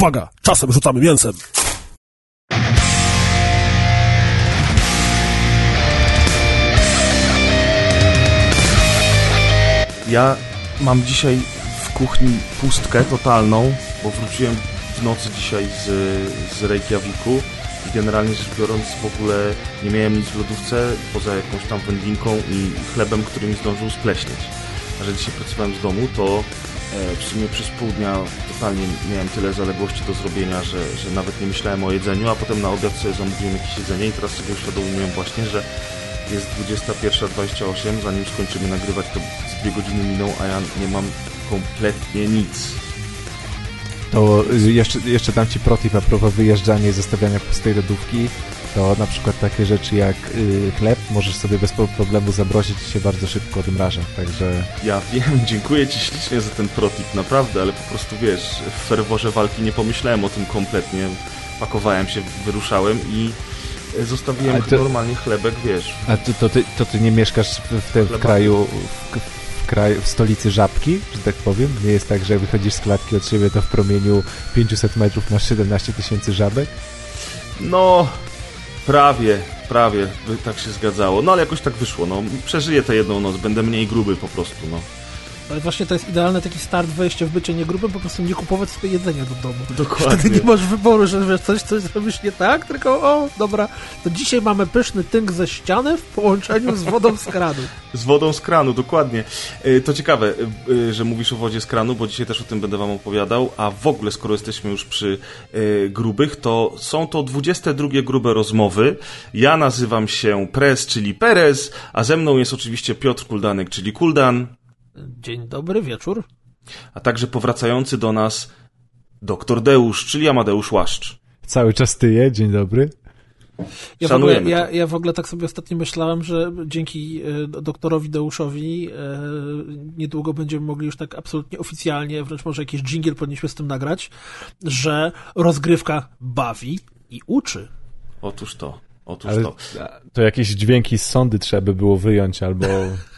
Uwaga, czasem rzucamy mięsem. Ja mam dzisiaj w kuchni pustkę totalną, bo wróciłem w nocy dzisiaj z Reykjaviku i generalnie rzecz biorąc w ogóle nie miałem nic w lodówce poza jakąś tam wędlinką i chlebem, który mi zdążył spleśnieć. A że dzisiaj pracowałem z domu, to w sumie przez pół dnia totalnie miałem tyle zaległości do zrobienia, że nawet nie myślałem o jedzeniu, a potem na obiad sobie zamówiłem jakieś jedzenie i teraz sobie uświadomiłem właśnie, że jest 21:28, zanim skończymy nagrywać, to 2 godziny miną, a ja nie mam kompletnie nic. To jeszcze dam Ci protip a propos wyjeżdżania i zostawiania pustej lodówki. To na przykład takie rzeczy jak chleb możesz sobie bez problemu zamrozić i się bardzo szybko odmraża, także... Ja wiem, dziękuję Ci ślicznie za ten protip, naprawdę, ale po prostu wiesz, w ferworze walki nie pomyślałem o tym kompletnie. Pakowałem się, wyruszałem i zostawiłem normalnie chlebek, wiesz. A ty nie mieszkasz w kraju... w stolicy Żabki, że tak powiem? Nie jest tak, że jak wychodzisz z klatki od siebie, to w promieniu 500 metrów masz 17 000 żabek? No, prawie by tak się zgadzało. No ale jakoś tak wyszło, no. Przeżyję tę jedną noc, będę mniej gruby po prostu, no. Ale właśnie to jest idealny taki start, wejście w bycie niegrubym, po prostu nie kupować sobie jedzenia do domu. Dokładnie. Wtedy nie masz wyboru, że wiesz, coś zrobisz nie tak, tylko o, dobra, to dzisiaj mamy pyszny tynk ze ściany w połączeniu z wodą z kranu. Z wodą z kranu, dokładnie. To ciekawe, że mówisz o wodzie z kranu, bo dzisiaj też o tym będę wam opowiadał, a w ogóle, skoro jesteśmy już przy grubych, to są to 22 grube rozmowy. Ja nazywam się Prez, czyli Perez, a ze mną jest oczywiście Piotr Kuldanek, czyli Kuldan. Dzień dobry, wieczór. A także powracający do nas Doktor Deusz, czyli Amadeusz Łaszcz. Cały czas tyje, dzień dobry. Ja w ogóle tak sobie ostatnio myślałem, że dzięki doktorowi Deuszowi niedługo będziemy mogli już tak absolutnie oficjalnie, wręcz może jakiś dżingiel powinniśmy z tym nagrać, że rozgrywka bawi i uczy. Otóż to. To jakieś dźwięki z sondy trzeba by było wyjąć, albo...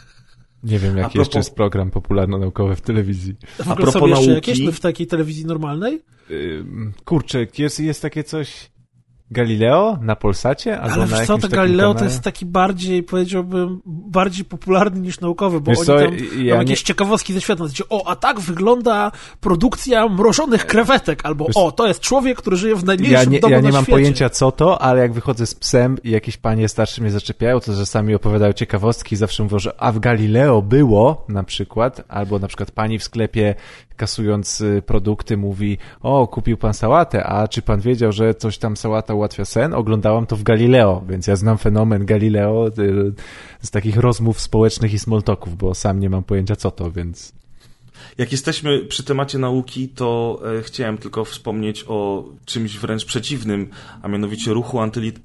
Nie wiem, jaki jeszcze jest program popularno-naukowy w telewizji. W ogóle są jeszcze jakieś w takiej telewizji normalnej? Kurczę, jest takie coś... Galileo na Polsacie? Ale wiesz co, to Galileo to jest taki bardziej, powiedziałbym, bardziej popularny niż naukowy, bo wiesz oni tam mam jakieś ciekawostki ze świata. Znaczy, a tak wygląda produkcja mrożonych krewetek, albo to jest człowiek, który żyje w najmniejszym domu Ja na nie mam świecie. pojęcia co to, ale jak wychodzę z psem i jakieś panie starsze mnie zaczepiają, to czasami opowiadają ciekawostki i zawsze mówią, że w Galileo było na przykład, albo na przykład pani w sklepie kasując produkty mówi, kupił pan sałatę, a czy pan wiedział, że coś tam sałata ułatwia sen? Oglądałam to w Galileo, więc ja znam fenomen Galileo z takich rozmów społecznych i small talków, bo sam nie mam pojęcia co to, więc... Jak jesteśmy przy temacie nauki, to chciałem tylko wspomnieć o czymś wręcz przeciwnym, a mianowicie ruchu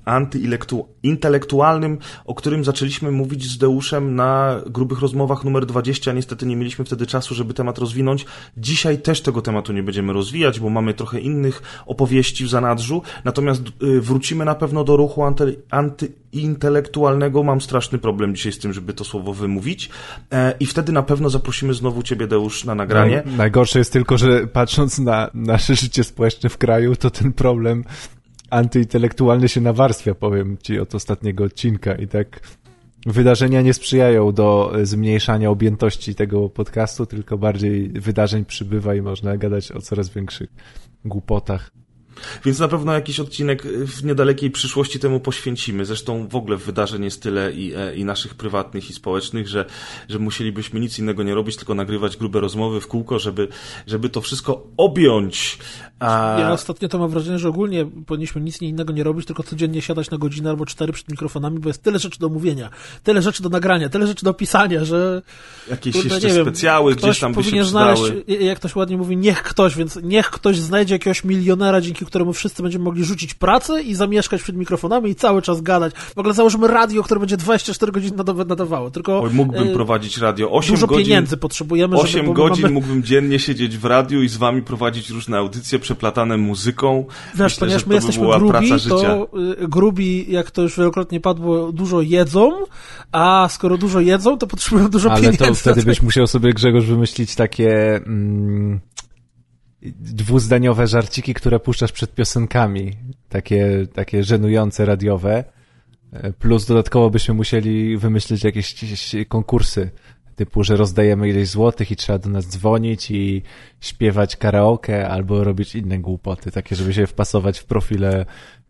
antyintelektualnym, o którym zaczęliśmy mówić z Deuszem na grubych rozmowach numer 20. Niestety nie mieliśmy wtedy czasu, żeby temat rozwinąć. Dzisiaj też tego tematu nie będziemy rozwijać, bo mamy trochę innych opowieści w zanadrzu. Natomiast wrócimy na pewno do ruchu antyintelektualnego. Mam straszny problem dzisiaj z tym, żeby to słowo wymówić. I wtedy na pewno zaprosimy znowu ciebie, Deusz, na nagranie. Najgorsze jest tylko, że patrząc na nasze życie społeczne w kraju, to ten problem antyintelektualny się nawarstwia, powiem ci, od ostatniego odcinka i tak wydarzenia nie sprzyjają do zmniejszania objętości tego podcastu, tylko bardziej wydarzeń przybywa i można gadać o coraz większych głupotach. Więc na pewno jakiś odcinek w niedalekiej przyszłości temu poświęcimy. Zresztą w ogóle wydarzeń jest tyle i naszych prywatnych i społecznych, że musielibyśmy nic innego nie robić, tylko nagrywać grube rozmowy w kółko, żeby to wszystko objąć. Ja ostatnio to mam wrażenie, że ogólnie powinniśmy nic innego nie robić, tylko codziennie siadać na godzinę albo 4 przed mikrofonami, bo jest tyle rzeczy do mówienia, tyle rzeczy do nagrania, tyle rzeczy do opisania, że... Jakieś jeszcze specjały gdzieś tam by się przydały. Znaleźć, jak ktoś ładnie mówi, niech ktoś znajdzie jakiegoś milionera, dzięki któremu wszyscy będziemy mogli rzucić pracę i zamieszkać przed mikrofonami i cały czas gadać. W ogóle założymy radio, które będzie 24 godziny na dobę nadawało. Tylko mógłbym prowadzić radio 8 dużo godzin. Pieniędzy potrzebujemy, 8 godzin mógłbym dziennie siedzieć w radiu i z wami prowadzić różne audycje przeplatane muzyką. Wiesz, ponieważ my jesteśmy grubi, to grubi, jak to już wielokrotnie padło, dużo jedzą, a skoro dużo jedzą, to potrzebują dużo pieniędzy. Ale to wtedy byś musiał sobie, Grzegorz, wymyślić takie... dwuzdaniowe żarciki, które puszczasz przed piosenkami, takie żenujące radiowe, plus dodatkowo byśmy musieli wymyślić jakieś konkursy, typu, że rozdajemy ileś złotych i trzeba do nas dzwonić i śpiewać karaoke albo robić inne głupoty, takie, żeby się wpasować w profile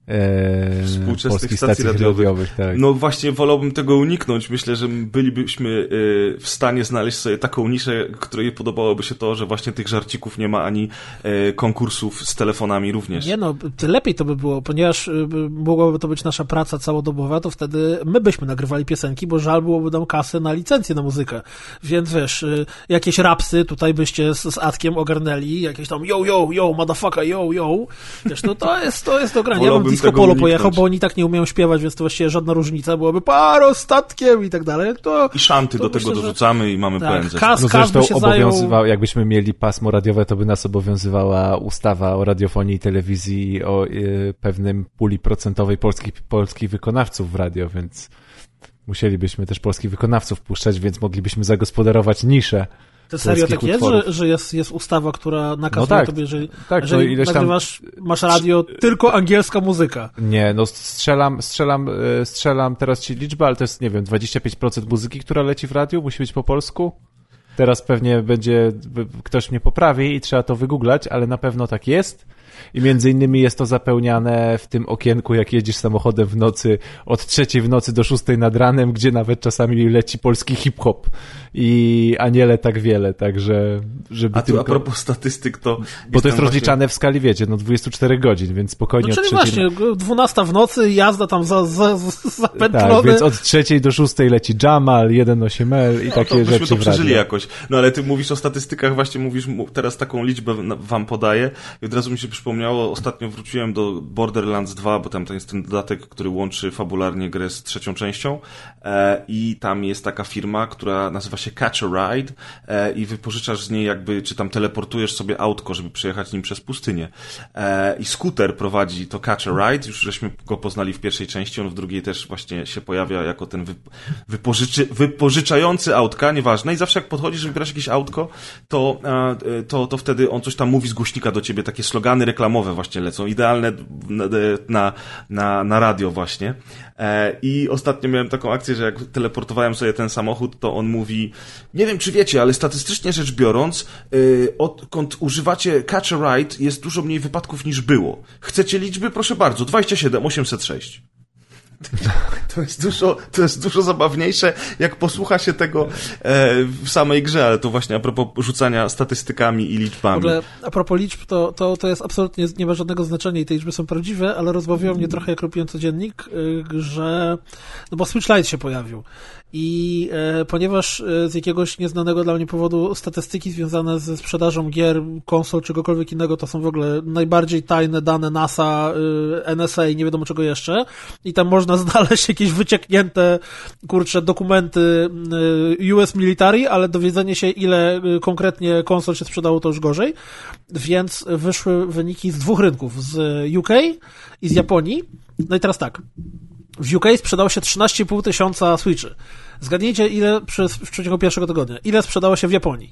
polskich stacji radiowych. Tak. No właśnie wolałbym tego uniknąć. Myślę, że bylibyśmy w stanie znaleźć sobie taką niszę, której podobałoby się to, że właśnie tych żarcików nie ma, ani konkursów z telefonami również. Nie no, lepiej to by było, ponieważ mogłaby to być nasza praca całodobowa, to wtedy my byśmy nagrywali piosenki, bo żal byłoby nam kasy na licencję na muzykę. Więc wiesz, jakieś rapsy tutaj byście z Adkiem ogarnęli, jakieś tam yo, motherfucker, yo. Wiesz, no to jest do grania. Ja bym Disco Polo pojechał, bo oni tak nie umieją śpiewać, więc to właściwie żadna różnica, byłoby parostatkiem i tak dalej. I szanty do tego dorzucamy i mamy PNZ. Zresztą obowiązywał, jakbyśmy mieli pasmo radiowe, to by nas obowiązywała ustawa o radiofonii i telewizji o pewnym puli procentowej polskich wykonawców w radio, więc musielibyśmy też polskich wykonawców puszczać, więc moglibyśmy zagospodarować niszę. To serio tak jest, że jest ustawa, która nakazuje tobie, że jeżeli nagrywasz, masz radio, tylko angielska muzyka. Nie, no strzelam teraz ci liczbę, ale to jest, nie wiem, 25% muzyki, która leci w radiu, musi być po polsku. Teraz pewnie ktoś mnie poprawi i trzeba to wygooglać, ale na pewno tak jest. I między innymi jest to zapełniane w tym okienku, jak jedziesz samochodem w nocy, od 3 w nocy do 6 nad ranem, gdzie nawet czasami leci polski hip-hop i aniele tak wiele, także żeby tylko... A propos statystyk, to... Bo to jest rozliczane w skali, wiecie, 24 godzin, więc spokojnie no, czyli od 3... właśnie, 12 w nocy, jazda tam zapętlone. Tak, więc od 3 do 6 leci Jamal, 1.8L i takie rzeczy to przeżyli jakoś. No ale ty mówisz o statystykach, właśnie mówisz, teraz taką liczbę wam podaję i od razu mi się przypomniało, ostatnio wróciłem do Borderlands 2, bo tam to jest ten dodatek, który łączy fabularnie grę z 3. częścią i tam jest taka firma, która nazywa się Catch a Ride i wypożyczasz z niej jakby, czy tam teleportujesz sobie autko, żeby przejechać nim przez pustynię. I Scooter prowadzi to Catch a Ride, już żeśmy go poznali w pierwszej części, on w drugiej też właśnie się pojawia jako ten wypożyczający autka, nieważne, i zawsze jak podchodzisz, wybierasz jakieś autko, to wtedy on coś tam mówi z głośnika do ciebie, takie slogany reklamowe właśnie lecą, idealne na radio właśnie. I ostatnio miałem taką akcję, że jak teleportowałem sobie ten samochód, to on mówi, nie wiem czy wiecie, ale statystycznie rzecz biorąc, odkąd używacie Catch a Ride, jest dużo mniej wypadków niż było. Chcecie liczby? Proszę bardzo, 27 806. To jest dużo zabawniejsze, jak posłucha się tego w samej grze, ale to właśnie a propos rzucania statystykami i liczbami. W ogóle a propos liczb, to jest absolutnie, nie ma żadnego znaczenia i te liczby są prawdziwe, ale rozbawiło mnie trochę, jak robiłem codziennik, że, no bo Switch Lite się pojawił i ponieważ z jakiegoś nieznanego dla mnie powodu statystyki związane ze sprzedażą gier, konsol, czegokolwiek innego, to są w ogóle najbardziej tajne dane NASA, NSA i nie wiadomo czego jeszcze i tam można znaleźć jakieś wycieknięte, dokumenty US Military, ale dowiedzenie się, ile konkretnie konsol się sprzedało, to już gorzej. Więc wyszły wyniki z 2 rynków, z UK i z Japonii. No i teraz tak. W UK sprzedało się 13,5 tysiąca Switchy. Zgadnijcie, ile w przeciągu pierwszego tygodnia. Ile sprzedało się w Japonii?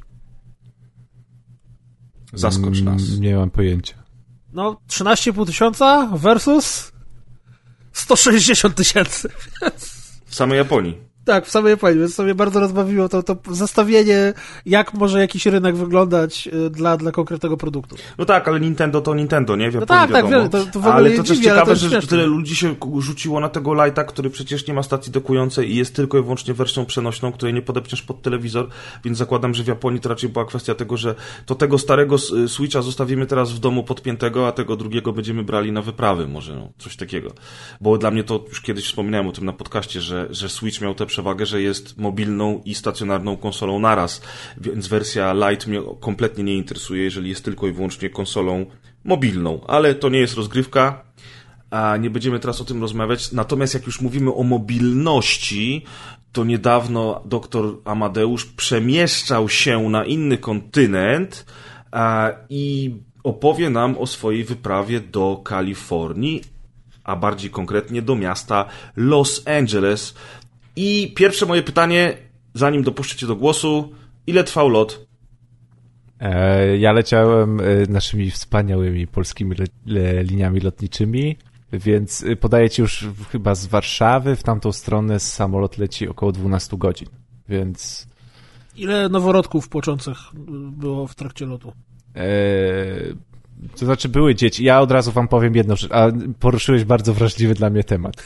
Zaskocz nas. Nie mam pojęcia. No, 13,5 tysiąca versus 160 tysięcy. W samej Japonii. Tak, w samej Japonii, więc sobie bardzo rozbawiło to zestawienie, jak może jakiś rynek wyglądać dla konkretnego produktu. No tak, ale Nintendo to Nintendo, nie? W Japonii no tak, wiem, to w ogóle ale to też dziwi, ciekawe, to że tyle ludzi się rzuciło na tego Lite'a, który przecież nie ma stacji dokującej i jest tylko i wyłącznie wersją przenośną, której nie podepniesz pod telewizor, więc zakładam, że w Japonii to raczej była kwestia tego, że to tego starego Switcha zostawimy teraz w domu podpiętego, a tego drugiego będziemy brali na wyprawy, może no, coś takiego. Bo dla mnie to już kiedyś wspominałem o tym na podcaście, że Switch miał tę przewagę, że jest mobilną i stacjonarną konsolą naraz, więc wersja Lite mnie kompletnie nie interesuje, jeżeli jest tylko i wyłącznie konsolą mobilną, ale to nie jest rozgrywka, a nie będziemy teraz o tym rozmawiać, natomiast jak już mówimy o mobilności, to niedawno dr Amadeusz przemieszczał się na inny kontynent i opowie nam o swojej wyprawie do Kalifornii, a bardziej konkretnie do miasta Los Angeles. I pierwsze moje pytanie, zanim dopuszczę cię do głosu, ile trwał lot? Ja leciałem naszymi wspaniałymi polskimi liniami lotniczymi, więc podaję ci już chyba z Warszawy w tamtą stronę samolot leci około 12 godzin, więc... Ile noworodków płaczących było w trakcie lotu? To znaczy były dzieci. Ja od razu wam powiem jedną rzecz, a poruszyłeś bardzo wrażliwy dla mnie temat.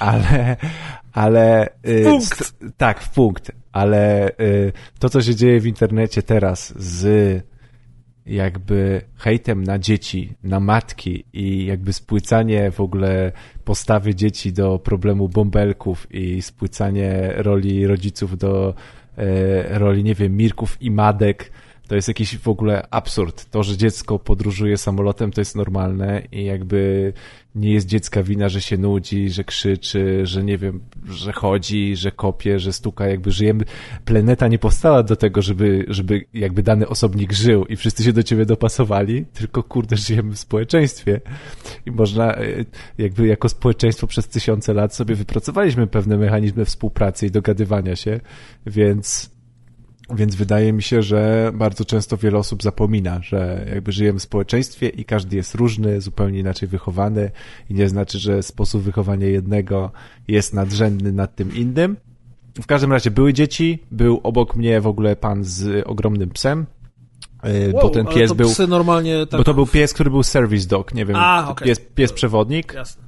Ale punkt. Tak, w punkt. Ale to, co się dzieje w internecie teraz z jakby hejtem na dzieci, na matki i jakby spłycanie w ogóle postawy dzieci do problemu bąbelków i spłycanie roli rodziców do roli, nie wiem, Mirków i Madek, to jest jakiś w ogóle absurd. To, że dziecko podróżuje samolotem, to jest normalne i jakby nie jest dziecka wina, że się nudzi, że krzyczy, że nie wiem, że chodzi, że kopie, że stuka. Jakby żyjemy... Planeta nie powstała do tego, żeby jakby dany osobnik żył i wszyscy się do ciebie dopasowali, tylko kurde, żyjemy w społeczeństwie i można jakby jako społeczeństwo przez tysiące lat sobie wypracowaliśmy pewne mechanizmy współpracy i dogadywania się, więc wydaje mi się, że bardzo często wiele osób zapomina, że jakby żyjemy w społeczeństwie i każdy jest różny, zupełnie inaczej wychowany i nie znaczy, że sposób wychowania jednego jest nadrzędny nad tym innym. W każdym razie były dzieci, był obok mnie w ogóle pan z ogromnym psem, bo ten pies był... Psy normalnie tak... Bo to był pies, który był service dog, nie wiem, okay. pies przewodnik. Jasne.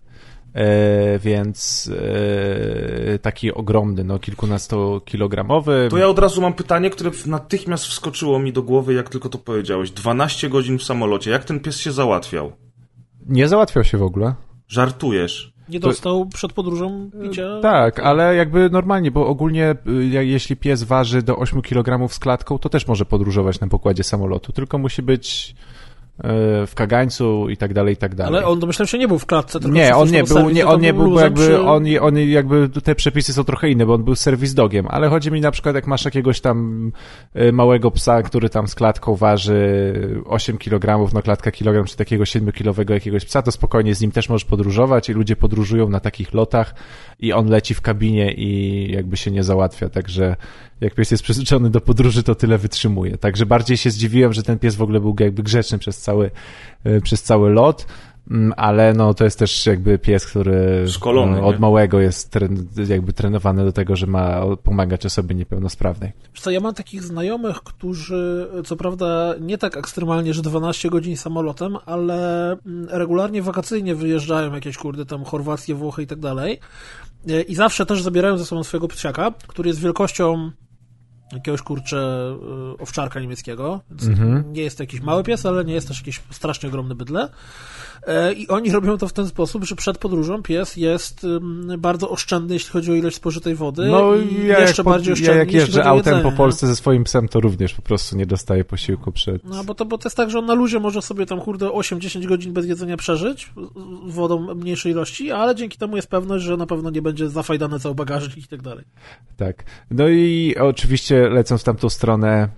Więc taki ogromny, no kilkunastokilogramowy. To ja od razu mam pytanie, które natychmiast wskoczyło mi do głowy, jak tylko to powiedziałeś. 12 godzin w samolocie. Jak ten pies się załatwiał? Nie załatwiał się w ogóle. Żartujesz? Nie dostał przed podróżą picia? Tak, ale jakby normalnie, bo ogólnie jeśli pies waży do 8 kg z klatką, to też może podróżować na pokładzie samolotu, tylko musi być w kagańcu i tak dalej, i tak dalej. Ale on domyślam się nie był w klatce, tylko nie, on nie był, bo jakby on jakby te przepisy są trochę inne, bo on był serwis dogiem, ale chodzi mi na przykład, jak masz jakiegoś tam małego psa, który tam z klatką waży 8 kg, no klatka kilogram, czy takiego 7-kilowego jakiegoś psa, to spokojnie z nim też możesz podróżować i ludzie podróżują na takich lotach i on leci w kabinie i jakby się nie załatwia, także jak pies jest przyzwyczajony do podróży, to tyle wytrzymuje. Także bardziej się zdziwiłem, że ten pies w ogóle był jakby grzeczny przez cały lot, ale no to jest też jakby pies, który szkolony, od małego jest jakby trenowany do tego, że ma pomagać osobie niepełnosprawnej. Wiesz co, ja mam takich znajomych, którzy co prawda nie tak ekstremalnie, że 12 godzin samolotem, ale regularnie wakacyjnie wyjeżdżają jakieś tam Chorwację, Włochy i tak dalej i zawsze też zabierają ze sobą swojego psiaka, który jest wielkością jakiegoś owczarka niemieckiego, więc nie jest to jakiś mały pies, ale nie jest też jakieś strasznie ogromne bydle. I oni robią to w ten sposób, że przed podróżą pies jest bardzo oszczędny, jeśli chodzi o ilość spożytej wody i jeszcze bardziej oszczędny, jak jeżdżę autem po Polsce ze swoim psem, to również po prostu nie dostaję posiłku przed... No, bo to jest tak, że on na luzie może sobie tam 8-10 godzin bez jedzenia przeżyć, wodą mniejszej ilości, ale dzięki temu jest pewność, że na pewno nie będzie zafajdany cały bagażnik i tak dalej. Tak. No i oczywiście lecąc w tamtą stronę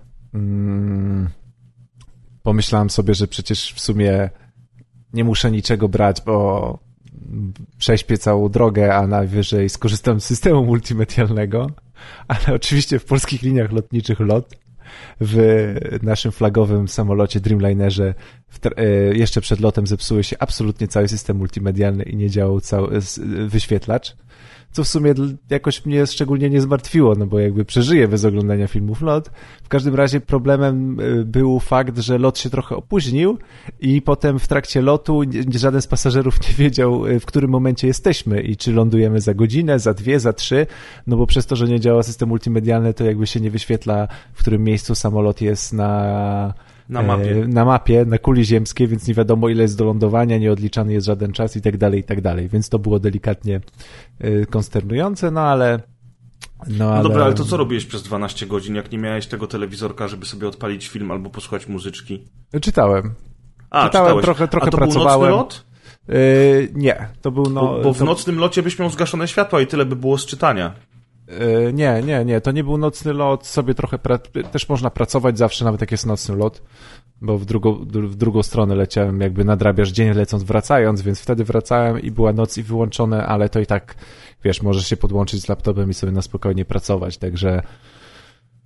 pomyślałem sobie, że przecież w sumie nie muszę niczego brać, bo prześpię całą drogę, a najwyżej skorzystam z systemu multimedialnego, ale oczywiście w polskich liniach lotniczych LOT, w naszym flagowym samolocie Dreamlinerze jeszcze przed lotem zepsuły się absolutnie cały system multimedialny i nie działał cały wyświetlacz, co w sumie jakoś mnie szczególnie nie zmartwiło, no bo jakby przeżyję bez oglądania filmów LOT. W każdym razie problemem był fakt, że lot się trochę opóźnił i potem w trakcie lotu żaden z pasażerów nie wiedział, w którym momencie jesteśmy i czy lądujemy za godzinę, za 2, za 3, no bo przez to, że nie działa system multimedialny, to jakby się nie wyświetla, w którym miejscu samolot jest na mapie, na kuli ziemskiej, więc nie wiadomo ile jest do lądowania, nie odliczany jest żaden czas i tak dalej, i tak dalej. Więc to było delikatnie konsternujące, ale... No dobra, ale to co robiłeś przez 12 godzin, jak nie miałeś tego telewizorka, żeby sobie odpalić film albo posłuchać muzyczki? Czytałem. Czytałeś. Trochę to pracowałem. Był nocny lot? Nie, to był... Bo w nocnym locie byś miał zgaszone światła i tyle by było z czytania. Nie, to nie był nocny lot, sobie trochę też można pracować zawsze, nawet jak jest nocny lot, bo w drugą stronę leciałem, jakby nadrabiasz dzień lecąc, wracając, więc wtedy wracałem i była noc i wyłączone, ale to i tak, wiesz, możesz się podłączyć z laptopem i sobie na spokojnie pracować, także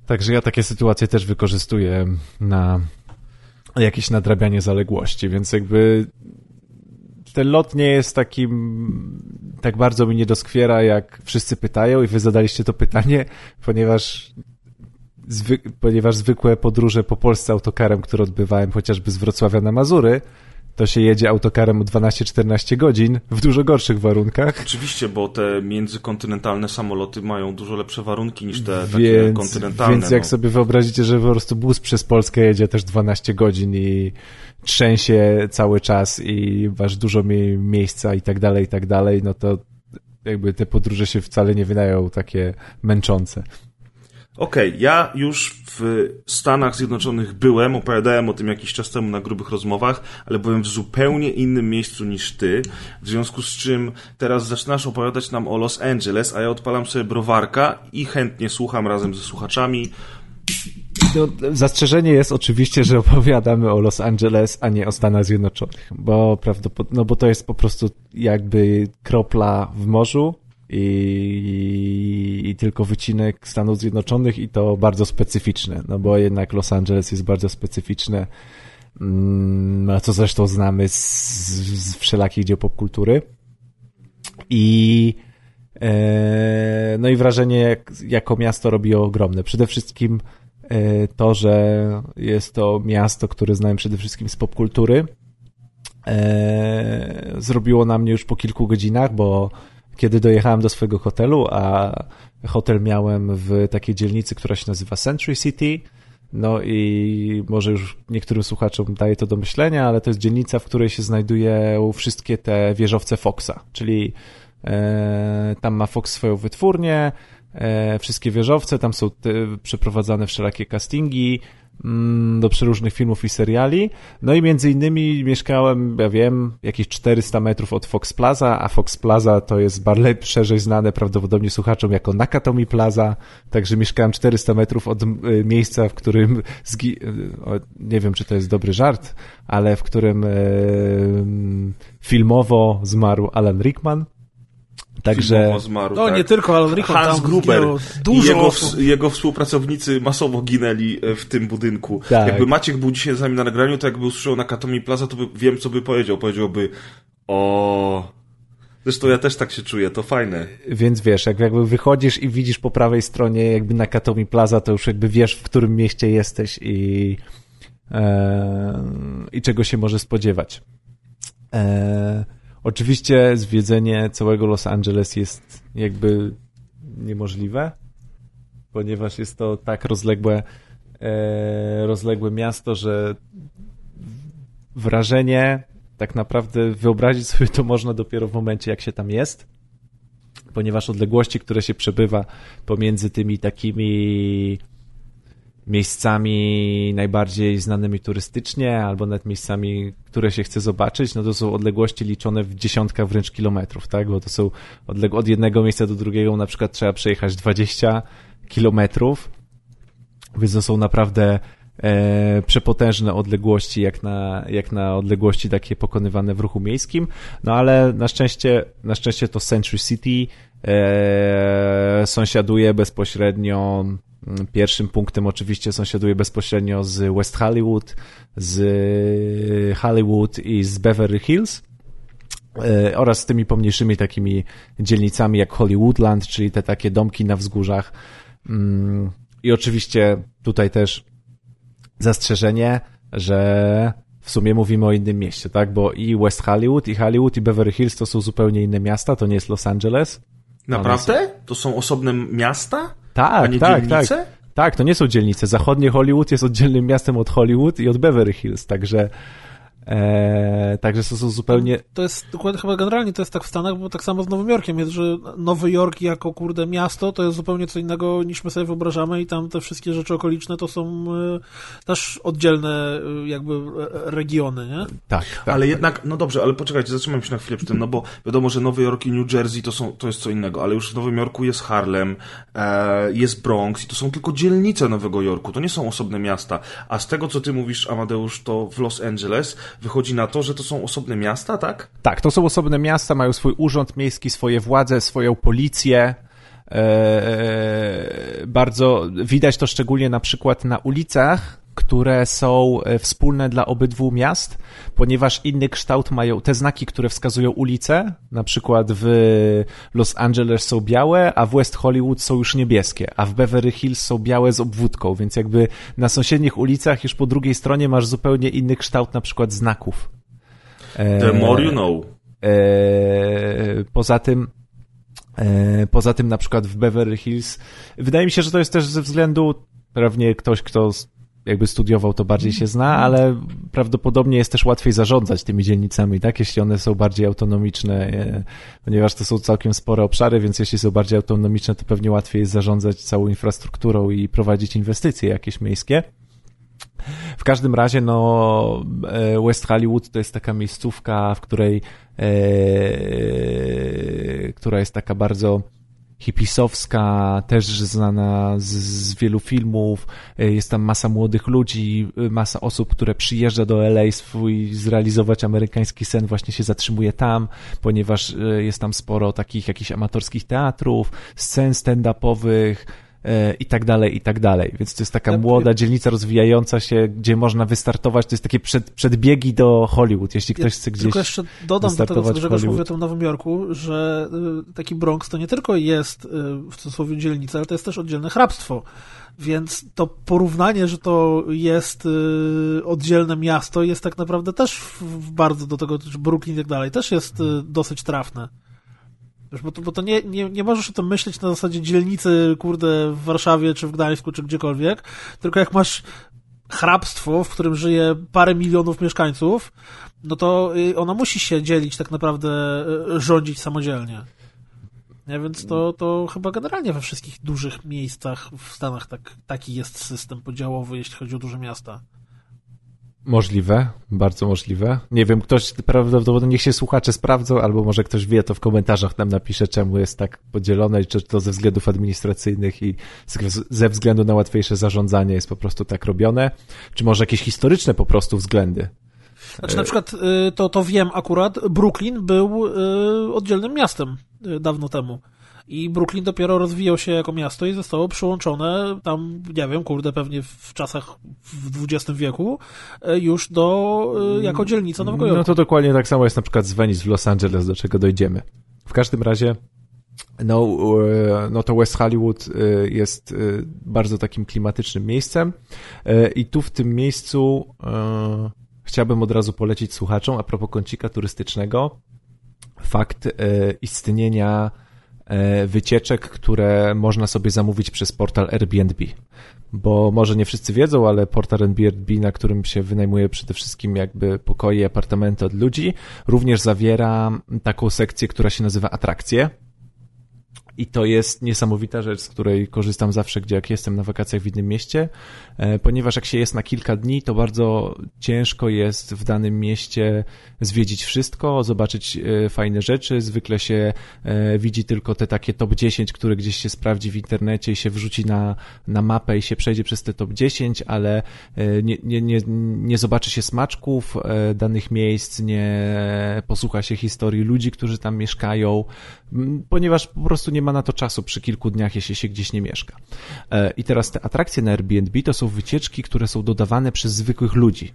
Także ja takie sytuacje też wykorzystuję na jakieś nadrabianie zaległości, więc jakby ten lot nie jest tak bardzo mi nie doskwiera, jak wszyscy pytają i wy zadaliście to pytanie, ponieważ zwykłe podróże po Polsce autokarem, które odbywałem chociażby z Wrocławia na Mazury, to się jedzie autokarem o 12-14 godzin w dużo gorszych warunkach. Oczywiście, bo te międzykontynentalne samoloty mają dużo lepsze warunki niż te takie kontynentalne. Więc jak sobie wyobrazicie, że po prostu bus przez Polskę jedzie też 12 godzin i trzęsie cały czas i masz dużo miejsca i tak dalej, no to jakby te podróże się wcale nie wydają takie męczące. Okej, ja już w Stanach Zjednoczonych byłem, opowiadałem o tym jakiś czas temu na grubych rozmowach, ale byłem w zupełnie innym miejscu niż ty, w związku z czym teraz zaczynasz opowiadać nam o Los Angeles, a ja odpalam sobie browarka i chętnie słucham razem ze słuchaczami. No, zastrzeżenie jest oczywiście, że opowiadamy o Los Angeles, a nie o Stanach Zjednoczonych, bo bo to jest po prostu jakby kropla w morzu i tylko wycinek Stanów Zjednoczonych i to bardzo specyficzne, no bo jednak Los Angeles jest bardzo specyficzne, co zresztą znamy z wszelakich dzieł popkultury no i wrażenie jako miasto robi ogromne. Przede wszystkim to, że jest to miasto, które znałem przede wszystkim z popkultury, zrobiło na mnie już po kilku godzinach, bo kiedy dojechałem do swojego hotelu, a hotel miałem w takiej dzielnicy, która się nazywa Century City, no i może już niektórym słuchaczom daje to do myślenia, ale to jest dzielnica, w której się znajdują wszystkie te wieżowce Foxa, czyli tam ma Fox swoją wytwórnię, wszystkie wieżowce, tam są przeprowadzane wszelakie castingi do przeróżnych filmów i seriali, no i między innymi mieszkałem, ja wiem, jakieś 400 metrów od Fox Plaza, a Fox Plaza to jest bardziej szerzej znane prawdopodobnie słuchaczom jako Nakatomi Plaza, także mieszkałem 400 metrów od miejsca, w którym nie wiem, czy to jest dobry żart, ale w którym filmowo zmarł Alan Rickman. Także zmarł, no tak. Nie tylko Alan Rickman, Hans Gruber dużo i jego współpracownicy masowo ginęli w tym budynku. Tak. Jakby Maciek był dzisiaj z nami na nagraniu, to jakby usłyszał Nakatomi Plaza, to wiem, co by powiedział. Powiedziałby zresztą ja też tak się czuję, to fajne. Więc wiesz, jakby wychodzisz i widzisz po prawej stronie jakby Nakatomi Plaza, to już jakby wiesz, w którym mieście jesteś i czego się może spodziewać. Oczywiście zwiedzenie całego Los Angeles jest jakby niemożliwe, ponieważ jest to tak rozległe miasto, że wrażenie tak naprawdę wyobrazić sobie to można dopiero w momencie, jak się tam jest, ponieważ odległości, które się przebywa pomiędzy tymi takimi miejscami najbardziej znanymi turystycznie, albo nawet miejscami, które się chce zobaczyć, no to są odległości liczone w dziesiątkach wręcz kilometrów, tak? Bo to są od jednego miejsca do drugiego na przykład trzeba przejechać 20 kilometrów, więc to są naprawdę przepotężne odległości, jak na odległości takie pokonywane w ruchu miejskim, no ale na szczęście to Century City sąsiaduje bezpośrednio. Pierwszym punktem oczywiście sąsiaduje bezpośrednio z West Hollywood, z Hollywood i z Beverly Hills oraz z tymi pomniejszymi takimi dzielnicami jak Hollywoodland, czyli te takie domki na wzgórzach. I oczywiście tutaj też zastrzeżenie, że w sumie mówimy o innym mieście, tak? Bo i West Hollywood, i Beverly Hills to są zupełnie inne miasta, to nie jest Los Angeles. Naprawdę? To są osobne miasta? Tak, a nie tak, dzielnice? tak. Tak, to nie są dzielnice. Zachodnie Hollywood jest oddzielnym miastem od Hollywood i od Beverly Hills, także to są zupełnie... To jest dokładnie, chyba generalnie to jest tak w Stanach, bo tak samo z Nowym Jorkiem jest, że Nowy Jork jako miasto to jest zupełnie co innego niż my sobie wyobrażamy i tam te wszystkie rzeczy okoliczne to są też oddzielne jakby regiony, nie? Tak. Ale jednak, no dobrze, ale poczekajcie, zatrzymam się na chwilę przy tym, no bo wiadomo, że Nowy Jork i New Jersey to jest co innego, ale już w Nowym Jorku jest Harlem, jest Bronx i to są tylko dzielnice Nowego Jorku, to nie są osobne miasta, a z tego, co ty mówisz, Amadeusz, to w Los Angeles wychodzi na to, że to są osobne miasta, tak? Tak, to są osobne miasta, mają swój urząd miejski, swoje władze, swoją policję, bardzo widać to szczególnie na przykład na ulicach, które są wspólne dla obydwu miast, ponieważ inny kształt mają te znaki, które wskazują ulice, na przykład w Los Angeles są białe, a w West Hollywood są już niebieskie, a w Beverly Hills są białe z obwódką, więc jakby na sąsiednich ulicach już po drugiej stronie masz zupełnie inny kształt na przykład znaków. The more you know. Poza tym na przykład w Beverly Hills wydaje mi się, że to jest też ze względu, pewnie ktoś, kto jakby studiował, to bardziej się zna, ale prawdopodobnie jest też łatwiej zarządzać tymi dzielnicami, tak? Jeśli one są bardziej autonomiczne, ponieważ to są całkiem spore obszary, więc jeśli są bardziej autonomiczne, to pewnie łatwiej jest zarządzać całą infrastrukturą i prowadzić inwestycje jakieś miejskie. W każdym razie, no, West Hollywood to jest taka miejscówka, w która jest taka bardzo hipisowska, też znana z wielu filmów. Jest tam masa młodych ludzi, masa osób, które przyjeżdża do LA zrealizować amerykański sen, właśnie się zatrzymuje tam, ponieważ jest tam sporo takich jakichś amatorskich teatrów, scen stand-upowych, i tak dalej, więc to jest taka młoda dzielnica rozwijająca się, gdzie można wystartować, to jest takie przedbiegi do Hollywood, jeśli ktoś chce gdzieś. Tylko jeszcze dodam do tego, co Grzegorz mówi o tym Nowym Jorku, że taki Bronx to nie tylko jest w cudzysłowie dzielnica, ale to jest też oddzielne hrabstwo, więc to porównanie, że to jest oddzielne miasto, jest tak naprawdę też bardzo do tego, że Brooklyn i tak dalej, też jest dosyć trafne. Bo to nie możesz o tym myśleć na zasadzie dzielnicy, kurde, w Warszawie, czy w Gdańsku, czy gdziekolwiek, tylko jak masz hrabstwo, w którym żyje parę milionów mieszkańców, no to ono musi się dzielić, tak naprawdę rządzić samodzielnie. Nie? Więc to chyba generalnie we wszystkich dużych miejscach w Stanach taki jest system podziałowy, jeśli chodzi o duże miasta. Możliwe, bardzo możliwe. Nie wiem, ktoś prawdopodobnie niech się słuchacze sprawdzą, albo może ktoś wie, to w komentarzach nam napisze, czemu jest tak podzielone, czy to ze względów administracyjnych i ze względu na łatwiejsze zarządzanie jest po prostu tak robione, czy może jakieś historyczne po prostu względy. Znaczy na przykład, to wiem akurat, Brooklyn był oddzielnym miastem dawno temu. I Brooklyn dopiero rozwijał się jako miasto i zostało przyłączone tam, nie wiem, kurde, pewnie w czasach w XX wieku już jako dzielnica Nowego Jorku. No to dokładnie tak samo jest na przykład z Venice w Los Angeles, do czego dojdziemy. W każdym razie, no to West Hollywood jest bardzo takim klimatycznym miejscem i tu w tym miejscu chciałbym od razu polecić słuchaczom a propos kącika turystycznego fakt istnienia wycieczek, które można sobie zamówić przez portal Airbnb. Bo może nie wszyscy wiedzą, ale portal Airbnb, na którym się wynajmuje przede wszystkim jakby pokoje i apartamenty od ludzi, również zawiera taką sekcję, która się nazywa atrakcje. I to jest niesamowita rzecz, z której korzystam zawsze, jak jestem na wakacjach w innym mieście, ponieważ jak się jest na kilka dni, to bardzo ciężko jest w danym mieście zwiedzić wszystko, zobaczyć fajne rzeczy. Zwykle się widzi tylko te takie top 10, które gdzieś się sprawdzi w internecie i się wrzuci na mapę i się przejdzie przez te top 10, ale nie zobaczy się smaczków danych miejsc, nie posłucha się historii ludzi, którzy tam mieszkają, ponieważ po prostu nie ma na to czasu przy kilku dniach, jeśli się gdzieś nie mieszka. I teraz te atrakcje na Airbnb to są wycieczki, które są dodawane przez zwykłych ludzi.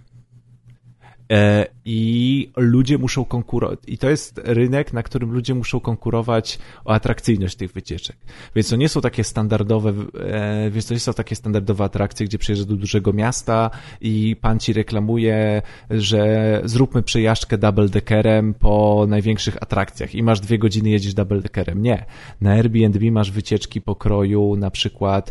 I ludzie muszą konkurować. I to jest rynek, na którym ludzie muszą konkurować o atrakcyjność tych wycieczek. Więc to nie są takie standardowe atrakcje, gdzie przyjeżdżasz do dużego miasta i pan ci reklamuje, że zróbmy przejażdżkę double-deckerem po największych atrakcjach i masz 2 godziny jedziesz double-deckerem. Nie. Na Airbnb masz wycieczki pokroju, na przykład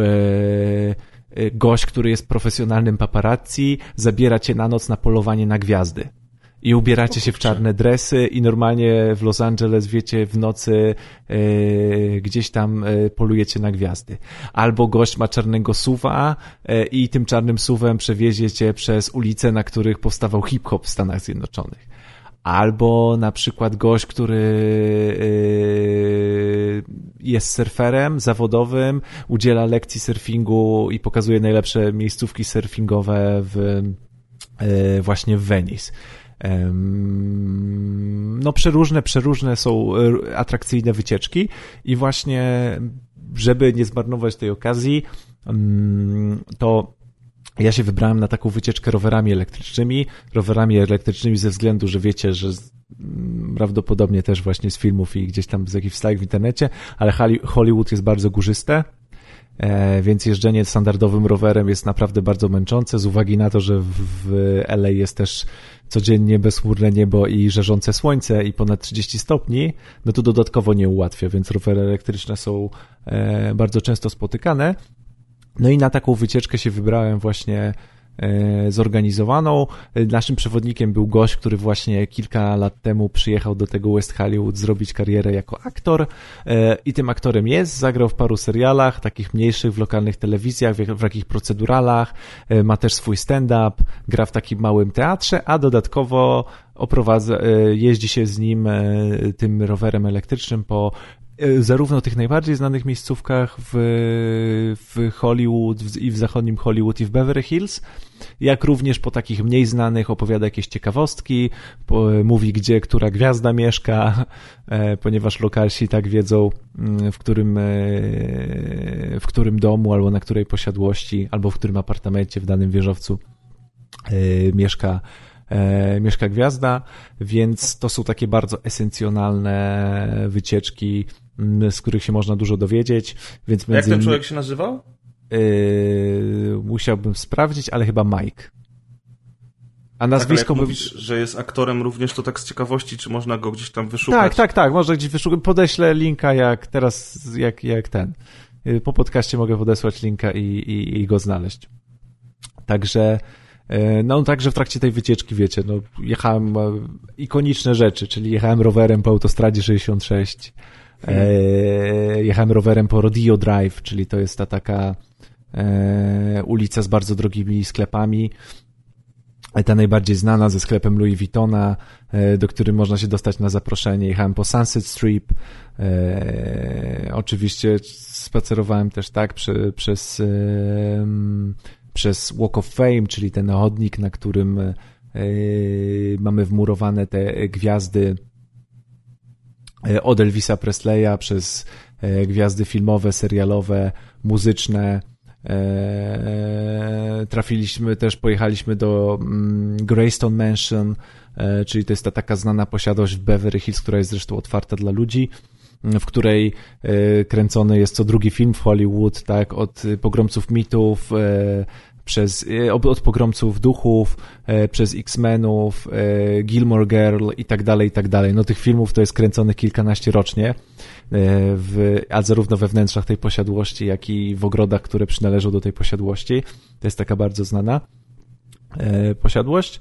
gość, który jest profesjonalnym paparazzi, zabiera cię na noc na polowanie na gwiazdy. I ubieracie się w czarne dresy i normalnie w Los Angeles, wiecie, w nocy gdzieś tam polujecie na gwiazdy. Albo gość ma czarnego SUV-a i tym czarnym SUV-em przewiezie cię przez ulice, na których powstawał hip-hop w Stanach Zjednoczonych. Albo na przykład gość, który jest surferem zawodowym, udziela lekcji surfingu i pokazuje najlepsze miejscówki surfingowe właśnie w Venice. no przeróżne są atrakcyjne wycieczki i właśnie, żeby nie zmarnować tej okazji, to ja się wybrałem na taką wycieczkę rowerami elektrycznymi ze względu, że wiecie, że prawdopodobnie też właśnie z filmów i gdzieś tam z jakichś wstawek w internecie, ale Hollywood jest bardzo górzyste, więc jeżdżenie standardowym rowerem jest naprawdę bardzo męczące z uwagi na to, że w LA jest też codziennie bezchmurne niebo i żarzące słońce i ponad 30 stopni, no to dodatkowo nie ułatwia, więc rowery elektryczne są bardzo często spotykane. No i na taką wycieczkę się wybrałem właśnie zorganizowaną. Naszym przewodnikiem był gość, który właśnie kilka lat temu przyjechał do tego West Hollywood zrobić karierę jako aktor i tym aktorem jest, zagrał w paru serialach, takich mniejszych w lokalnych telewizjach, w takich proceduralach, ma też swój stand-up, gra w takim małym teatrze, a dodatkowo jeździ się z nim tym rowerem elektrycznym po zarówno tych najbardziej znanych miejscówkach w Hollywood i w zachodnim Hollywood i w Beverly Hills, jak również po takich mniej znanych opowiada jakieś ciekawostki, mówi która gwiazda mieszka, ponieważ lokalsi tak wiedzą w którym domu albo na której posiadłości albo w którym apartamencie w danym wieżowcu mieszka gwiazda, więc to są takie bardzo esencjonalne wycieczki, z których się można dużo dowiedzieć. Więc jak ten człowiek się nazywał? Musiałbym sprawdzić, ale chyba Mike. A nazwisko... Tak, mówisz, że jest aktorem również, to tak z ciekawości, czy można go gdzieś tam wyszukać? Tak, można gdzieś wyszukać. Podeślę linka jak ten. Po podcaście mogę podesłać linka i go znaleźć. Także w trakcie tej wycieczki, wiecie, jechałem ikoniczne rzeczy, czyli jechałem rowerem po autostradzie 66, jechałem rowerem po Rodeo Drive, czyli to jest ta taka ulica z bardzo drogimi sklepami, ta najbardziej znana ze sklepem Louis Vuittona, do którym można się dostać na zaproszenie. Jechałem po Sunset Strip, oczywiście spacerowałem też tak przez Walk of Fame, czyli ten chodnik, na którym mamy wmurowane te gwiazdy od Elvisa Presleya, przez gwiazdy filmowe, serialowe, muzyczne. Pojechaliśmy do Greystone Mansion, czyli to jest ta taka znana posiadłość w Beverly Hills, która jest zresztą otwarta dla ludzi, w której kręcony jest co drugi film w Hollywood, tak, od Pogromców Mitów, od Pogromców Duchów, przez X-Menów, Gilmore Girl i tak dalej. No tych filmów to jest kręconych kilkanaście rocznie, a zarówno we wnętrzach tej posiadłości, jak i w ogrodach, które przynależą do tej posiadłości. To jest taka bardzo znana posiadłość.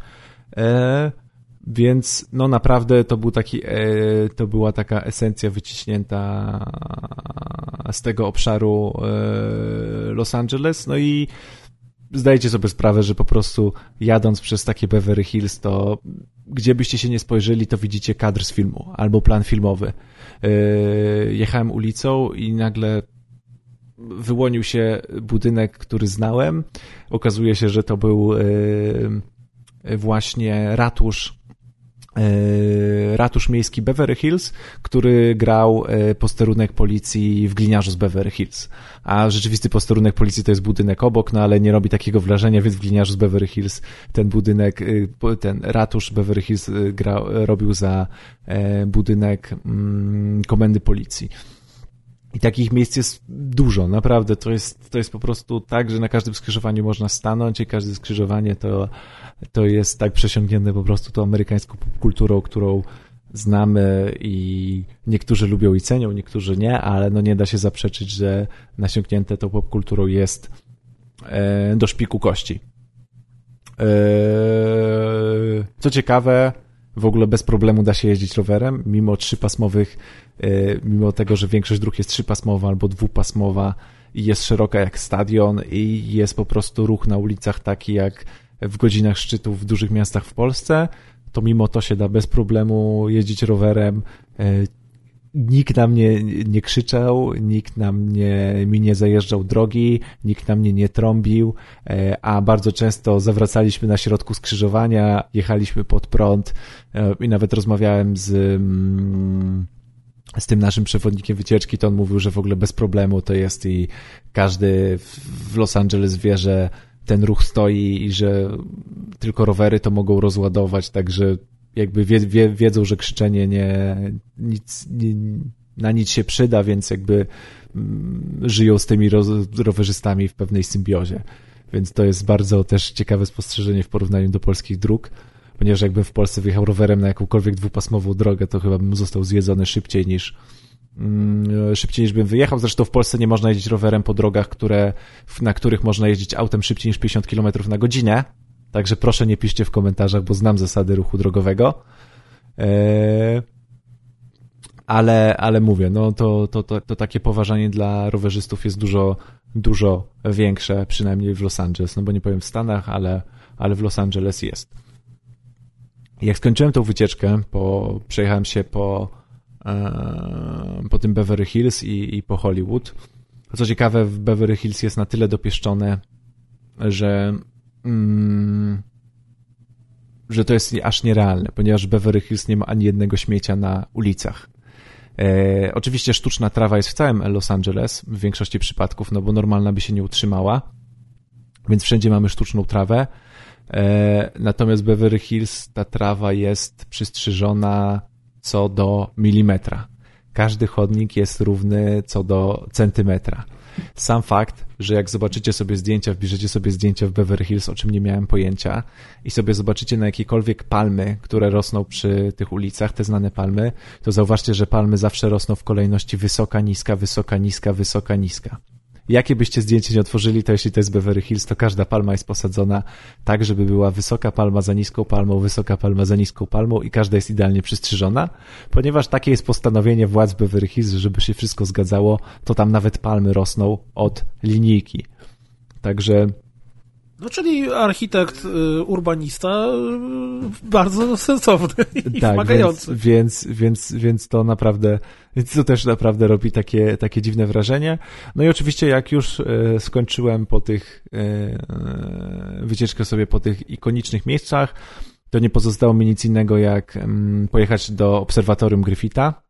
Więc no naprawdę to była taka esencja wyciśnięta z tego obszaru Los Angeles. No i zdajecie sobie sprawę, że po prostu jadąc przez takie Beverly Hills, to gdzie byście się nie spojrzeli, to widzicie kadr z filmu albo plan filmowy. Jechałem ulicą i nagle wyłonił się budynek, który znałem. Okazuje się, że to był właśnie ratusz miejski Beverly Hills, który grał posterunek policji w Gliniarzu z Beverly Hills. A rzeczywisty posterunek policji to jest budynek obok, no ale nie robi takiego wrażenia, więc w Gliniarzu z Beverly Hills ten ratusz Beverly Hills robił za budynek komendy policji. I takich miejsc jest dużo, naprawdę. To jest po prostu tak, że na każdym skrzyżowaniu można stanąć i każde skrzyżowanie to jest tak przesiąknięte po prostu tą amerykańską popkulturą, którą znamy i niektórzy lubią i cenią, niektórzy nie, ale no nie da się zaprzeczyć, że nasiąknięte tą popkulturą jest do szpiku kości. Co ciekawe, w ogóle bez problemu da się jeździć rowerem, mimo tego, że większość dróg jest trzypasmowa albo dwupasmowa i jest szeroka jak stadion i jest po prostu ruch na ulicach taki jak w godzinach szczytu w dużych miastach w Polsce, to mimo to się da bez problemu jeździć rowerem. nikt na mnie nie krzyczał, nikt mi nie zajeżdżał drogi, nikt na mnie nie trąbił, a bardzo często zawracaliśmy na środku skrzyżowania, jechaliśmy pod prąd i nawet rozmawiałem z tym naszym przewodnikiem wycieczki, to on mówił, że w ogóle bez problemu to jest i każdy w Los Angeles wie, że ten ruch stoi i że tylko rowery to mogą rozładować, także jakby wiedzą, że krzyczenie na nic się przyda, więc jakby żyją z tymi rowerzystami w pewnej symbiozie. Więc to jest bardzo też ciekawe spostrzeżenie w porównaniu do polskich dróg, ponieważ jakbym w Polsce wyjechał rowerem na jakąkolwiek dwupasmową drogę, to chyba bym został zjedzony szybciej niż bym wyjechał. Zresztą w Polsce nie można jeździć rowerem po drogach, na których można jeździć autem szybciej niż 50 km na godzinę. Także proszę nie piszcie w komentarzach, bo znam zasady ruchu drogowego. Ale mówię, no to takie poważanie dla rowerzystów jest dużo większe, przynajmniej w Los Angeles, no bo nie powiem w Stanach, ale w Los Angeles jest. Jak skończyłem tą wycieczkę, przejechałem się po tym Beverly Hills i po Hollywood. Co ciekawe, w Beverly Hills jest na tyle dopieszczone, że to jest aż nierealne, ponieważ w Beverly Hills nie ma ani jednego śmiecia na ulicach. Oczywiście sztuczna trawa jest w całym Los Angeles, w większości przypadków, no bo normalna by się nie utrzymała, więc wszędzie mamy sztuczną trawę. Natomiast w Beverly Hills ta trawa jest przystrzyżona co do milimetra. Każdy chodnik jest równy co do centymetra. Sam fakt, że jak zobaczycie sobie zdjęcia, wbierzecie sobie zdjęcia w Beverly Hills, o czym nie miałem pojęcia, i sobie zobaczycie na jakiekolwiek palmy, które rosną przy tych ulicach, te znane palmy, to zauważcie, że palmy zawsze rosną w kolejności wysoka, niska, wysoka, niska, wysoka, niska. Jakie byście zdjęcie nie otworzyli, to jeśli to jest Beverly Hills, to każda palma jest posadzona tak, żeby była wysoka palma za niską palmą, wysoka palma za niską palmą i każda jest idealnie przystrzyżona, ponieważ takie jest postanowienie władz Beverly Hills, żeby się wszystko zgadzało, to tam nawet palmy rosną od linijki. Także... No czyli architekt, urbanista bardzo sensowny i tak, wymagający. Więc to naprawdę, to też naprawdę robi takie dziwne wrażenie. No i oczywiście jak już skończyłem wycieczkę sobie po tych ikonicznych miejscach, to nie pozostało mi nic innego jak pojechać do obserwatorium Griffitha,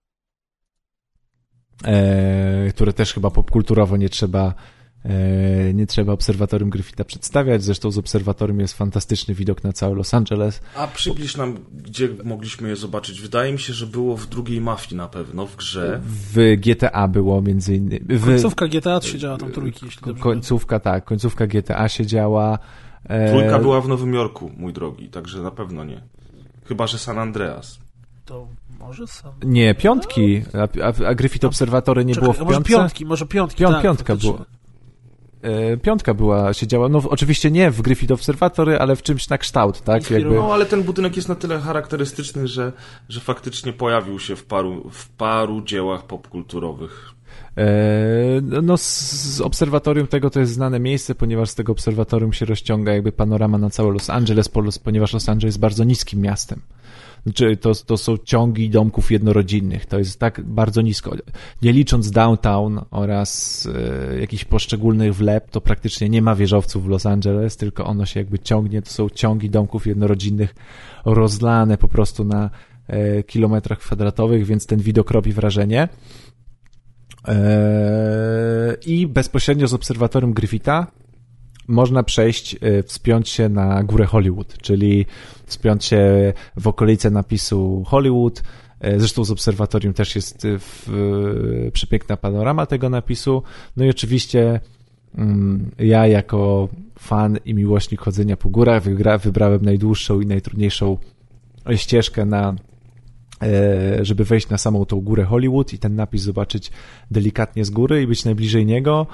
które też chyba popkulturowo nie trzeba obserwatorium Griffitha przedstawiać, zresztą z obserwatorium jest fantastyczny widok na cały Los Angeles. A przybliż nam, gdzie mogliśmy je zobaczyć. Wydaje mi się, że było w drugiej Mafii na pewno, w grze. W GTA było między innymi. Końcówka GTA siedziała tam trójki, jeśli dobrze końcówka GTA siedziała. Trójka była w Nowym Jorku, mój drogi, także na pewno nie. Chyba że San Andreas. To może San... Nie, piątki, a Griffith Obserwatory nie było w piątce? Może piątki, Piątka była. Piątka siedziała, no oczywiście nie w Griffith Observatory, ale w czymś na kształt, tak? No, ale ten budynek jest na tyle charakterystyczny, że faktycznie pojawił się w paru dziełach popkulturowych. No z obserwatorium tego to jest znane miejsce, ponieważ z tego obserwatorium się rozciąga jakby panorama na cały Los Angeles, ponieważ Los Angeles jest bardzo niskim miastem. Znaczy, to są ciągi domków jednorodzinnych. To jest tak bardzo nisko. Nie licząc downtown oraz jakichś poszczególnych wlep, to praktycznie nie ma wieżowców w Los Angeles, tylko ono się jakby ciągnie. To są ciągi domków jednorodzinnych rozlane po prostu na kilometrach kwadratowych, więc ten widok robi wrażenie. I bezpośrednio z obserwatorium Griffitha można wspiąć się na górę Hollywood, czyli wspiąć się w okolice napisu Hollywood. Zresztą z obserwatorium też jest przepiękna panorama tego napisu. No i oczywiście ja jako fan i miłośnik chodzenia po górach wybrałem najdłuższą i najtrudniejszą ścieżkę żeby wejść na samą tą górę Hollywood i ten napis zobaczyć delikatnie z góry i być najbliżej niego.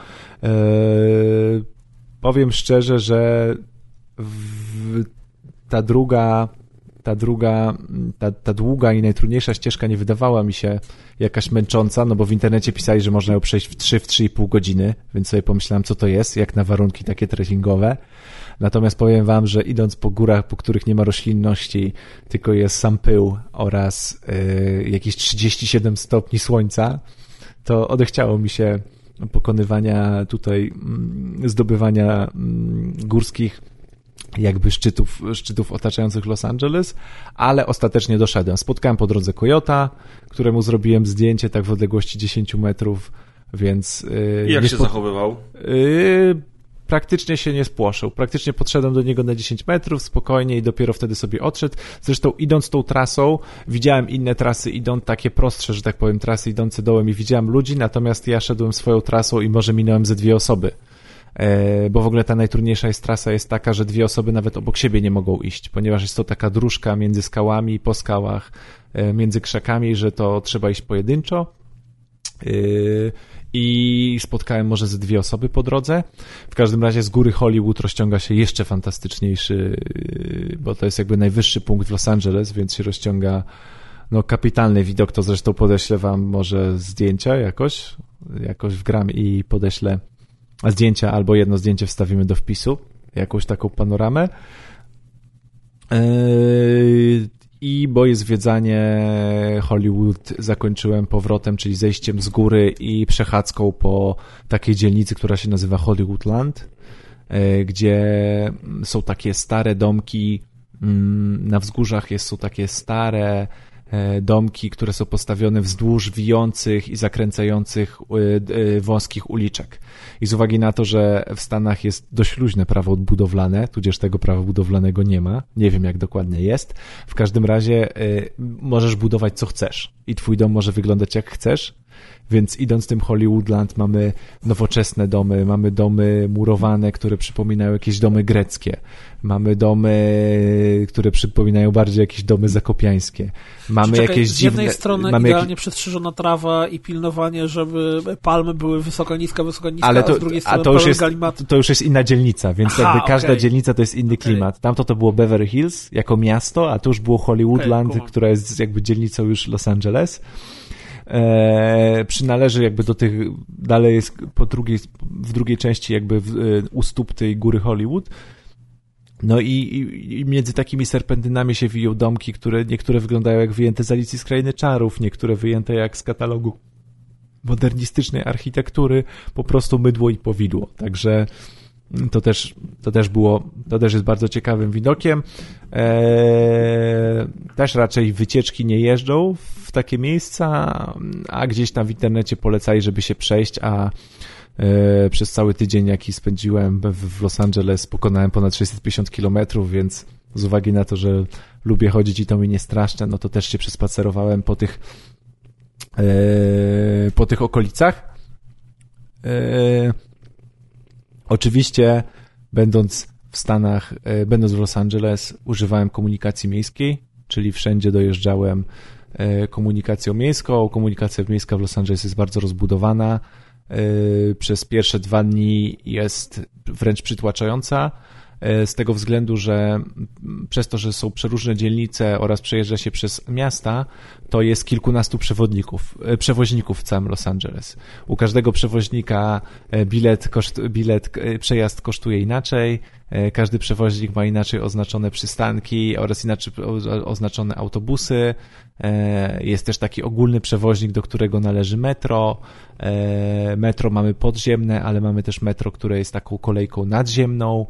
Powiem szczerze, że ta ta długa i najtrudniejsza ścieżka nie wydawała mi się jakaś męcząca, no bo w internecie pisali, że można ją przejść w 3,5 godziny, więc sobie pomyślałem, co to jest, jak na warunki takie trekkingowe. Natomiast powiem wam, że idąc po górach, po których nie ma roślinności, tylko jest sam pył oraz jakieś 37 stopni słońca, to odechciało mi się pokonywania tutaj, zdobywania górskich jakby szczytów otaczających Los Angeles, ale ostatecznie doszedłem. Spotkałem po drodze kojota, któremu zrobiłem zdjęcie tak w odległości 10 metrów, więc... Jak się zachowywał? Praktycznie się nie spłoszył. Praktycznie podszedłem do niego na 10 metrów spokojnie i dopiero wtedy sobie odszedł. Zresztą idąc tą trasą, widziałem inne trasy takie prostsze, że tak powiem, trasy idące dołem i widziałem ludzi, natomiast ja szedłem swoją trasą i może minąłem ze 2 osoby. Bo w ogóle ta najtrudniejsza trasa jest taka, że 2 osoby nawet obok siebie nie mogą iść, ponieważ jest to taka dróżka między skałami, po skałach, między krzakami, że to trzeba iść pojedynczo. I spotkałem może ze 2 osoby po drodze. W każdym razie z góry Hollywood rozciąga się jeszcze fantastyczniejszy, bo to jest jakby najwyższy punkt w Los Angeles, więc się rozciąga kapitalny widok, to zresztą podeślę wam może zdjęcia jakoś wgram i podeślę zdjęcia albo jedno zdjęcie wstawimy do wpisu, jakąś taką panoramę. I moje zwiedzanie Hollywood zakończyłem powrotem, czyli zejściem z góry i przechadzką po takiej dzielnicy, która się nazywa Hollywoodland, gdzie są takie stare domki, na wzgórzach są takie stare domki, które są postawione wzdłuż wijących i zakręcających wąskich uliczek. I z uwagi na to, że w Stanach jest dość luźne prawo budowlane, tudzież tego prawa budowlanego nie ma, nie wiem jak dokładnie jest, w każdym razie możesz budować co chcesz i twój dom może wyglądać jak chcesz, więc idąc tym Hollywoodland mamy nowoczesne domy, mamy domy murowane, które przypominają jakieś domy greckie, mamy domy, które przypominają bardziej jakieś domy zakopiańskie. Mamy jakieś z jednej strony idealnie przestrzyżona trawa i pilnowanie, żeby palmy były wysoko, niska, ale to, a z drugiej strony to już jest inna dzielnica, więc jakby każda dzielnica to jest inny klimat. Tamto to było Beverly Hills jako miasto, a tu już było Hollywoodland, która jest jakby dzielnicą już Los Angeles. Przynależy jakby do tych, dalej jest w drugiej części jakby u stóp tej góry Hollywood. No i między takimi serpentynami się wiją domki, które niektóre wyglądają jak wyjęte z Alicji z Krainy Czarów, niektóre wyjęte jak z katalogu modernistycznej architektury, po prostu mydło i powidło. Także to też jest bardzo ciekawym widokiem. Też raczej wycieczki nie jeżdżą w takie miejsca, a gdzieś tam w internecie polecali, żeby się przejść, a przez cały tydzień, jaki spędziłem w Los Angeles, pokonałem ponad 650 kilometrów, więc z uwagi na to, że lubię chodzić i to mi nie straszne, no to też się przespacerowałem po tych okolicach. Oczywiście, będąc w Stanach, będąc w Los Angeles, używałem komunikacji miejskiej, czyli wszędzie dojeżdżałem komunikacją miejską. Komunikacja miejska w Los Angeles jest bardzo rozbudowana. Przez pierwsze 2 dni jest wręcz przytłaczająca, z tego względu, że przez to, że są przeróżne dzielnice oraz przejeżdża się przez miasta, to jest kilkunastu przewoźników w całym Los Angeles. U każdego przewoźnika przejazd kosztuje inaczej, każdy przewoźnik ma inaczej oznaczone przystanki oraz inaczej oznaczone autobusy. Jest też taki ogólny przewoźnik, do którego należy metro. Metro mamy podziemne, ale mamy też metro, które jest taką kolejką nadziemną.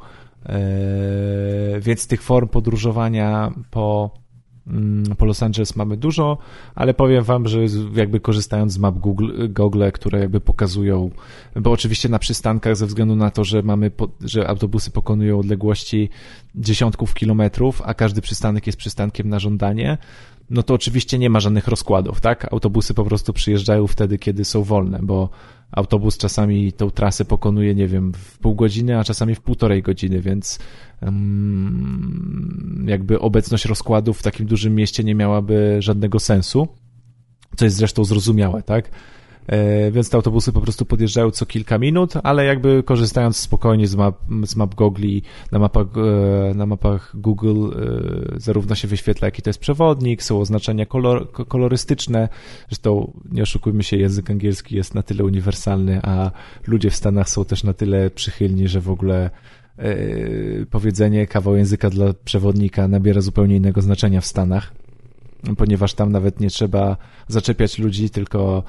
Więc tych form podróżowania po Los Angeles mamy dużo, ale powiem wam, że jakby korzystając z map Google, które jakby pokazują, bo oczywiście na przystankach ze względu na to, że autobusy pokonują odległości dziesiątków kilometrów, a każdy przystanek jest przystankiem na żądanie, no to oczywiście nie ma żadnych rozkładów, tak? Autobusy po prostu przyjeżdżają wtedy, kiedy są wolne, bo autobus czasami tą trasę pokonuje, nie wiem, w pół godziny, a czasami w 1,5 godziny, więc jakby obecność rozkładów w takim dużym mieście nie miałaby żadnego sensu, co jest zresztą zrozumiałe, tak? więc te autobusy po prostu podjeżdżają co kilka minut, ale jakby korzystając spokojnie z map Gogli, na mapach Google zarówno się wyświetla, jaki to jest przewodnik, są oznaczenia kolorystyczne, zresztą nie oszukujmy się, język angielski jest na tyle uniwersalny, a ludzie w Stanach są też na tyle przychylni, że w ogóle powiedzenie kawał języka dla przewodnika nabiera zupełnie innego znaczenia w Stanach, ponieważ tam nawet nie trzeba zaczepiać ludzi, tylko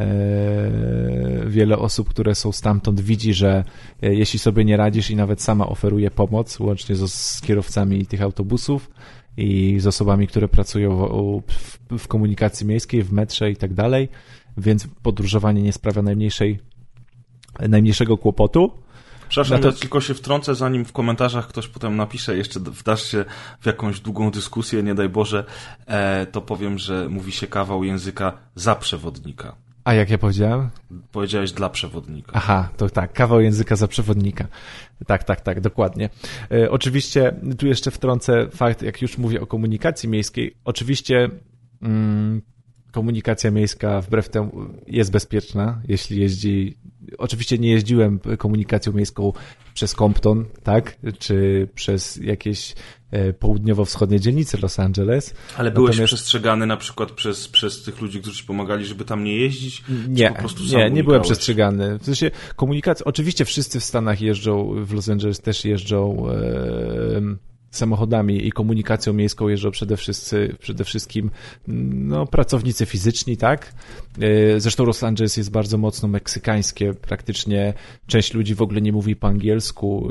wiele osób, które są stamtąd, widzi, że jeśli sobie nie radzisz i nawet sama oferuje pomoc, łącznie z kierowcami tych autobusów i z osobami, które pracują w komunikacji miejskiej, w metrze i tak dalej, więc podróżowanie nie sprawia najmniejszego kłopotu. Przepraszam, ja tylko się wtrącę, zanim w komentarzach ktoś potem napisze, jeszcze wdasz się w jakąś długą dyskusję, nie daj Boże, to powiem, że mówi się kawał języka za przewodnika. A jak ja powiedziałem? Powiedziałeś dla przewodnika. Aha, to tak, kawał języka za przewodnika. Tak, dokładnie. Oczywiście tu jeszcze wtrącę fakt, jak już mówię o komunikacji miejskiej, oczywiście komunikacja miejska wbrew temu jest bezpieczna, jeśli jeździ. Oczywiście nie jeździłem komunikacją miejską przez Compton, tak? Czy przez jakieś południowo-wschodnie dzielnice Los Angeles. Ale byłeś przestrzegany na przykład przez tych ludzi, którzy ci pomagali, żeby tam nie jeździć? Nie byłem przestrzegany. W sensie komunikacja, oczywiście wszyscy w Stanach jeżdżą, w Los Angeles też jeżdżą samochodami i komunikacją miejską jeżdżą przede wszystkim pracownicy fizyczni, tak? Zresztą Los Angeles jest bardzo mocno meksykańskie, praktycznie część ludzi w ogóle nie mówi po angielsku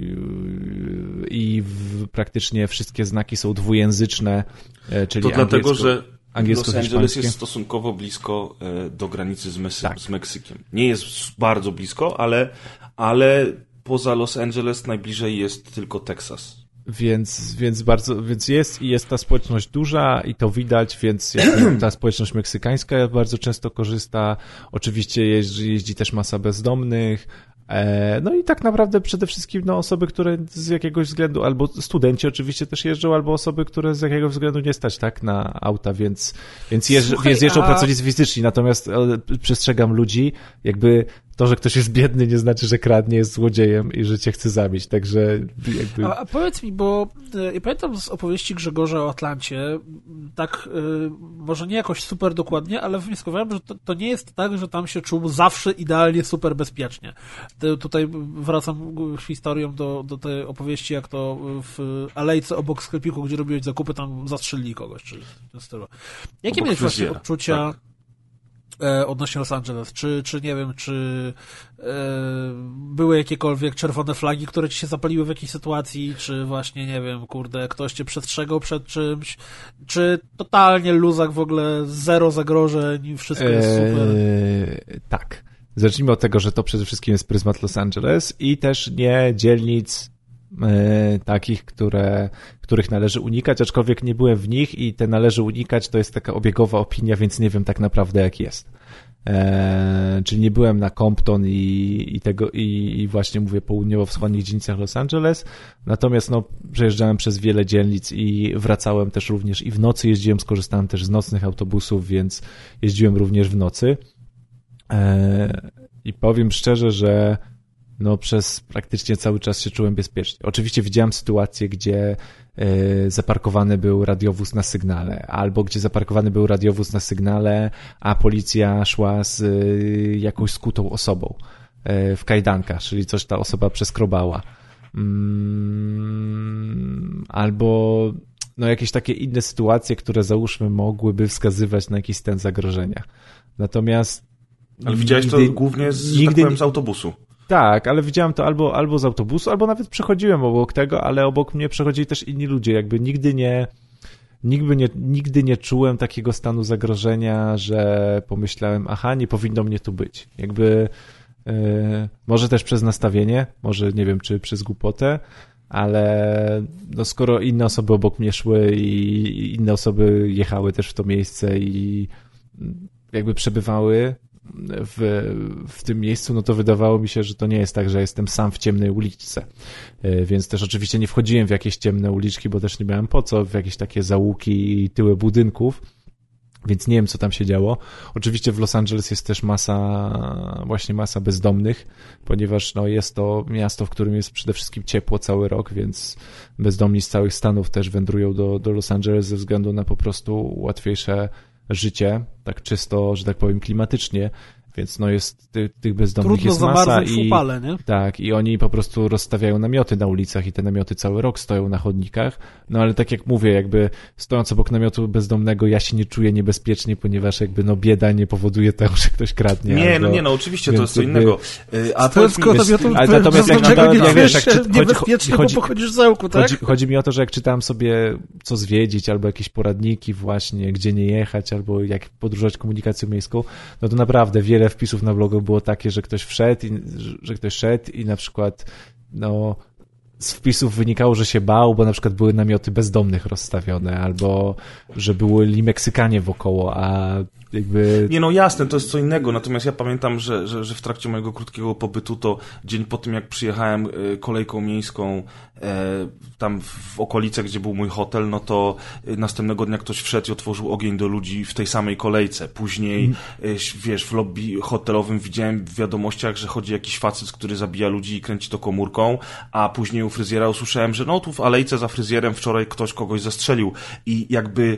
i praktycznie wszystkie znaki są dwujęzyczne, czyli to dlatego, że Los Angeles jest stosunkowo blisko do granicy z Meksykiem. Nie jest bardzo blisko, ale poza Los Angeles najbliżej jest tylko Teksas. Więc jest ta społeczność duża i to widać, więc ta społeczność meksykańska bardzo często korzysta. Oczywiście jeździ też masa bezdomnych. No i tak naprawdę przede wszystkim osoby, które z jakiegoś względu, albo studenci oczywiście też jeżdżą, albo osoby, które z jakiegoś względu nie stać tak na auta, więc jeżdżą pracownicy fizyczni. Natomiast przestrzegam ludzi, jakby to, że ktoś jest biedny, nie znaczy, że kradnie, jest złodziejem i że cię chce zabić, także jakby... A powiedz mi, bo ja pamiętam z opowieści Grzegorza o Atlancie, tak, może nie jakoś super dokładnie, ale wnioskowałem, że to nie jest tak, że tam się czuł zawsze idealnie super bezpiecznie. Tutaj wracam historią do tej opowieści, jak to w alejce obok sklepiku, gdzie robiłeś zakupy, tam zastrzelili kogoś, czy w tym stylu. Jakie miałeś właśnie odczucia... Tak. Odnośnie Los Angeles, czy nie wiem, czy były jakiekolwiek czerwone flagi, które ci się zapaliły w jakiejś sytuacji, czy właśnie, nie wiem, ktoś cię przestrzegał przed czymś, czy totalnie luzak, w ogóle zero zagrożeń, wszystko jest super? Tak. Zacznijmy od tego, że to przede wszystkim jest pryzmat Los Angeles i też nie dzielnic takich, których należy unikać, aczkolwiek nie byłem w nich i te należy unikać, to jest taka obiegowa opinia, więc nie wiem tak naprawdę jak jest. Czyli nie byłem na Compton i właśnie mówię południowo-wschodnich dzielnicach Los Angeles, natomiast przejeżdżałem przez wiele dzielnic i wracałem też również i w nocy jeździłem, skorzystałem też z nocnych autobusów, więc jeździłem również w nocy i powiem szczerze, że przez praktycznie cały czas się czułem bezpiecznie. Oczywiście widziałem sytuacje, gdzie zaparkowany był radiowóz na sygnale, albo gdzie zaparkowany był radiowóz na sygnale, a policja szła z jakąś skutą osobą w kajdankach, czyli coś ta osoba przeskrobała. Albo jakieś takie inne sytuacje, które załóżmy mogłyby wskazywać na jakiś stan zagrożenia. Natomiast ale widziałeś to głównie z autobusu. Tak, ale widziałem to albo z autobusu, albo nawet przechodziłem obok tego, ale obok mnie przechodzili też inni ludzie. Jakby nigdy nie czułem takiego stanu zagrożenia, że pomyślałem, nie powinno mnie tu być. Jakby może też przez nastawienie, może nie wiem, czy przez głupotę, ale skoro inne osoby obok mnie szły i inne osoby jechały też w to miejsce i jakby przebywały w tym miejscu, to wydawało mi się, że to nie jest tak, że jestem sam w ciemnej uliczce. Więc też oczywiście nie wchodziłem w jakieś ciemne uliczki, bo też nie miałem po co, w jakieś takie załuki i tyły budynków. Więc nie wiem, co tam się działo. Oczywiście w Los Angeles jest też masa bezdomnych, ponieważ no, jest to miasto, w którym jest przede wszystkim ciepło cały rok, więc bezdomni z całych Stanów też wędrują do Los Angeles ze względu na po prostu łatwiejsze życie, tak czysto, że tak powiem, klimatycznie. Więc no jest tych bezdomnych trudno jest masa w upale, nie? Tak, i oni po prostu rozstawiają namioty na ulicach i te namioty cały rok stoją na chodnikach. No ale tak jak mówię, jakby stojąc obok namiotu bezdomnego, ja się nie czuję niebezpiecznie, ponieważ jakby no bieda nie powoduje tego, że ktoś kradnie. Nie, oczywiście to jest co innego. A to jest natomiast jak wiesz, niebezpiecznie, bo pochodzisz z zaułku, tak? Chodzi mi o to, że jak czytałem sobie co zwiedzić, albo jakieś poradniki właśnie, gdzie nie jechać, albo jak podróżować komunikacją miejską, no to naprawdę wiele wpisów na blogu było takie, że ktoś szedł i na przykład no z wpisów wynikało, że się bał, bo na przykład były namioty bezdomnych rozstawione, albo że byli Meksykanie wokoło, a jakby... Nie, no jasne, to jest co innego, natomiast ja pamiętam, że w trakcie mojego krótkiego pobytu, to dzień po tym, jak przyjechałem kolejką miejską tam w okolice, gdzie był mój hotel, no to następnego dnia ktoś wszedł i otworzył ogień do ludzi w tej samej kolejce. Później, wiesz, w lobby hotelowym widziałem w wiadomościach, że chodzi jakiś facet, który zabija ludzi i kręci to komórką, a później u fryzjera usłyszałem, że no tu w alejce za fryzjerem wczoraj ktoś kogoś zastrzelił i jakby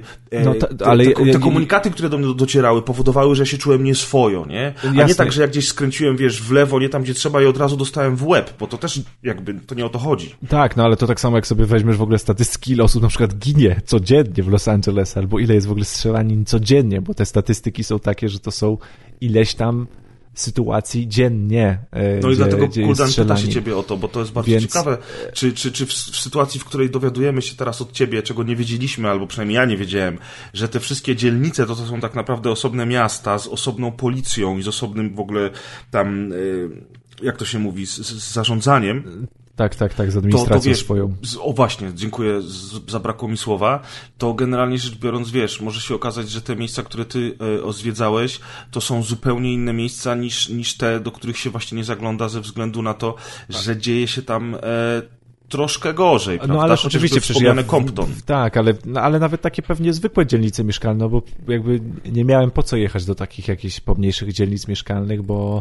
te komunikaty, które do mnie docierały, powodowały, że się czułem nieswojo, nie? A jasne. Nie tak, że jak gdzieś skręciłem, wiesz, w lewo, nie tam, gdzie trzeba i od razu dostałem w łeb, bo to też jakby, to nie o to chodzi. Tak, no ale to tak samo jak sobie weźmiesz w ogóle statystyki, ile osób na przykład ginie codziennie w Los Angeles, albo ile jest w ogóle strzelanin codziennie, bo te statystyki są takie, że to są ileś tam sytuacji dziennie. No i dlatego Kuldan pyta się ciebie o to, bo to jest bardzo ciekawe, czy w sytuacji, w której dowiadujemy się teraz od ciebie, czego nie wiedzieliśmy, albo przynajmniej ja nie wiedziałem, że te wszystkie dzielnice to są tak naprawdę osobne miasta z osobną policją i z osobnym w ogóle tam, jak to się mówi, z zarządzaniem. Tak, z administracją swoją. O właśnie, dziękuję, zabrakło mi słowa. To generalnie rzecz biorąc, wiesz, może się okazać, że te miejsca, które ty zwiedzałeś, to są zupełnie inne miejsca niż te, do których się właśnie nie zagląda ze względu na to, że dzieje się tam troszkę gorzej, prawda? No ale oczywiście przecież Compton. Tak, ale nawet takie pewnie zwykłe dzielnice mieszkalne, no bo jakby nie miałem po co jechać do takich jakichś pomniejszych dzielnic mieszkalnych, bo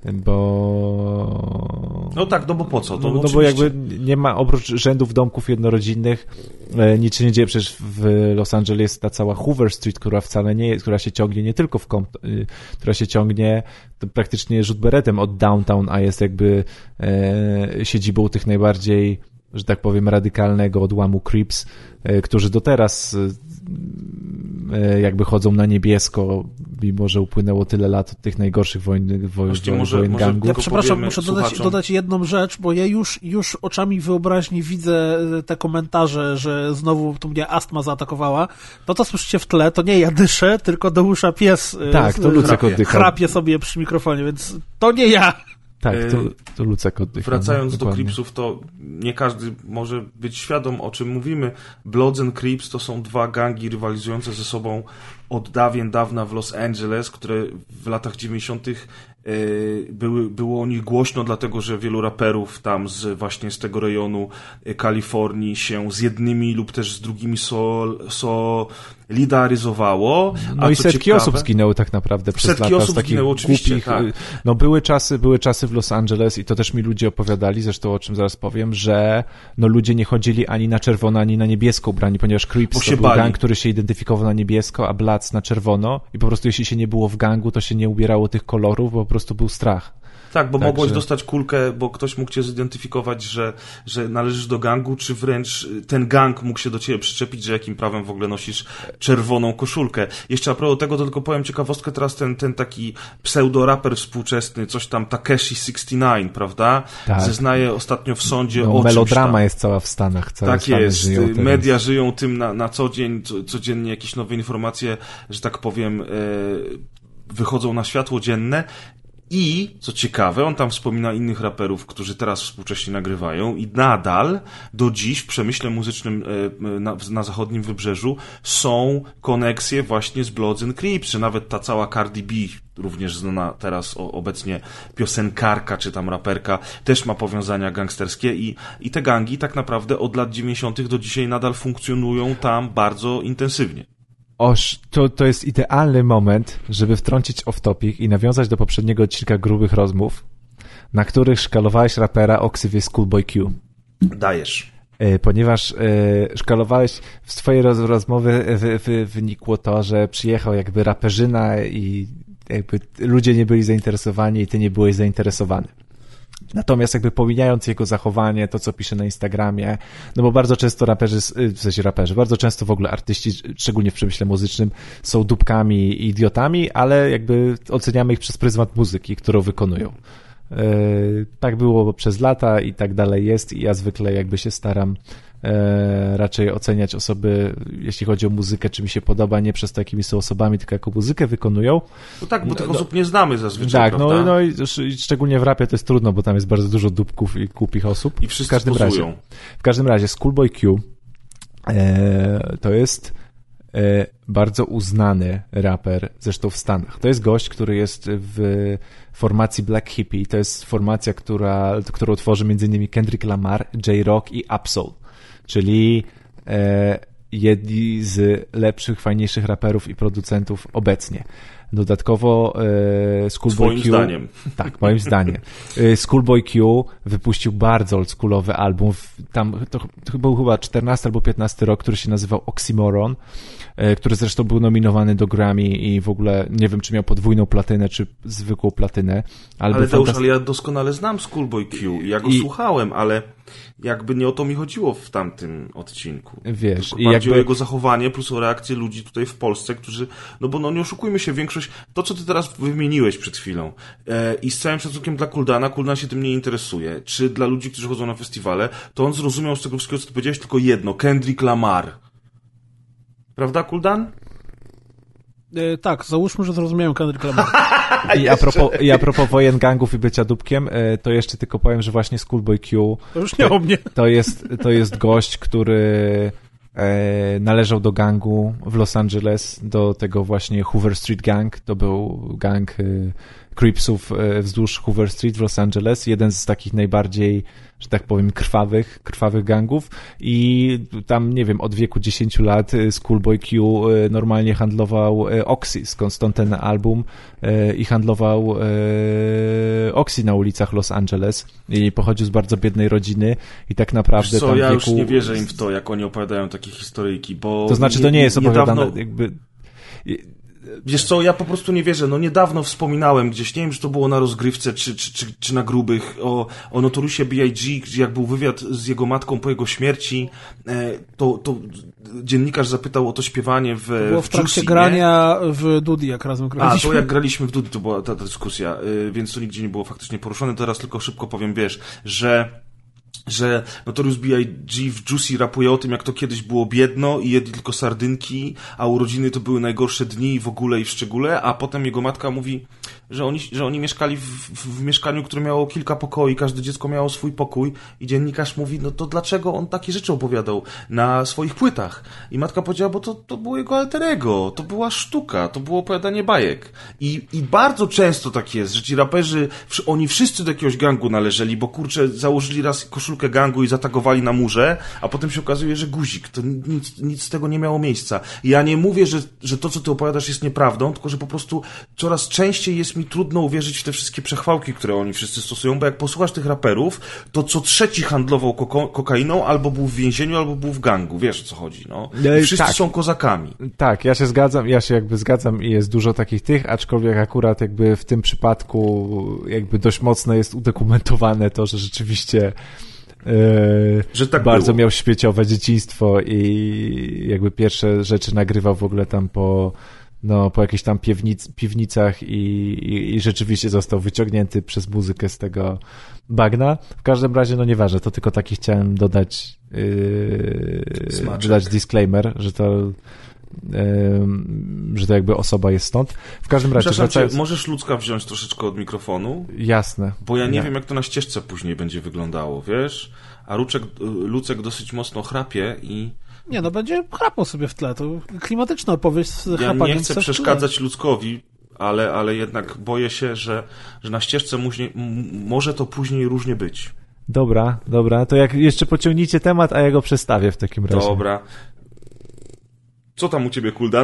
no tak, no bo po co? No bo jakby nie ma, oprócz rzędów domków jednorodzinnych, nic się nie dzieje. Przecież w Los Angeles jest ta cała Hoover Street, która wcale nie jest, która się ciągnie nie tylko która się ciągnie praktycznie rzut beretem od downtown, a jest jakby siedzibą tych najbardziej, że tak powiem, radykalnego odłamu Crips, którzy do teraz jakby chodzą na niebiesko, mimo że upłynęło tyle lat od tych najgorszych wojen gangów. Ja przepraszam, muszę dodać jedną rzecz, bo ja już oczami wyobraźni widzę te komentarze, że znowu tu mnie astma zaatakowała. To, co słyszycie w tle, to nie ja dyszę, tylko do usza pies to Lucek oddycha. Chrapie sobie przy mikrofonie, więc to nie ja. Tak, to Lucek oddycha. Wracając do Cripsów, to nie każdy może być świadom, o czym mówimy. Bloods and Crips to są dwa gangi rywalizujące ze sobą od dawna w Los Angeles, które w latach 90. było o nich głośno, dlatego że wielu raperów tam właśnie z tego rejonu Kalifornii się z jednymi lub też z drugimi solidaryzowało. No i setki osób zginęły tak naprawdę przez lata z takich głupich... Tak. No były czasy w Los Angeles i to też mi ludzie opowiadali, zresztą o czym zaraz powiem, że no ludzie nie chodzili ani na czerwono, ani na niebiesko ubrani, ponieważ Crips to był gang, który się identyfikował na niebiesko, a Bloods na czerwono i po prostu jeśli się nie było w gangu, to się nie ubierało tych kolorów, bo po prostu był strach. Tak, bo mogłeś dostać kulkę, bo ktoś mógł cię zidentyfikować, że należysz do gangu, czy wręcz ten gang mógł się do ciebie przyczepić, że jakim prawem w ogóle nosisz czerwoną koszulkę. Jeszcze a propos tego, to tylko powiem ciekawostkę, teraz ten taki pseudo-raper współczesny, coś tam Takeshi 69, prawda? Tak. Zeznaje ostatnio w sądzie o melodrama tam. Jest cała w Stanach. Tak jest. Media żyją tym na co dzień, codziennie jakieś nowe informacje, że tak powiem, wychodzą na światło dzienne. I, co ciekawe, on tam wspomina innych raperów, którzy teraz współcześnie nagrywają i nadal do dziś w przemyśle muzycznym na zachodnim wybrzeżu są koneksje właśnie z Bloods and Crips, że nawet ta cała Cardi B, również znana teraz obecnie piosenkarka czy tam raperka, też ma powiązania gangsterskie i te gangi tak naprawdę od lat 90. do dzisiaj nadal funkcjonują tam bardzo intensywnie. To jest idealny moment, żeby wtrącić off-topic i nawiązać do poprzedniego odcinka grubych rozmów, na których szkalowałeś rapera o ksywie Schoolboy Q. Dajesz. Ponieważ szkalowałeś, z twojej rozmowy wynikło to, że przyjechał jakby raperzyna i jakby ludzie nie byli zainteresowani i ty nie byłeś zainteresowany. Natomiast jakby pomijając jego zachowanie, to co pisze na Instagramie, no bo bardzo często raperzy, bardzo często w ogóle artyści, szczególnie w przemyśle muzycznym, są dupkami i idiotami, ale jakby oceniamy ich przez pryzmat muzyki, którą wykonują. Tak było przez lata i tak dalej jest i ja zwykle jakby się staram raczej oceniać osoby, jeśli chodzi o muzykę, czy mi się podoba, nie przez to, jakimi są osobami, tylko jaką muzykę wykonują. No tak, bo tych osób nie znamy zazwyczaj, tak, no i szczególnie w rapie to jest trudno, bo tam jest bardzo dużo dupków i głupich osób. I wszyscy pozują. W każdym razie Schoolboy Q to jest bardzo uznany raper, zresztą w Stanach. To jest gość, który jest w formacji Black Hippie. To jest formacja, którą tworzy m.in. Kendrick Lamar, J-Rock i Ab-Soul, czyli jedni z lepszych, fajniejszych raperów i producentów obecnie. Dodatkowo Schoolboy Q... Twoim zdaniem. Tak, moim zdaniem. Schoolboy Q wypuścił bardzo oldschoolowy album. Tam to był chyba 14 albo 15 rok, który się nazywał Oxymoron, który zresztą był nominowany do Grammy i w ogóle nie wiem, czy miał podwójną platynę, czy zwykłą platynę. Ale ja doskonale znam Schoolboy Q i ja go słuchałem, ale jakby nie o to mi chodziło w tamtym odcinku. Wiesz, i bardziej o jego zachowanie plus o reakcję ludzi tutaj w Polsce, którzy, no bo nie oszukujmy się, większość, to co ty teraz wymieniłeś przed chwilą i z całym szacunkiem dla Kuldana, Kuldan się tym nie interesuje, czy dla ludzi, którzy chodzą na festiwale, to on zrozumiał z tego wszystkiego, co ty powiedziałeś, tylko jedno, Kendrick Lamar. Prawda, Kuldan? Tak, załóżmy, że zrozumiałem Kendrick Lamar. I a propos wojen gangów i bycia dupkiem, to jeszcze tylko powiem, że właśnie Schoolboy Q to już nie o mnie. To jest gość, który należał do gangu w Los Angeles, do tego właśnie Hoover Street Gang. To był gang Cripsów wzdłuż Hoover Street w Los Angeles. Jeden z takich najbardziej, że tak powiem, krwawych gangów i tam, nie wiem, od wieku 10 lat Schoolboy Q normalnie handlował Oxy, stąd ten album i handlował Oxy na ulicach Los Angeles i pochodził z bardzo biednej rodziny i tak naprawdę wiesz co, tam ja wieku... już nie wierzę im w to, jak oni opowiadają takie historyjki, bo... To znaczy, to nie jest opowiadane jakby... Wiesz co, ja po prostu nie wierzę. No niedawno wspominałem gdzieś, nie wiem, czy to było na rozgrywce, czy na grubych, o Notoriousie B.I.G., jak był wywiad z jego matką po jego śmierci, to dziennikarz zapytał o to śpiewanie w było w trakcie grania w Dudi, jak razem graliśmy. To jak graliśmy w Dudi, to była ta dyskusja, więc to nigdzie nie było faktycznie poruszone. Teraz tylko szybko powiem, wiesz, że Notorious B.I.G. w Juicy rapuje o tym, jak to kiedyś było biedno i jedli tylko sardynki, a urodziny to były najgorsze dni w ogóle i w szczególe, a potem jego matka mówi, że oni mieszkali w mieszkaniu, które miało kilka pokoi, każde dziecko miało swój pokój i dziennikarz mówi, no to dlaczego on takie rzeczy opowiadał na swoich płytach? I matka powiedziała, bo to było jego alter ego, to była sztuka, to było opowiadanie bajek. I bardzo często tak jest, że ci raperzy, oni wszyscy do jakiegoś gangu należeli, bo kurczę, założyli raz koszulkę gangu i zatagowali na murze, a potem się okazuje, że guzik. To nic z tego nie miało miejsca. I ja nie mówię, że to, co ty opowiadasz, jest nieprawdą, tylko że po prostu coraz częściej jest mi trudno uwierzyć w te wszystkie przechwałki, które oni wszyscy stosują, bo jak posłuchasz tych raperów, to co trzeci handlował kokainą, albo był w więzieniu, albo był w gangu. Wiesz, o co chodzi, no. I wszyscy są kozakami. Tak, ja się jakby zgadzam i jest dużo takich tych, aczkolwiek akurat jakby w tym przypadku jakby dość mocno jest udokumentowane to, że rzeczywiście że tak bardzo było. Miał śmieciowe dzieciństwo i jakby pierwsze rzeczy nagrywał w ogóle tam po jakichś tam piwnicach i rzeczywiście został wyciągnięty przez muzykę z tego bagna. W każdym razie, no nieważne, to tylko taki chciałem dodać disclaimer, że to jakby osoba jest stąd. W każdym razie... Możesz Lucka wziąć troszeczkę od mikrofonu? Jasne. Bo ja nie wiem, jak to na ścieżce później będzie wyglądało, wiesz? A Lucek dosyć mocno chrapie i... Nie, no będzie chrapał sobie w tle. To klimatyczna opowieść z chrapaniem. Ja nie chcę przeszkadzać Luckowi, ale jednak boję się, że na ścieżce może to później różnie być. Dobra, to jak jeszcze pociągnijcie temat, a ja go przestawię w takim razie. Dobra. Co tam u ciebie, Kuldan?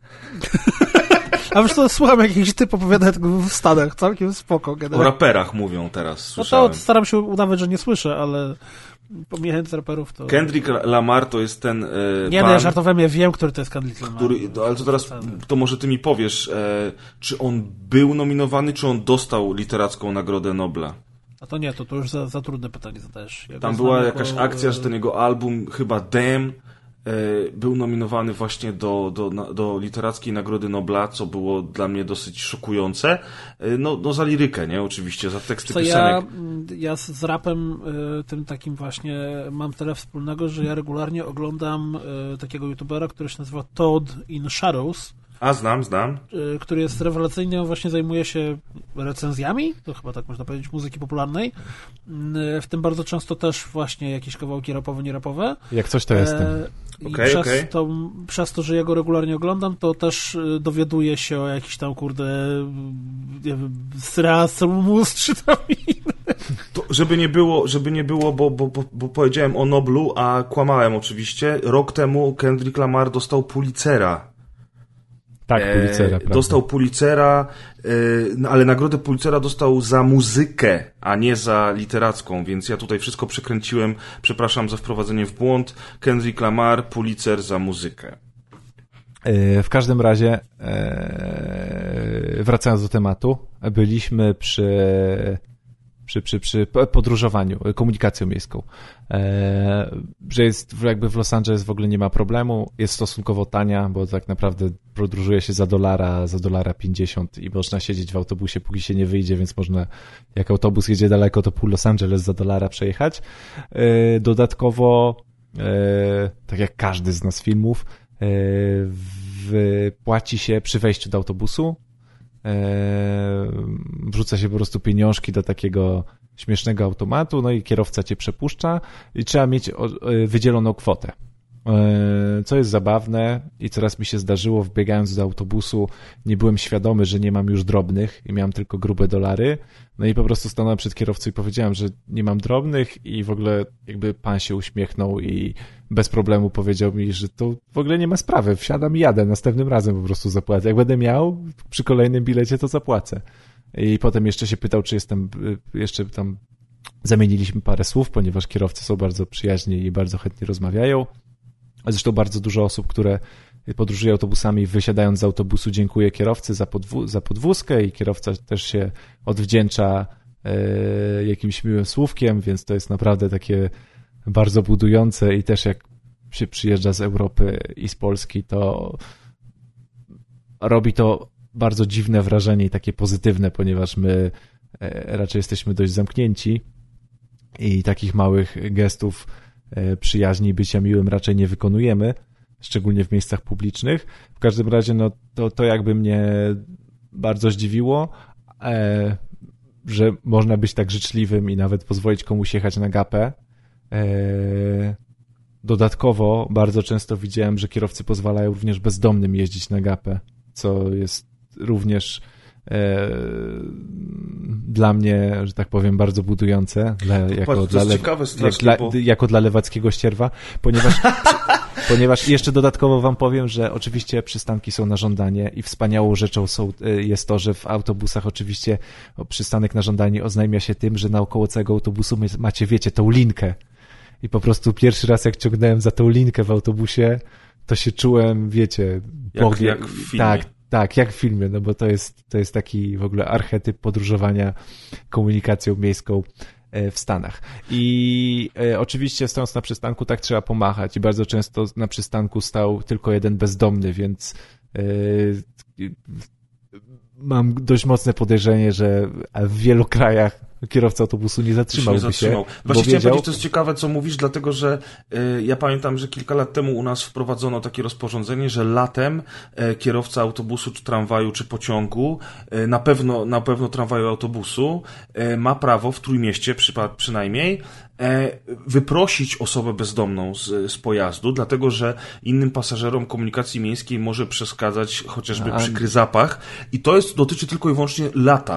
A wiesz co, słucham jakichś typ opowiada tego w Stanach, całkiem spoko. Generalnie. O raperach mówią teraz, słyszałem. No to staram się udawać, że nie słyszę, ale pomijając raperów to... Kendrick Lamar to jest ten nie, no ja żartowałem, ja wiem, który to jest Kendrick Lamar. Ale to teraz, to może ty mi powiesz, czy on był nominowany, czy on dostał literacką Nagrodę Nobla? A to nie, to już za trudne pytanie zadajesz. Ja tam była jakaś akcja, że ten jego album, chyba Damn, był nominowany właśnie do literackiej Nagrody Nobla, co było dla mnie dosyć szokujące. No za lirykę, nie? Oczywiście, za teksty piosenek. Ja z rapem tym takim właśnie mam tyle wspólnego, że ja regularnie oglądam takiego youtubera, który się nazywa Todd in Shadows. A, znam. Który jest rewelacyjny, on właśnie zajmuje się recenzjami, to chyba tak można powiedzieć, muzyki popularnej. W tym bardzo często też właśnie jakieś kawałki rapowe, nierapowe. Jak coś to jestem. I przez to, że ja go regularnie oglądam, to też dowiaduję się o jakiś tam, nie wiem, Sramus czy tam inne. To, żeby nie było, bo powiedziałem o Noblu, a kłamałem oczywiście. Rok temu Kendrick Lamar dostał Pulitzera. Tak, Pulitzera, prawda. Dostał Pulitzera, ale nagrodę Pulitzera dostał za muzykę, a nie za literacką, więc ja tutaj wszystko przekręciłem. Przepraszam za wprowadzenie w błąd. Kendrick Lamar, Pulitzer za muzykę. W każdym razie, wracając do tematu, byliśmy przy podróżowaniu, komunikacją miejską. Że jest jakby w Los Angeles w ogóle nie ma problemu, jest stosunkowo tania, bo tak naprawdę podróżuje się za $1.50 i można siedzieć w autobusie, póki się nie wyjdzie, więc można, jak autobus jedzie daleko, to pół Los Angeles za $1 przejechać. Dodatkowo, tak jak każdy z nas filmów, płaci się przy wejściu do autobusu, wrzuca się po prostu pieniążki do takiego śmiesznego automatu, no i kierowca cię przepuszcza i trzeba mieć wydzieloną kwotę. Co jest zabawne i co raz mi się zdarzyło, wbiegając do autobusu, nie byłem świadomy, że nie mam już drobnych i miałem tylko grube dolary, no i po prostu stanąłem przed kierowcą i powiedziałem, że nie mam drobnych i w ogóle jakby pan się uśmiechnął i bez problemu powiedział mi, że to w ogóle nie ma sprawy, wsiadam i jadę, następnym razem po prostu zapłacę. Jak będę miał przy kolejnym bilecie, to zapłacę. I potem jeszcze się pytał, czy jestem, jeszcze tam zamieniliśmy parę słów, ponieważ kierowcy są bardzo przyjaźni i bardzo chętnie rozmawiają. Zresztą bardzo dużo osób, które podróżuje autobusami, wysiadając z autobusu, dziękuję kierowcy za podwózkę i kierowca też się odwdzięcza jakimś miłym słówkiem, więc to jest naprawdę takie bardzo budujące i też jak się przyjeżdża z Europy i z Polski, to robi to bardzo dziwne wrażenie i takie pozytywne, ponieważ my raczej jesteśmy dość zamknięci i takich małych gestów przyjaźni i bycia miłym raczej nie wykonujemy, szczególnie w miejscach publicznych. W każdym razie no, to jakby mnie bardzo zdziwiło, że można być tak życzliwym i nawet pozwolić komuś jechać na gapę. Dodatkowo bardzo często widziałem, że kierowcy pozwalają również bezdomnym jeździć na gapę, co jest również dla mnie, że tak powiem, bardzo budujące jako dla lewackiego ścierwa, ponieważ jeszcze dodatkowo wam powiem, że oczywiście przystanki są na żądanie i wspaniałą rzeczą jest to, że w autobusach oczywiście przystanek na żądanie oznajmia się tym, że naokoło całego autobusu macie, wiecie, tą linkę i po prostu pierwszy raz jak ciągnąłem za tą linkę w autobusie, to się czułem, wiecie, jak w filmie. Tak, jak w filmie, no bo to jest taki w ogóle archetyp podróżowania komunikacją miejską w Stanach. I oczywiście stojąc na przystanku tak trzeba pomachać i bardzo często na przystanku stał tylko jeden bezdomny, więc mam dość mocne podejrzenie, że w wielu krajach kierowca autobusu nie zatrzymałby się. Właśnie chciałem powiedzieć, to jest ciekawe, co mówisz, dlatego, że ja pamiętam, że kilka lat temu u nas wprowadzono takie rozporządzenie, że latem kierowca autobusu, czy tramwaju, czy pociągu, na pewno tramwaju, autobusu, ma prawo w Trójmieście przynajmniej wyprosić osobę bezdomną z pojazdu, dlatego, że innym pasażerom komunikacji miejskiej może przeszkadzać chociażby przykry zapach i to dotyczy tylko i wyłącznie lata.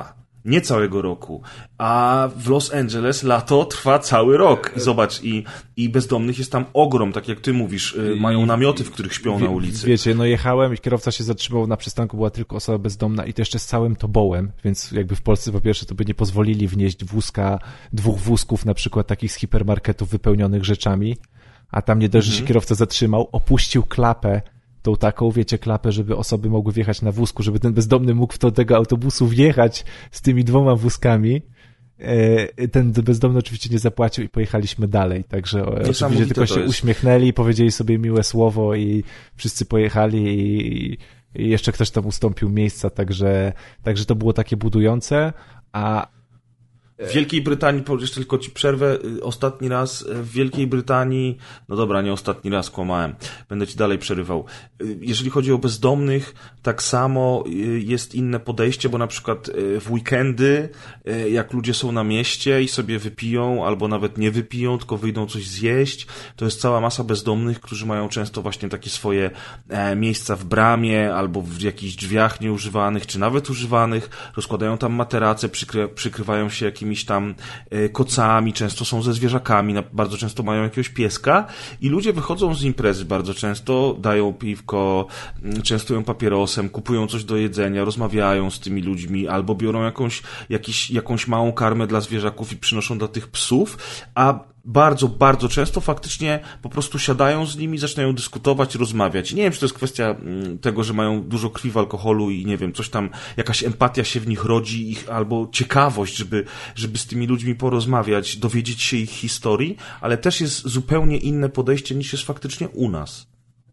nie całego roku, a w Los Angeles lato trwa cały rok. I zobacz, i bezdomnych jest tam ogrom, tak jak ty mówisz, mają namioty, w których śpią na ulicy. Wiecie, no jechałem i kierowca się zatrzymał na przystanku, była tylko osoba bezdomna i to jeszcze z całym tobołem, więc jakby w Polsce po pierwsze to by nie pozwolili wnieść wózka, 2 wózków na przykład takich z hipermarketów wypełnionych rzeczami, a tam nie dość, że się kierowca zatrzymał, opuścił klapę, tą taką, wiecie, klapę, żeby osoby mogły wjechać na wózku, żeby ten bezdomny mógł do tego autobusu wjechać z tymi 2 wózkami. Ten bezdomny oczywiście nie zapłacił i pojechaliśmy dalej, także oczywiście tylko się uśmiechnęli, powiedzieli sobie miłe słowo i wszyscy pojechali i jeszcze ktoś tam ustąpił miejsca, także to było takie budujące, a w Wielkiej Brytanii, jeszcze tylko ci przerwę, ostatni raz w Wielkiej Brytanii, no dobra, nie ostatni raz, kłamałem, będę ci dalej przerywał. Jeżeli chodzi o bezdomnych, tak samo jest inne podejście, bo na przykład w weekendy, jak ludzie są na mieście i sobie wypiją, albo nawet nie wypiją, tylko wyjdą coś zjeść, to jest cała masa bezdomnych, którzy mają często właśnie takie swoje miejsca w bramie, albo w jakichś drzwiach nieużywanych, czy nawet używanych, rozkładają tam materace, przykrywają się jakimiś tam kocami, często są ze zwierzakami, bardzo często mają jakiegoś pieska i ludzie wychodzą z imprezy bardzo często, dają piwko, częstują papierosem, kupują coś do jedzenia, rozmawiają z tymi ludźmi albo biorą jakąś małą karmę dla zwierzaków i przynoszą dla tych psów, a bardzo, bardzo często faktycznie po prostu siadają z nimi, zaczynają dyskutować, rozmawiać. Nie wiem, czy to jest kwestia tego, że mają dużo krwi w alkoholu i nie wiem, coś tam, jakaś empatia się w nich rodzi, albo ciekawość, żeby z tymi ludźmi porozmawiać, dowiedzieć się ich historii, ale też jest zupełnie inne podejście niż jest faktycznie u nas.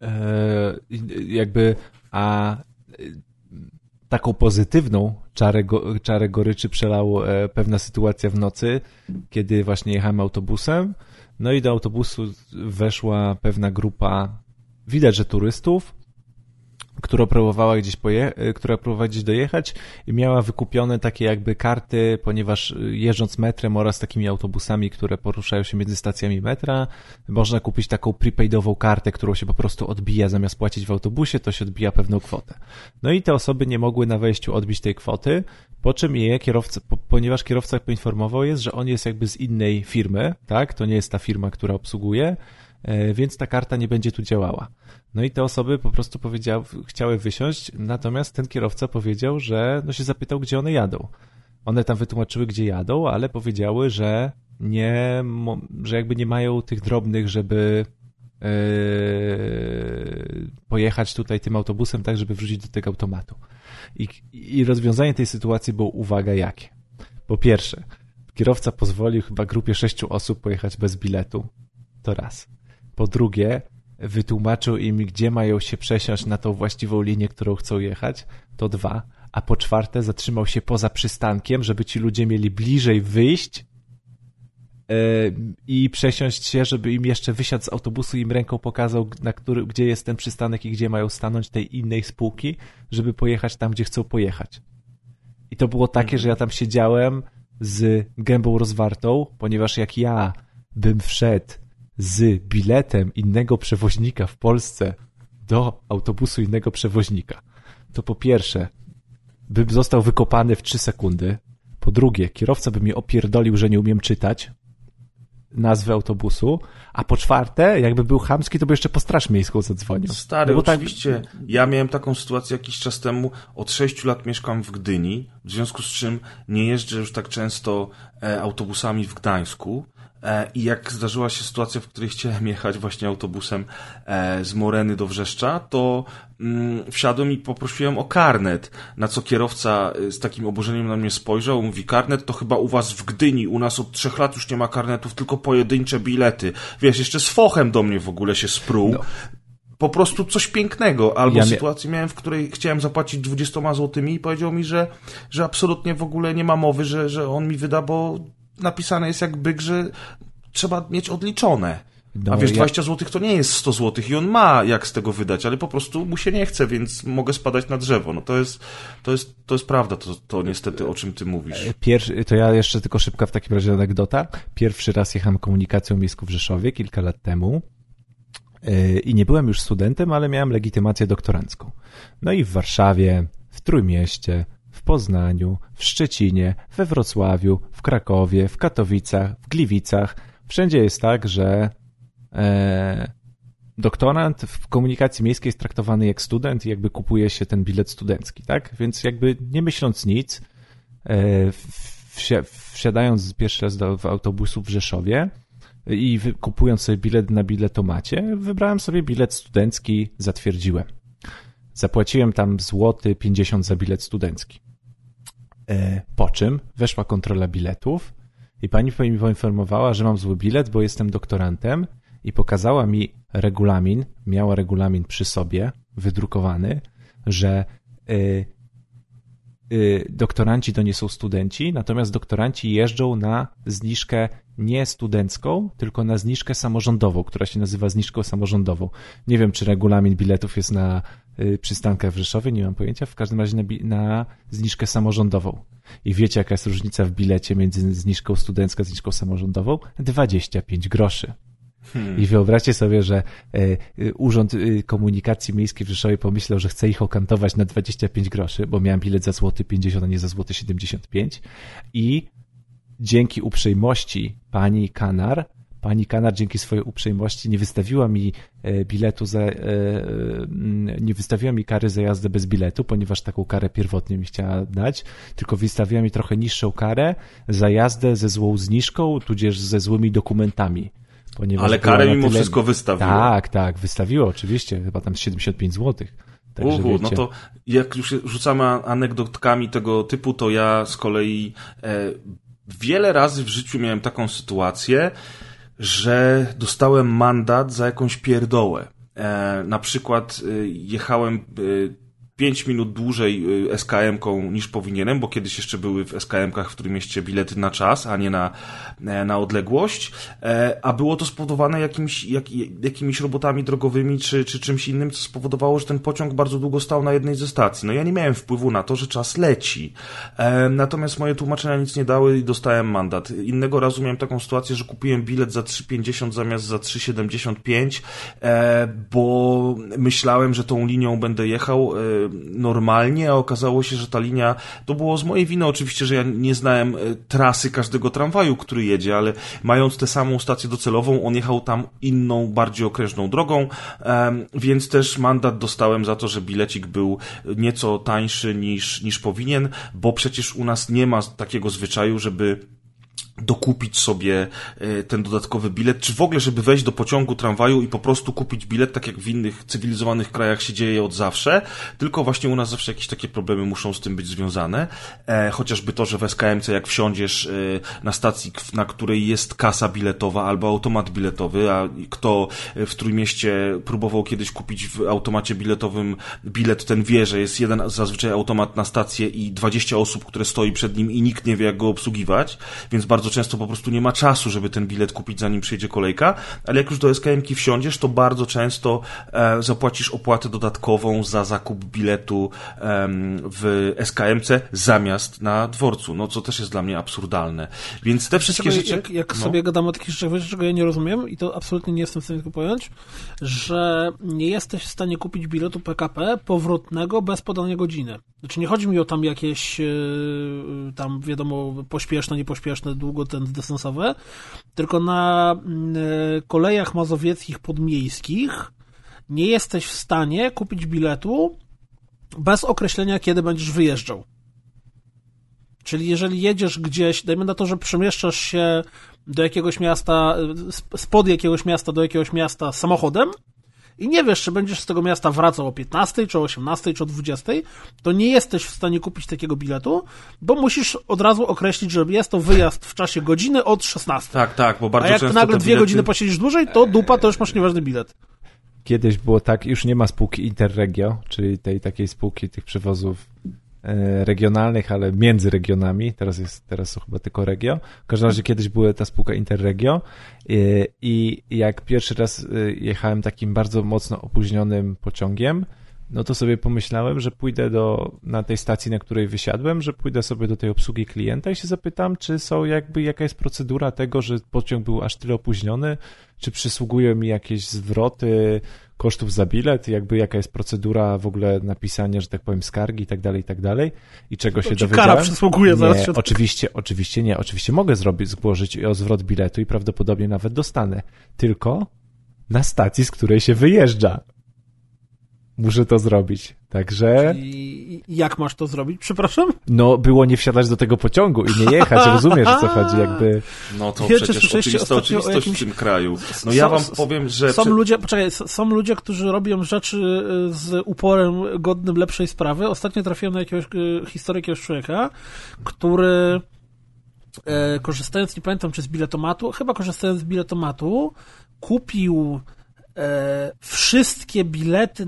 Taką pozytywną czarę goryczy przelało pewna sytuacja w nocy, kiedy właśnie jechałem autobusem, no i do autobusu weszła pewna grupa, widać, że turystów, która próbowała gdzieś dojechać i miała wykupione takie jakby karty, ponieważ jeżdżąc metrem oraz takimi autobusami, które poruszają się między stacjami metra, można kupić taką prepaidową kartę, którą się po prostu odbija, zamiast płacić w autobusie, to się odbija pewną kwotę. No i te osoby nie mogły na wejściu odbić tej kwoty, po czym ponieważ kierowca poinformował że on jest jakby z innej firmy, tak, to nie jest ta firma, która obsługuje, więc ta karta nie będzie tu działała. No i te osoby po prostu chciały wysiąść, natomiast ten kierowca powiedział, że się zapytał, gdzie one jadą. One tam wytłumaczyły, gdzie jadą, ale powiedziały, że jakby nie mają tych drobnych, żeby pojechać tutaj tym autobusem, tak, żeby wrzucić do tego automatu. I rozwiązanie tej sytuacji było, uwaga, jakie? Po pierwsze, kierowca pozwolił chyba grupie 6 osób pojechać bez biletu. To raz. Po drugie, wytłumaczył im, gdzie mają się przesiąść na tą właściwą linię, którą chcą jechać. To 2. A po czwarte, zatrzymał się poza przystankiem, żeby ci ludzie mieli bliżej wyjść i przesiąść się, żeby im jeszcze wysiadł z autobusu i im ręką pokazał, gdzie jest ten przystanek i gdzie mają stanąć tej innej spółki, żeby pojechać tam, gdzie chcą pojechać. I to było takie, że ja tam siedziałem z gębą rozwartą, ponieważ jak ja bym wszedł z biletem innego przewoźnika w Polsce do autobusu innego przewoźnika, to po pierwsze bym został wykopany w 3 sekundy, po drugie kierowca by mnie opierdolił, że nie umiem czytać nazwy autobusu, a po czwarte, jakby był chamski, to by jeszcze po straż miejską zadzwonił. Stary, oczywiście. Ja miałem taką sytuację jakiś czas temu. Od 6 lat mieszkam w Gdyni, w związku z czym nie jeżdżę już tak często autobusami w Gdańsku. I jak zdarzyła się sytuacja, w której chciałem jechać właśnie autobusem z Moreny do Wrzeszcza, to wsiadłem i poprosiłem o karnet, na co kierowca z takim oburzeniem na mnie spojrzał, mówi: karnet to chyba u was w Gdyni, u nas od 3 lat już nie ma karnetów, tylko pojedyncze bilety. Wiesz, jeszcze z fochem do mnie w ogóle się spruł. No. Po prostu coś pięknego. Albo sytuację miałem, w której chciałem zapłacić 20 złotymi i powiedział mi, że absolutnie w ogóle nie ma mowy, że on mi wyda, bo napisane jest jak byk, że trzeba mieć odliczone. No, a wiesz, 20 zł to nie jest 100 zł i on ma jak z tego wydać, ale po prostu mu się nie chce, więc mogę spadać na drzewo. No to jest prawda, to niestety, o czym ty mówisz. To ja jeszcze tylko szybka w takim razie anegdota. Pierwszy raz jechałem komunikacją miejską w Rzeszowie kilka lat temu i nie byłem już studentem, ale miałem legitymację doktorancką. No i w Warszawie, w Trójmieście, w Poznaniu, w Szczecinie, we Wrocławiu, w Krakowie, w Katowicach, w Gliwicach. Wszędzie jest tak, że doktorant w komunikacji miejskiej jest traktowany jak student i jakby kupuje się ten bilet studencki, tak? Więc jakby nie myśląc nic, wsiadając pierwszy raz do autobusu w Rzeszowie i kupując sobie bilet na biletomacie, wybrałem sobie bilet studencki, zatwierdziłem. Zapłaciłem tam złoty 50 za bilet studencki. Po czym weszła kontrola biletów i pani mi poinformowała, że mam zły bilet, bo jestem doktorantem i pokazała mi regulamin, miała regulamin przy sobie, wydrukowany, że doktoranci to nie są studenci, natomiast doktoranci jeżdżą na zniżkę nie studencką, tylko na zniżkę samorządową, która się nazywa zniżką samorządową. Nie wiem, czy regulamin biletów jest na przystankach w Rzeszowie, nie mam pojęcia, w każdym razie na zniżkę samorządową. I wiecie, jaka jest różnica w bilecie między zniżką studencką a zniżką samorządową? 25 groszy. I wyobraźcie sobie, że Urząd Komunikacji Miejskiej w Rzeszowie pomyślał, że chce ich okantować na 25 groszy, bo miałem bilet za złoty 50, a nie za złoty 75. I dzięki uprzejmości pani Kanar dzięki swojej uprzejmości nie wystawiła mi biletu nie wystawiła mi kary za jazdę bez biletu, ponieważ taką karę pierwotnie mi chciała dać, tylko wystawiła mi trochę niższą karę za jazdę ze złą zniżką, tudzież ze złymi dokumentami. Ale karę mimo wszystko wystawiła. Tak, wystawiła oczywiście, chyba tam 75 zł. No to jak już rzucamy anegdotkami tego typu, to ja z kolei wiele razy w życiu miałem taką sytuację, że dostałem mandat za jakąś pierdołę. Na przykład jechałem 5 minut dłużej SKM-ką niż powinienem, bo kiedyś jeszcze były w SKM-kach w Trójmieście bilety na czas, a nie na odległość, a było to spowodowane jakimiś robotami drogowymi czy czymś innym, co spowodowało, że ten pociąg bardzo długo stał na jednej ze stacji. No ja nie miałem wpływu na to, że czas leci. Natomiast moje tłumaczenia nic nie dały i dostałem mandat. Innego razu miałem taką sytuację, że kupiłem bilet za 3,50 zamiast za 3,75, bo myślałem, że tą linią będę jechał normalnie, a okazało się, że ta linia, to było z mojej winy oczywiście, że ja nie znałem trasy każdego tramwaju, który jedzie, ale mając tę samą stację docelową, on jechał tam inną, bardziej okrężną drogą, więc też mandat dostałem za to, że bilecik był nieco tańszy niż powinien, bo przecież u nas nie ma takiego zwyczaju, żeby dokupić sobie ten dodatkowy bilet, czy w ogóle, żeby wejść do pociągu, tramwaju i po prostu kupić bilet, tak jak w innych cywilizowanych krajach się dzieje od zawsze, tylko właśnie u nas zawsze jakieś takie problemy muszą z tym być związane. Chociażby to, że w SKM-ce jak wsiądziesz na stacji, na której jest kasa biletowa albo automat biletowy, a kto w Trójmieście próbował kiedyś kupić w automacie biletowym bilet, ten wie, że jest jeden zazwyczaj automat na stację i 20 osób, które stoi przed nim i nikt nie wie, jak go obsługiwać, więc bardzo często po prostu nie ma czasu, żeby ten bilet kupić, zanim przyjdzie kolejka, ale jak już do SKM-ki wsiądziesz, to bardzo często zapłacisz opłatę dodatkową za zakup biletu w SKM-ce zamiast na dworcu, no co też jest dla mnie absurdalne. Więc te wszystkie rzeczy... Jak sobie gadamy o takich rzeczach, czego ja nie rozumiem i to absolutnie nie jestem w stanie tego pojąć, że nie jesteś w stanie kupić biletu PKP powrotnego bez podania godziny. Znaczy nie chodzi mi o tam jakieś tam wiadomo pośpieszne, niepośpieszne, długodystansowe, tylko na kolejach mazowieckich podmiejskich nie jesteś w stanie kupić biletu bez określenia, kiedy będziesz wyjeżdżał. Czyli jeżeli jedziesz gdzieś, dajmy na to, że przemieszczasz się do jakiegoś miasta, spod jakiegoś miasta do jakiegoś miasta samochodem i nie wiesz, czy będziesz z tego miasta wracał o 15, czy o 18, czy o 20, to nie jesteś w stanie kupić takiego biletu, bo musisz od razu określić, że jest to wyjazd w czasie godziny od 16. Tak, bo bardzo często. A jak często nagle 2 godziny posiedzisz dłużej, to dupa, to już masz nieważny bilet. Kiedyś było tak, już nie ma spółki Interregio, czyli tej takiej spółki tych przewozów regionalnych, ale między regionami, teraz są chyba tylko Regio. W każdym razie kiedyś była ta spółka Interregio i jak pierwszy raz jechałem takim bardzo mocno opóźnionym pociągiem, no to sobie pomyślałem, że pójdę na tej stacji, na której wysiadłem, że pójdę sobie do tej obsługi klienta i się zapytam, czy są jaka jest procedura tego, że pociąg był aż tyle opóźniony, czy przysługują mi jakieś zwroty kosztów za bilet, jaka jest procedura w ogóle napisania, że tak powiem, skargi i tak dalej, i czego się dowiedziałem. Kara przysługuje zaraz. Nie, oczywiście nie. Oczywiście mogę zgłosić o zwrot biletu i prawdopodobnie nawet dostanę. Tylko na stacji, z której się wyjeżdża. Muszę to zrobić. Także... I jak masz to zrobić? Przepraszam? No, było nie wsiadać do tego pociągu i nie jechać. Rozumiesz, o co chodzi, jakby... No to przecież oczywista oczywistość w tym kraju. No ja wam powiem, że... Są ludzie, którzy robią rzeczy z uporem godnym lepszej sprawy. Ostatnio trafiłem na historię jakiegoś człowieka, który korzystając, nie pamiętam czy z biletomatu, chyba korzystając z biletomatu, kupił wszystkie bilety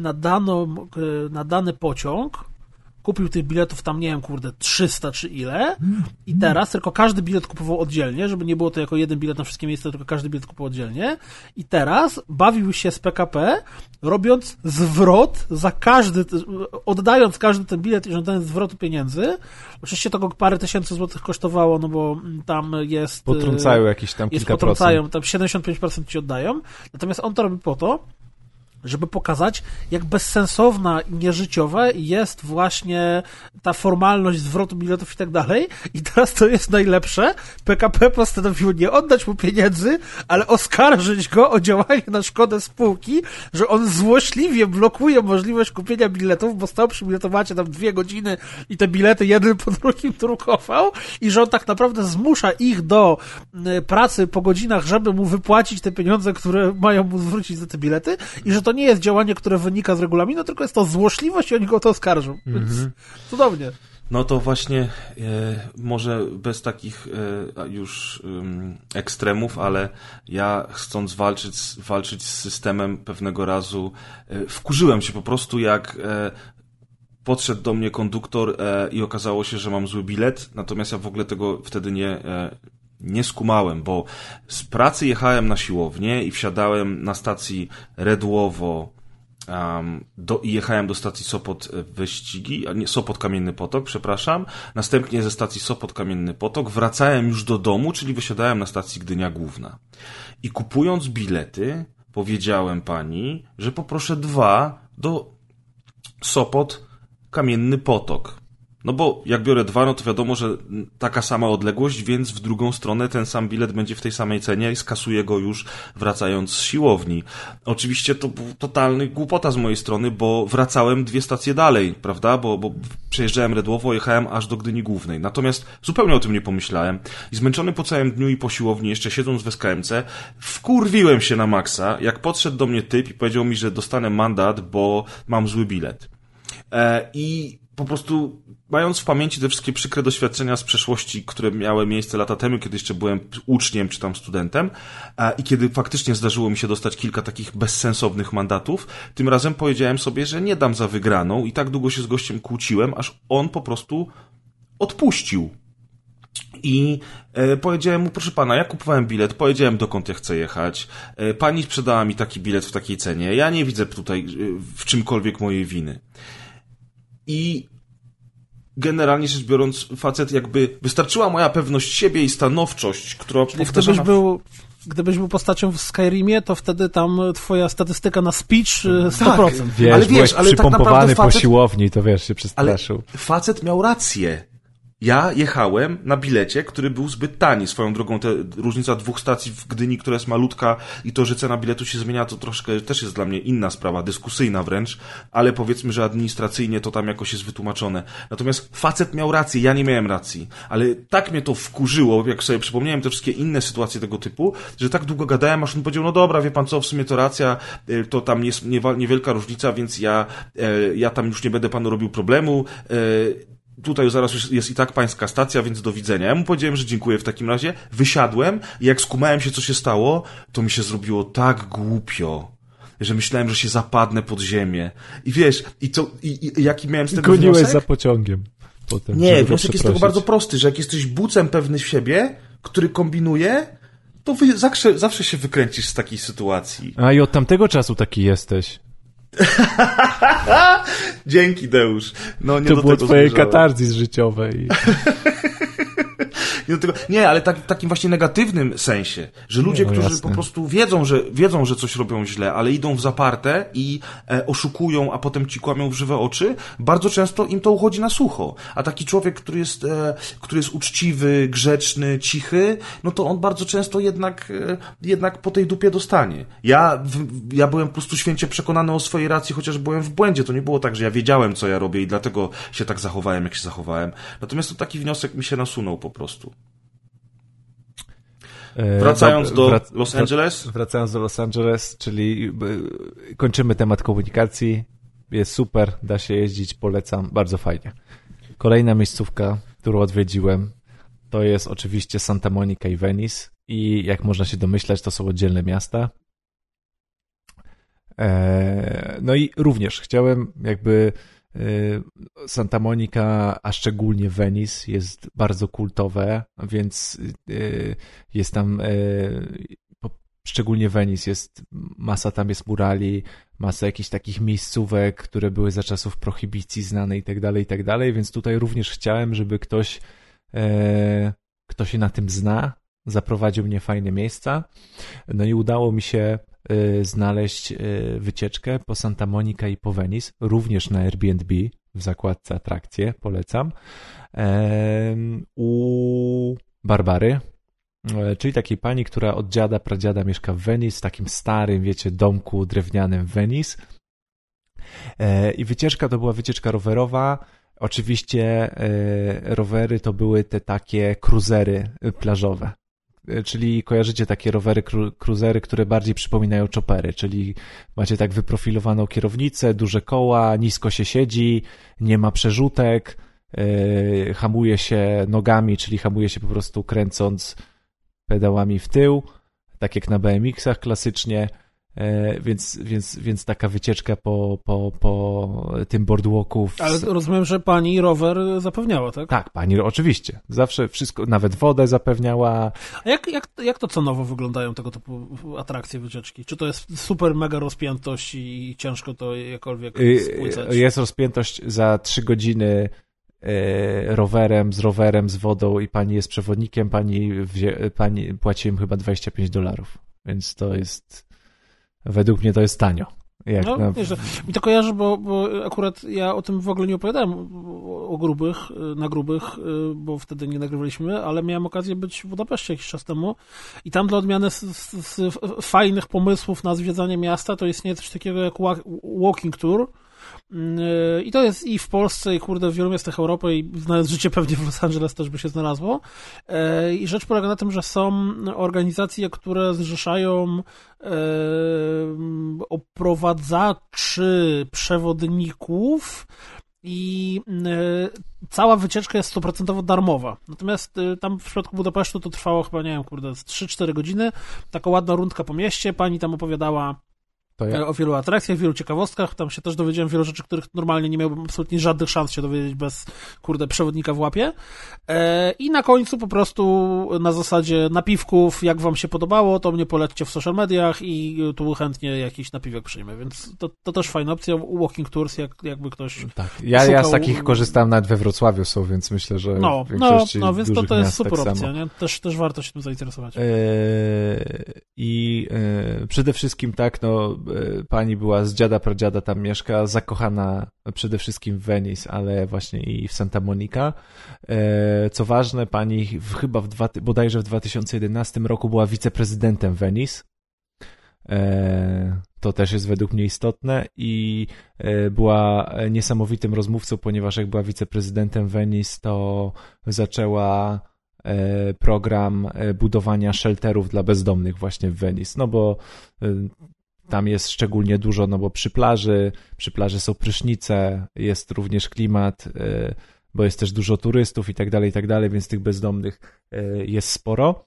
na dany pociąg, kupił tych biletów tam, nie wiem, 300 czy ile i teraz tylko każdy bilet kupował oddzielnie, żeby nie było to jako jeden bilet na wszystkie miejsca, tylko każdy bilet kupował oddzielnie i teraz bawił się z PKP, robiąc zwrot za oddając każdy ten bilet i żądając zwrotu pieniędzy. Oczywiście to go parę tysięcy złotych kosztowało, no bo tam jest... Potrącają jakieś tam kilka procent. Tam 75% ci oddają. Natomiast on to robi po to, żeby pokazać, jak bezsensowna i nieżyciowa jest właśnie ta formalność zwrotu biletów i tak dalej. I teraz to jest najlepsze. PKP postanowiło nie oddać mu pieniędzy, ale oskarżyć go o działanie na szkodę spółki, że on złośliwie blokuje możliwość kupienia biletów, bo stał przy biletomacie tam 2 godziny i te bilety jeden po drugim drukował i że on tak naprawdę zmusza ich do pracy po godzinach, żeby mu wypłacić te pieniądze, które mają mu zwrócić za te bilety i że to nie jest działanie, które wynika z regulaminu, tylko jest to złośliwość i oni go o to oskarżą. Więc cudownie. No to właśnie może bez takich już ekstremów, ale ja chcąc walczyć z systemem pewnego razu wkurzyłem się po prostu jak podszedł do mnie konduktor i okazało się, że mam zły bilet, natomiast ja w ogóle tego wtedy nie skumałem, bo z pracy jechałem na siłownię i wsiadałem na stacji Redłowo i jechałem do stacji Sopot Wyścigi, Sopot Kamienny Potok, przepraszam. Następnie ze stacji Sopot Kamienny Potok wracałem już do domu, czyli wysiadałem na stacji Gdynia Główna. I kupując bilety, powiedziałem pani, że poproszę 2 do Sopot Kamienny Potok. No bo jak biorę 2, no to wiadomo, że taka sama odległość, więc w drugą stronę ten sam bilet będzie w tej samej cenie i skasuję go już wracając z siłowni. Oczywiście to był totalny głupota z mojej strony, bo wracałem 2 stacje dalej, prawda? Bo przejeżdżałem Redłowo, jechałem aż do Gdyni Głównej. Natomiast zupełnie o tym nie pomyślałem i zmęczony po całym dniu i po siłowni, jeszcze siedząc w SKMC, wkurwiłem się na maksa, jak podszedł do mnie typ i powiedział mi, że dostanę mandat, bo mam zły bilet. I po prostu mając w pamięci te wszystkie przykre doświadczenia z przeszłości, które miały miejsce lata temu, kiedy jeszcze byłem uczniem czy tam studentem i kiedy faktycznie zdarzyło mi się dostać kilka takich bezsensownych mandatów, tym razem powiedziałem sobie, że nie dam za wygraną i tak długo się z gościem kłóciłem, aż on po prostu odpuścił. I powiedziałem mu, proszę pana, ja kupowałem bilet, powiedziałem dokąd ja chcę jechać, pani sprzedała mi taki bilet w takiej cenie, ja nie widzę tutaj w czymkolwiek mojej winy. I generalnie rzecz biorąc, facet jakby wystarczyła moja pewność siebie i stanowczość, która powtarzana... Gdybyś był postacią w Skyrimie, to wtedy tam twoja statystyka na speech 100%. Tak, wiesz, ale byłeś przypompowany tak po siłowni, to wiesz, się przestraszył. Ale facet miał rację. Ja jechałem na bilecie, który był zbyt tani. Swoją drogą różnica 2 stacji w Gdyni, która jest malutka i to, że cena biletu się zmienia, to troszkę też jest dla mnie inna sprawa, dyskusyjna wręcz, ale powiedzmy, że administracyjnie to tam jakoś jest wytłumaczone. Natomiast facet miał rację, ja nie miałem racji. Ale tak mnie to wkurzyło, jak sobie przypomniałem te wszystkie inne sytuacje tego typu, że tak długo gadałem, aż on powiedział, no dobra, wie pan co, w sumie to racja, to tam jest niewielka różnica, więc ja tam już nie będę panu robił problemu, tutaj zaraz już jest i tak pańska stacja, więc do widzenia. Ja mu powiedziałem, że dziękuję w takim razie. Wysiadłem i jak skumałem się, co się stało, to mi się zrobiło tak głupio, że myślałem, że się zapadnę pod ziemię. I wiesz, jaki miałem z tego wniosek? Goniłeś za pociągiem potem. Nie, wniosek jest tego bardzo prosty, że jak jesteś bucem pewny siebie, który kombinuje, to zawsze się wykręcisz z takiej sytuacji. A i od tamtego czasu taki jesteś. Dzięki, Deusz. No, nie to do było tego twoje zmierzałem. katarzis życiowej. Nie, ale w takim właśnie negatywnym sensie, że ludzie, którzy jasne. po prostu wiedzą, że coś robią źle, ale idą w zaparte i oszukują, a potem ci kłamią w żywe oczy, bardzo często im to uchodzi na sucho. A taki człowiek, który jest uczciwy, grzeczny, cichy, no to on bardzo często jednak po tej dupie dostanie. Ja byłem po prostu święcie przekonany o swojej racji, chociaż byłem w błędzie. To nie było tak, że ja wiedziałem, co ja robię i dlatego się tak zachowałem, jak się zachowałem. Natomiast to taki wniosek mi się nasunął po prostu. Wracając do Los Angeles. Wracając do Los Angeles, czyli kończymy temat komunikacji. Jest super, da się jeździć, polecam, bardzo fajnie. Kolejna miejscówka, którą odwiedziłem, to jest oczywiście Santa Monica i Venice i jak można się domyślać, to są oddzielne miasta. No i również chciałem Santa Monica, a szczególnie Venice jest bardzo kultowe, więc jest tam szczególnie Venice tam jest murali, masa jakichś takich miejscówek, które były za czasów prohibicji znane i tak dalej, więc tutaj również chciałem, żeby ktoś kto się na tym zna, zaprowadził mnie w fajne miejsca. No i udało mi się znaleźć wycieczkę po Santa Monica i po Venice, również na Airbnb w zakładce atrakcje, polecam, u Barbary, czyli takiej pani, która od dziada, pradziada mieszka w Venice, w takim starym, wiecie, domku drewnianym w Venice. I wycieczka to była wycieczka rowerowa. Oczywiście rowery to były te takie cruisery plażowe. Czyli kojarzycie takie rowery, cruisery, które bardziej przypominają chopery, czyli macie tak wyprofilowaną kierownicę, duże koła, nisko się siedzi, nie ma przerzutek, hamuje się nogami, czyli hamuje się po prostu kręcąc pedałami w tył, tak jak na BMX-ach klasycznie, więc taka wycieczka po tym boardwalku. Ale rozumiem, że pani rower zapewniała, tak? Tak, pani oczywiście. Zawsze wszystko, nawet wodę zapewniała. A jak to cenowo wyglądają tego typu atrakcje, wycieczki? Czy to jest super mega rozpiętość i ciężko to jakkolwiek spłycać? Jest rozpiętość za 3 godziny z rowerem, z wodą i pani jest przewodnikiem, pani płaci im chyba $25, więc to jest, według mnie to jest tanio. Mi to kojarzy, bo akurat ja o tym w ogóle nie opowiadałem na grubych, bo wtedy nie nagrywaliśmy, ale miałem okazję być w Budapeszcie jakiś czas temu i tam dla odmiany z fajnych pomysłów na zwiedzanie miasta to istnieje coś takiego jak walking tour. I to jest i w Polsce, i kurde w wielu miastach Europy, i znając życie pewnie w Los Angeles też by się znalazło. I rzecz polega na tym, że są organizacje, które zrzeszają oprowadzaczy, przewodników i cała wycieczka jest 100% darmowa. Natomiast tam w przypadku Budapesztu to trwało chyba, nie wiem, kurde, 3-4 godziny. Taka ładna rundka po mieście, pani tam opowiadała o wielu atrakcjach, wielu ciekawostkach. Tam się też dowiedziałem wielu rzeczy, których normalnie nie miałbym absolutnie żadnych szans się dowiedzieć bez, przewodnika w łapie. I na końcu po prostu na zasadzie napiwków, jak wam się podobało, to mnie polećcie w social mediach i tu chętnie jakiś napiwek przyjmę. Więc to też fajna opcja. Walking Tours, jakby ktoś Ja z takich korzystałem nawet we Wrocławiu są, więc myślę, że w większości więc to jest super tak opcja, nie? Też warto się tym zainteresować. I przede wszystkim pani była z dziada, pradziada tam mieszka, zakochana przede wszystkim w Venice, ale właśnie i w Santa Monica. Co ważne, pani chyba bodajże w 2011 roku była wiceprezydentem Venice. To też jest według mnie istotne i była niesamowitym rozmówcą, ponieważ jak była wiceprezydentem Venice, to zaczęła program budowania shelterów dla bezdomnych właśnie w Venice, no bo tam jest szczególnie dużo, no bo przy plaży są prysznice, jest również klimat, bo jest też dużo turystów i tak dalej, więc tych bezdomnych jest sporo.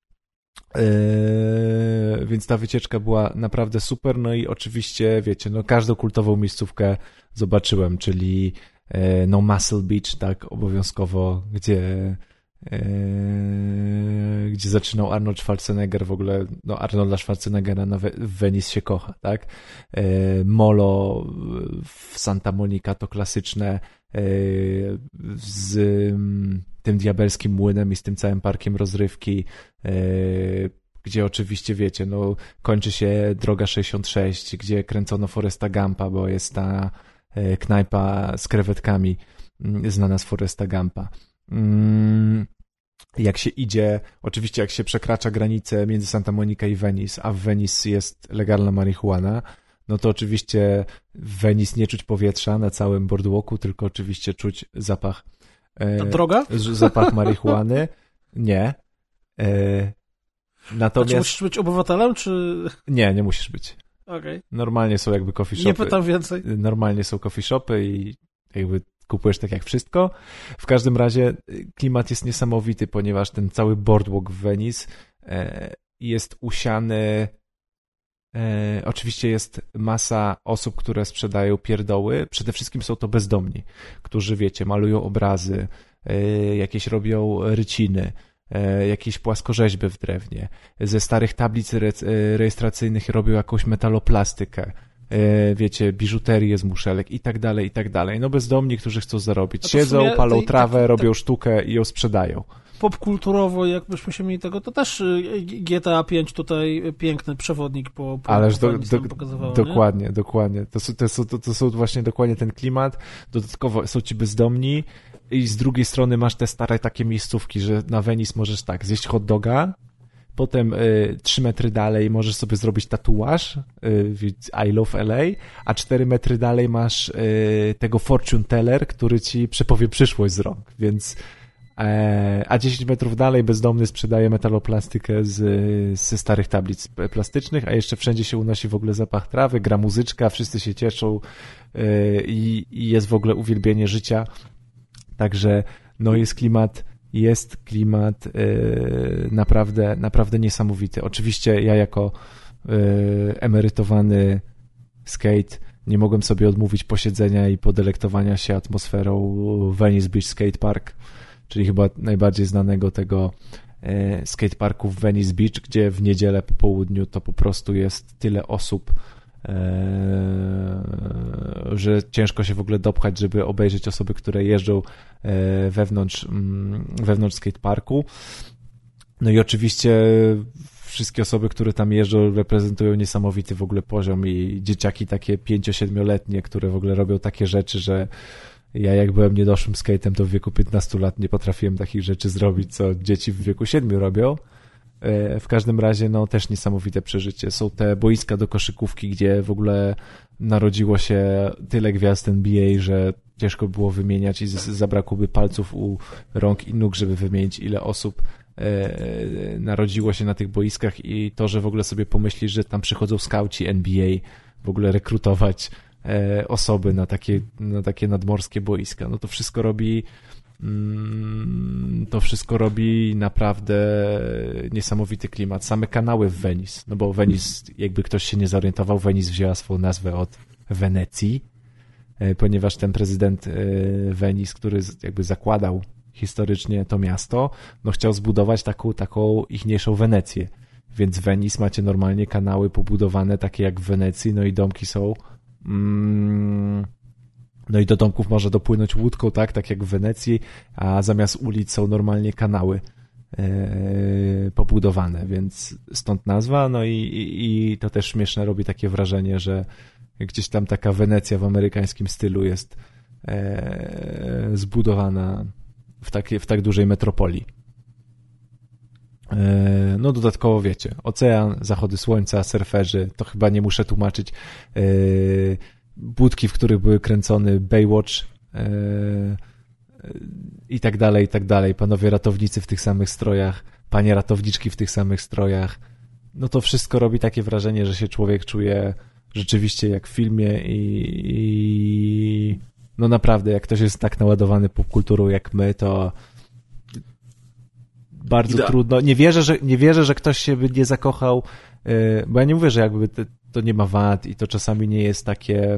Więc ta wycieczka była naprawdę super, no i oczywiście, wiecie, każdą kultową miejscówkę zobaczyłem, czyli Muscle Beach, tak, obowiązkowo, gdzie gdzie zaczynał Arnold Schwarzenegger w ogóle, no Arnolda Schwarzeneggera w Venice się kocha, tak? Molo w Santa Monica to klasyczne, z tym diabelskim młynem i z tym całym parkiem rozrywki, gdzie oczywiście wiecie, no kończy się Droga 66, gdzie kręcono Foresta Gumpa, bo jest ta knajpa z krewetkami znana z Foresta Gumpa. Jak się idzie, oczywiście jak się przekracza granicę między Santa Monica i Venice, a w Venice jest legalna marihuana, no to oczywiście w Venice nie czuć powietrza na całym boardwalku, tylko oczywiście czuć zapach. Ta droga? Zapach marihuany. Nie. Natomiast... A czy musisz być obywatelem, czy... Nie musisz być. Okay. Normalnie są jakby coffee shopy. Nie pytam więcej. Normalnie są coffee shopy i jakby kupujesz tak jak wszystko. W każdym razie klimat jest niesamowity, ponieważ ten cały boardwalk w Venice jest usiany. Oczywiście jest masa osób, które sprzedają pierdoły. Przede wszystkim są to bezdomni, którzy, wiecie, malują obrazy, jakieś robią ryciny, jakieś płaskorzeźby w drewnie. Ze starych tablic rejestracyjnych robią jakąś metaloplastykę. Wiecie, biżuterię z muszelek i tak dalej, i tak dalej. No bezdomni, którzy chcą zarobić. Siedzą, palą trawę, robią sztukę i ją sprzedają. Popkulturowo, jakbyśmy się mieli tego, to też GTA 5 tutaj piękny przewodnik po Ależ pokazywało, dokładnie. To są właśnie dokładnie ten klimat. Dodatkowo są ci bezdomni i z drugiej strony masz te stare takie miejscówki, że na Venice możesz tak, zjeść hot doga, potem 3 metry dalej możesz sobie zrobić tatuaż I love LA, a 4 metry dalej masz tego fortune teller, który ci przepowie przyszłość z rąk, więc a 10 metrów dalej bezdomny sprzedaje metaloplastykę ze starych tablic plastycznych, a jeszcze wszędzie się unosi w ogóle zapach trawy, gra muzyczka, wszyscy się cieszą i jest w ogóle uwielbienie życia. Także no jest klimat naprawdę niesamowity. Oczywiście ja jako emerytowany skate nie mogłem sobie odmówić posiedzenia i podelektowania się atmosferą Venice Beach Skate Park, czyli chyba najbardziej znanego tego skateparku w Venice Beach, gdzie w niedzielę po południu to po prostu jest tyle osób, że ciężko się w ogóle dopchać, żeby obejrzeć osoby, które jeżdżą wewnątrz skateparku. No i oczywiście wszystkie osoby, które tam jeżdżą, reprezentują niesamowity w ogóle poziom i dzieciaki takie 5-7-letnie, które w ogóle robią takie rzeczy, że ja jak byłem niedoszłym skatem, to w wieku 15 lat nie potrafiłem takich rzeczy zrobić, co dzieci w wieku 7 robią. W każdym razie, no też niesamowite przeżycie. Są te boiska do koszykówki, gdzie w ogóle narodziło się tyle gwiazd NBA, że ciężko było wymieniać i zabrakłoby palców u rąk i nóg, żeby wymienić, ile osób narodziło się na tych boiskach i to, że w ogóle sobie pomyślisz, że tam przychodzą skauci NBA w ogóle rekrutować osoby na takie nadmorskie boiska. No to wszystko robi naprawdę niesamowity klimat. Same kanały w Venice, no bo Venice, jakby ktoś się nie zorientował, Venice wzięła swoją nazwę od Wenecji, ponieważ ten prezydent Venice, który jakby zakładał historycznie to miasto, no chciał zbudować taką ichniejszą Wenecję. Więc w Venice macie normalnie kanały pobudowane takie jak w Wenecji, no i domki są no i do domków można dopłynąć łódką, tak jak w Wenecji, a zamiast ulic są normalnie kanały pobudowane, więc stąd nazwa, no i to też śmieszne, robi takie wrażenie, że gdzieś tam taka Wenecja w amerykańskim stylu jest zbudowana w tak dużej metropolii. No dodatkowo wiecie, ocean, zachody słońca, surferzy, to chyba nie muszę tłumaczyć, budki, w których były kręcony Baywatch i tak dalej, panowie ratownicy w tych samych strojach, panie ratowniczki w tych samych strojach, no to wszystko robi takie wrażenie, że się człowiek czuje rzeczywiście jak w filmie i no naprawdę, jak ktoś jest tak naładowany popkulturą jak my, to bardzo trudno. Nie wierzę, że ktoś się by nie zakochał, bo ja nie mówię, że jakby to nie ma wad i to czasami nie jest takie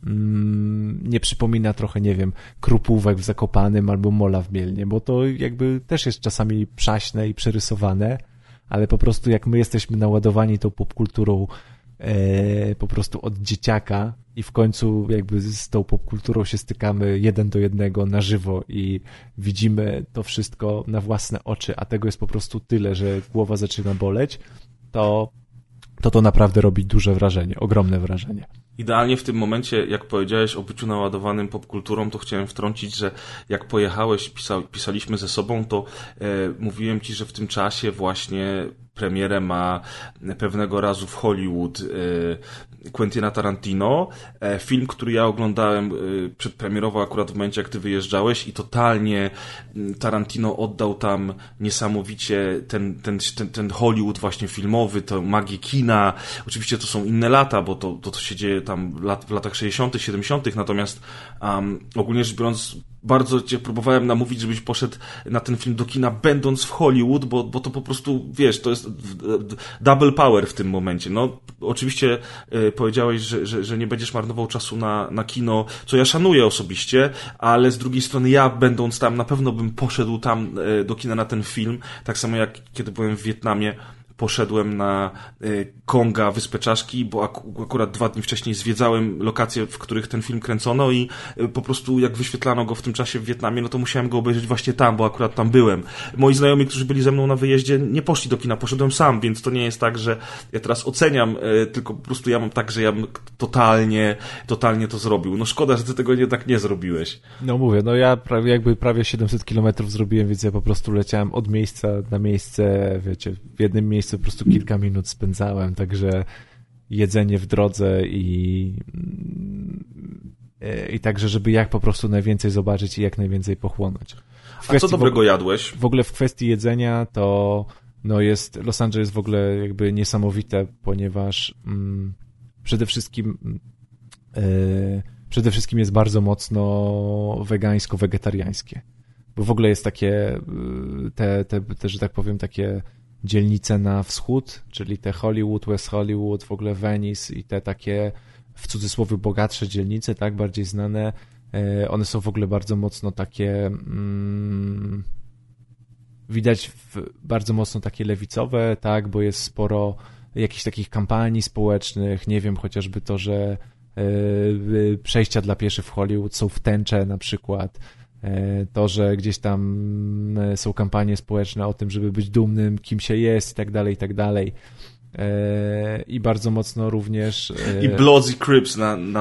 nie przypomina trochę, nie wiem, Krupówek w Zakopanem albo Mola w Mielnie, bo to jakby też jest czasami przaśne i przerysowane, ale po prostu jak my jesteśmy naładowani tą popkulturą po prostu od dzieciaka i w końcu jakby z tą popkulturą się stykamy 1:1 na żywo i widzimy to wszystko na własne oczy, a tego jest po prostu tyle, że głowa zaczyna boleć, to naprawdę robi duże wrażenie, ogromne wrażenie. Idealnie w tym momencie, jak powiedziałeś o byciu naładowanym popkulturą, to chciałem wtrącić, że jak pojechałeś, pisaliśmy ze sobą, to mówiłem ci, że w tym czasie właśnie premierę ma pewnego razu w Hollywood Quentina Tarantino. Film, który ja oglądałem przedpremierowo akurat w momencie, jak ty wyjeżdżałeś i totalnie Tarantino oddał tam niesamowicie ten Hollywood właśnie filmowy, to magię kina. Oczywiście to są inne lata, bo to się dzieje tam w latach 60., 70., natomiast ogólnie rzecz biorąc bardzo cię próbowałem namówić, żebyś poszedł na ten film do kina, będąc w Hollywood, bo to po prostu, wiesz, to jest double power w tym momencie. No, oczywiście powiedziałeś, że nie będziesz marnował czasu na kino, co ja szanuję osobiście, ale z drugiej strony ja, będąc tam, na pewno bym poszedł tam do kina na ten film, tak samo jak kiedy byłem w Wietnamie, poszedłem na Konga, Wyspę Czaszki, bo akurat 2 dni wcześniej zwiedzałem lokacje, w których ten film kręcono i po prostu jak wyświetlano go w tym czasie w Wietnamie, no to musiałem go obejrzeć właśnie tam, bo akurat tam byłem. Moi znajomi, którzy byli ze mną na wyjeździe, nie poszli do kina, poszedłem sam, więc to nie jest tak, że ja teraz oceniam, tylko po prostu ja mam tak, że ja bym totalnie to zrobił. No szkoda, że ty tego jednak nie zrobiłeś. No mówię, no ja prawie 700 kilometrów zrobiłem, więc ja po prostu leciałem od miejsca na miejsce, wiecie, w jednym miejscu po prostu kilka minut spędzałem, także jedzenie w drodze i także, żeby jak po prostu najwięcej zobaczyć i jak najwięcej pochłonąć. A co dobrego jadłeś? W ogóle w kwestii jedzenia to jest Los Angeles w ogóle jakby niesamowite, ponieważ przede wszystkim jest bardzo mocno wegańsko-wegetariańskie, bo w ogóle jest takie te że tak powiem, takie dzielnice na wschód, czyli te Hollywood, West Hollywood, w ogóle Venice i te takie w cudzysłowie bogatsze dzielnice, tak, bardziej znane, one są w ogóle bardzo mocno takie widać bardzo mocno takie lewicowe, tak, bo jest sporo jakichś takich kampanii społecznych, nie wiem, chociażby to, że przejścia dla pieszych w Hollywood są w tęczę na przykład, to, że gdzieś tam są kampanie społeczne o tym, żeby być dumnym, kim się jest i tak dalej. I bardzo mocno również... I Bloods i Crips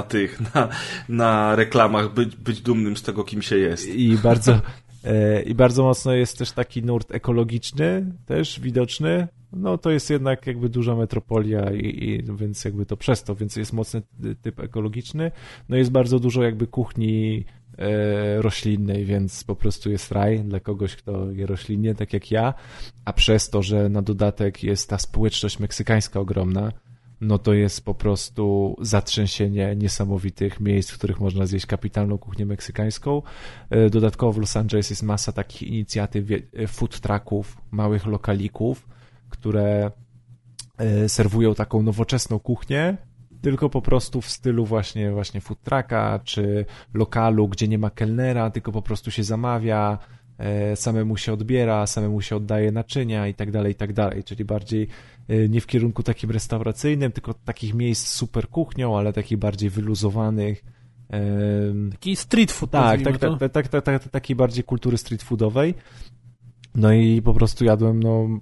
na reklamach, być dumnym z tego, kim się jest. I bardzo mocno jest też taki nurt ekologiczny, też widoczny. No to jest jednak jakby duża metropolia i więc jakby to przez to, więc jest mocny typ ekologiczny. No jest bardzo dużo jakby kuchni roślinnej, więc po prostu jest raj dla kogoś, kto je roślinnie, tak jak ja, a przez to, że na dodatek jest ta społeczność meksykańska ogromna, no to jest po prostu zatrzęsienie niesamowitych miejsc, w których można zjeść kapitalną kuchnię meksykańską. Dodatkowo w Los Angeles jest masa takich inicjatyw food trucków, małych lokalików, które serwują taką nowoczesną kuchnię, tylko po prostu w stylu właśnie food trucka, czy lokalu, gdzie nie ma kelnera, tylko po prostu się zamawia, samemu się odbiera, samemu się oddaje naczynia i tak dalej, czyli bardziej nie w kierunku takim restauracyjnym, tylko takich miejsc z super kuchnią, ale takich bardziej wyluzowanych. Taki street food. Takiej bardziej kultury street foodowej. No i po prostu jadłem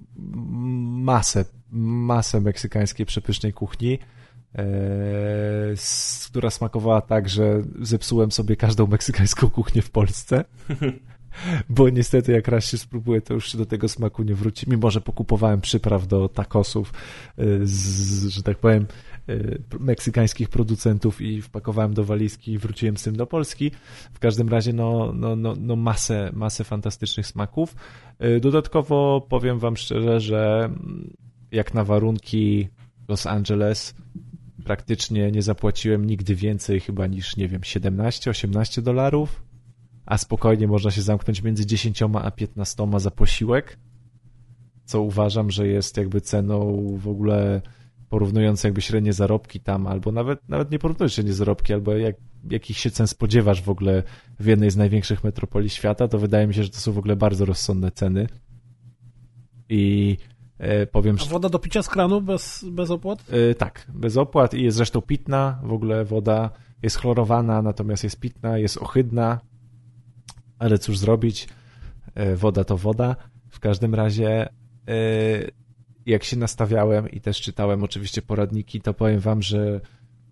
masę meksykańskiej przepysznej kuchni, która smakowała tak, że zepsułem sobie każdą meksykańską kuchnię w Polsce. Bo niestety jak raz się spróbuję, to już się do tego smaku nie wróci, mimo że pokupowałem przypraw do tacosów że tak powiem, meksykańskich producentów i wpakowałem do walizki i wróciłem z tym do Polski. W każdym razie masę fantastycznych smaków. Dodatkowo powiem wam szczerze, że jak na warunki Los Angeles praktycznie nie zapłaciłem nigdy więcej chyba niż, nie wiem, $17-18, a spokojnie można się zamknąć między 10 a 15 za posiłek, co uważam, że jest jakby ceną w ogóle porównując jakby średnie zarobki tam, albo nawet nie porównując średnie zarobki, albo jakich się cen spodziewasz w ogóle w jednej z największych metropolii świata, to wydaje mi się, że to są w ogóle bardzo rozsądne ceny. I powiem... A woda do picia z kranu bez opłat? Tak, bez opłat i jest zresztą pitna, w ogóle woda jest chlorowana, natomiast jest pitna, jest ohydna, ale cóż zrobić, woda to woda. W każdym razie jak się nastawiałem i też czytałem oczywiście poradniki, to powiem wam, że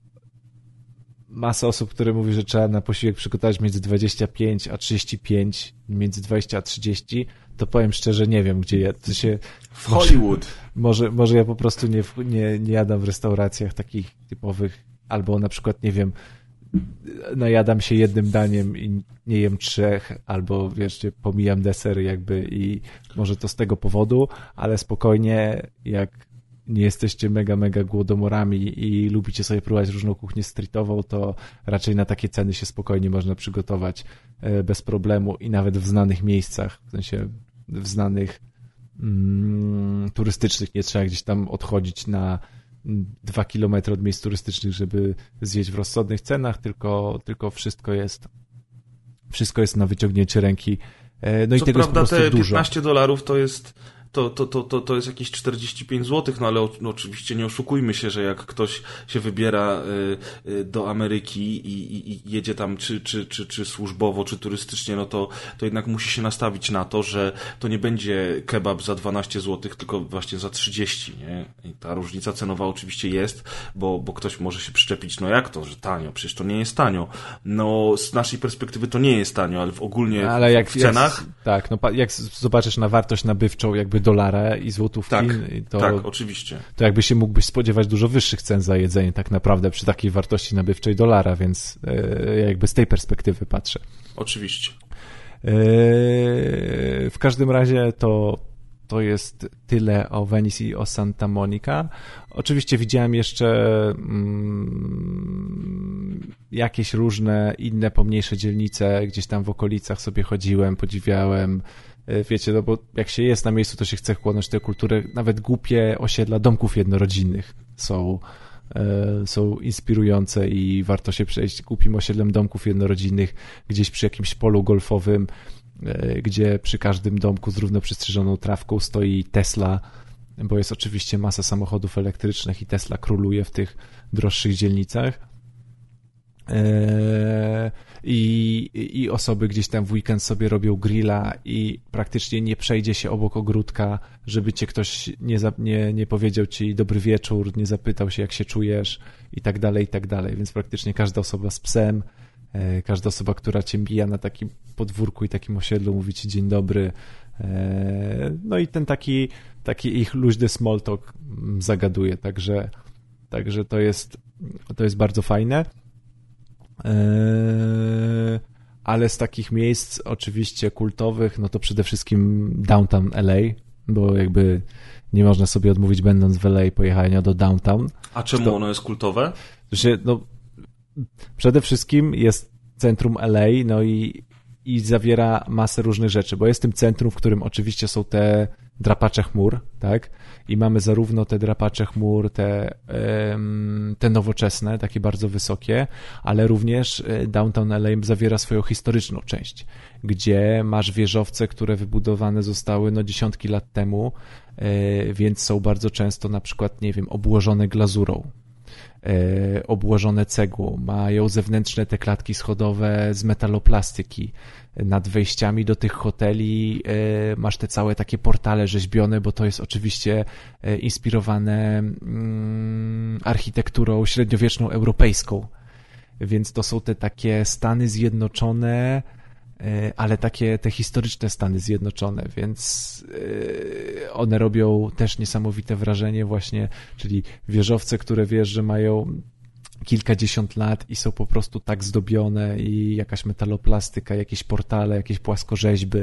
masa osób, które mówi, że trzeba na posiłek przygotować między 25 a 35, między 20 a 30, to powiem szczerze, nie wiem, gdzie ja... To się, w Hollywood. Może ja po prostu nie jadam w restauracjach takich typowych, albo na przykład, nie wiem, najadam się jednym daniem i nie jem 3, albo wiesz, pomijam deser jakby i może to z tego powodu, ale spokojnie, jak nie jesteście mega głodomorami i lubicie sobie próbować różną kuchnię streetową, to raczej na takie ceny się spokojnie można przygotować bez problemu i nawet w znanych miejscach, w sensie w znanych turystycznych, nie trzeba gdzieś tam odchodzić na 2 kilometry od miejsc turystycznych, żeby zjeść w rozsądnych cenach, tylko wszystko jest na wyciągnięcie ręki. No i tego prawda, jest po prostu te dużo. $15 to jest to jest jakieś 45 zł, no ale oczywiście nie oszukujmy się, że jak ktoś się wybiera do Ameryki i jedzie tam czy służbowo, czy turystycznie, no to jednak musi się nastawić na to, że to nie będzie kebab za 12 zł, tylko właśnie za 30, nie? I ta różnica cenowa oczywiście jest, bo ktoś może się przyczepić, no jak to, że tanio? Przecież to nie jest tanio. No z naszej perspektywy to nie jest tanio, ale ogólnie ale w cenach... Tak, no jak zobaczysz na wartość nabywczą jakby dolara i złotówki, tak, oczywiście. To jakby się mógłbyś spodziewać dużo wyższych cen za jedzenie tak naprawdę przy takiej wartości nabywczej dolara, więc ja jakby z tej perspektywy patrzę. Oczywiście. W każdym razie to jest tyle o Venice i o Santa Monica. Oczywiście widziałem jeszcze jakieś różne inne pomniejsze dzielnice, gdzieś tam w okolicach sobie chodziłem, podziwiałem. Wiecie, no bo jak się jest na miejscu, to się chce chłonąć tę kulturę. Nawet głupie osiedla domków jednorodzinnych są inspirujące i warto się przejść głupim osiedlem domków jednorodzinnych gdzieś przy jakimś polu golfowym, gdzie przy każdym domku z równo przystrzyżoną trawką stoi Tesla, bo jest oczywiście masa samochodów elektrycznych i Tesla króluje w tych droższych dzielnicach. I osoby gdzieś tam w weekend sobie robią grilla i praktycznie nie przejdzie się obok ogródka, żeby cię ktoś nie powiedział ci dobry wieczór, nie zapytał się jak się czujesz i tak dalej, więc praktycznie każda osoba z psem, każda osoba, która cię mija na takim podwórku i takim osiedlu mówi ci dzień dobry, no i ten taki ich luźny small talk zagaduje, także to jest bardzo fajne. Ale z takich miejsc oczywiście kultowych, no to przede wszystkim Downtown LA, bo jakby nie można sobie odmówić, będąc w LA, pojechania do Downtown. A czemu ono jest kultowe? Że no, przede wszystkim jest centrum LA, no i zawiera masę różnych rzeczy, bo jest tym centrum, w którym oczywiście są te drapacze chmur, tak? I mamy zarówno te drapacze chmur, te nowoczesne, takie bardzo wysokie, ale również Downtown LA zawiera swoją historyczną część, gdzie masz wieżowce, które wybudowane zostały dziesiątki lat temu, więc są bardzo często na przykład, nie wiem, obłożone glazurą, obłożone cegłą, mają zewnętrzne te klatki schodowe z metaloplastyki. Nad wejściami do tych hoteli masz te całe takie portale rzeźbione, bo to jest oczywiście inspirowane architekturą średniowieczną europejską. Więc to są te takie Stany Zjednoczone, ale te historyczne Stany Zjednoczone, więc one robią też niesamowite wrażenie właśnie, czyli wieżowce, które wiesz, że mają kilkadziesiąt lat i są po prostu tak zdobione i jakaś metaloplastyka, jakieś portale, jakieś płaskorzeźby,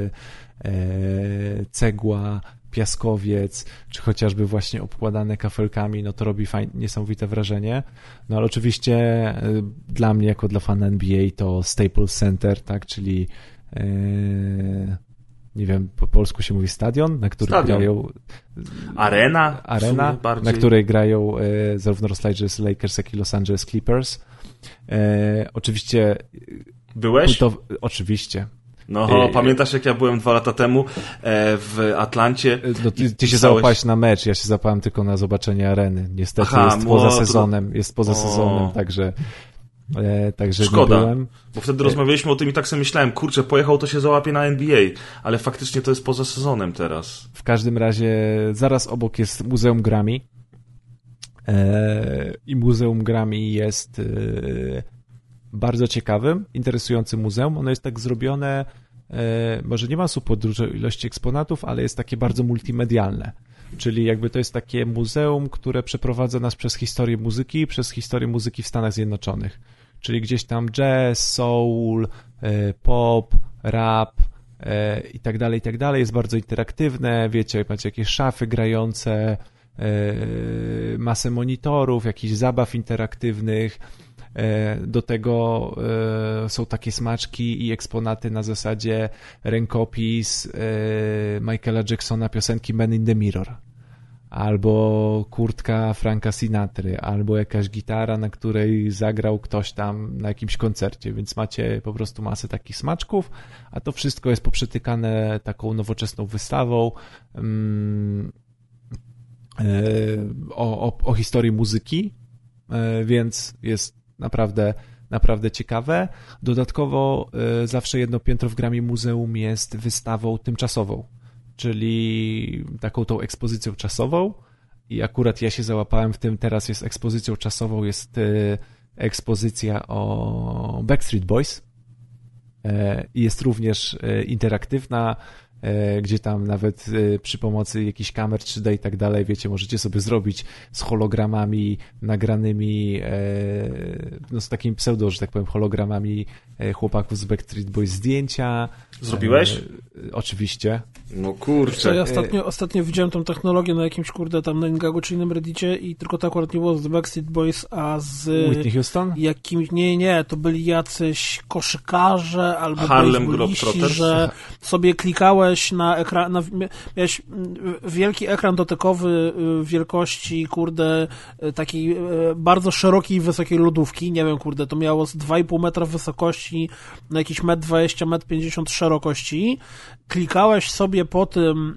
cegła, piaskowiec, czy chociażby właśnie obkładane kafelkami, no to robi niesamowite wrażenie. No ale oczywiście dla mnie, jako dla fana NBA, to Staples Center, tak, czyli nie wiem, po polsku się mówi stadion, na którym grają... Arena, na której grają zarówno Los Angeles Lakers, jak i Los Angeles Clippers. Oczywiście... Byłeś? Oczywiście. No, pamiętasz, jak ja byłem 2 lata temu w Atlancie? No, ty się załapałeś na mecz, ja się załapałem tylko na zobaczenie areny. Niestety jest poza sezonem, także szkoda, nie byłem. Bo wtedy rozmawialiśmy o tym i tak sobie myślałem, kurczę, pojechał, to się załapie na NBA, ale faktycznie to jest poza sezonem teraz. W każdym razie zaraz obok jest Muzeum Grammy i Muzeum Grammy jest bardzo ciekawym, interesującym muzeum. Ono jest tak zrobione, może nie ma super dużej ilości eksponatów, ale jest takie bardzo multimedialne. Czyli jakby to jest takie muzeum, które przeprowadza nas przez historię muzyki w Stanach Zjednoczonych. Czyli gdzieś tam jazz, soul, pop, rap i tak dalej. Jest bardzo interaktywne, wiecie, macie jakieś szafy grające, masę monitorów, jakichś zabaw interaktywnych. Do tego są takie smaczki i eksponaty na zasadzie rękopis Michaela Jacksona piosenki Man in the Mirror, albo kurtka Franka Sinatry, albo jakaś gitara, na której zagrał ktoś tam na jakimś koncercie, więc macie po prostu masę takich smaczków, a to wszystko jest poprzytykane taką nowoczesną wystawą o historii muzyki, więc jest naprawdę ciekawe. Dodatkowo zawsze jedno piętro w Grammy Muzeum jest wystawą tymczasową, czyli taką tą ekspozycją czasową i akurat ja się załapałem w tym, teraz jest ekspozycją czasową, jest ekspozycja o Backstreet Boys i jest również interaktywna, gdzie tam nawet przy pomocy jakichś kamer 3D i tak dalej, wiecie, możecie sobie zrobić z hologramami nagranymi, no z takim pseudo, że tak powiem, hologramami chłopaków z Backstreet Boys zdjęcia. Zrobiłeś? Oczywiście. No kurczę. Ja ostatnio widziałem tą technologię na jakimś, tam na Ingagu czy innym Reddicie i tylko to akurat nie było z Backstreet Boys, a z... Whitney Houston? Nie, to byli jacyś koszykarze albo Harlem Globetrotters, że sobie klikałeś na ekran, miałeś wielki ekran dotykowy wielkości, takiej bardzo szerokiej i wysokiej lodówki, nie wiem, to miało z 2,5 metra wysokości na jakiś 1,20 m, 1,50 m szerokości. Klikałeś sobie po tym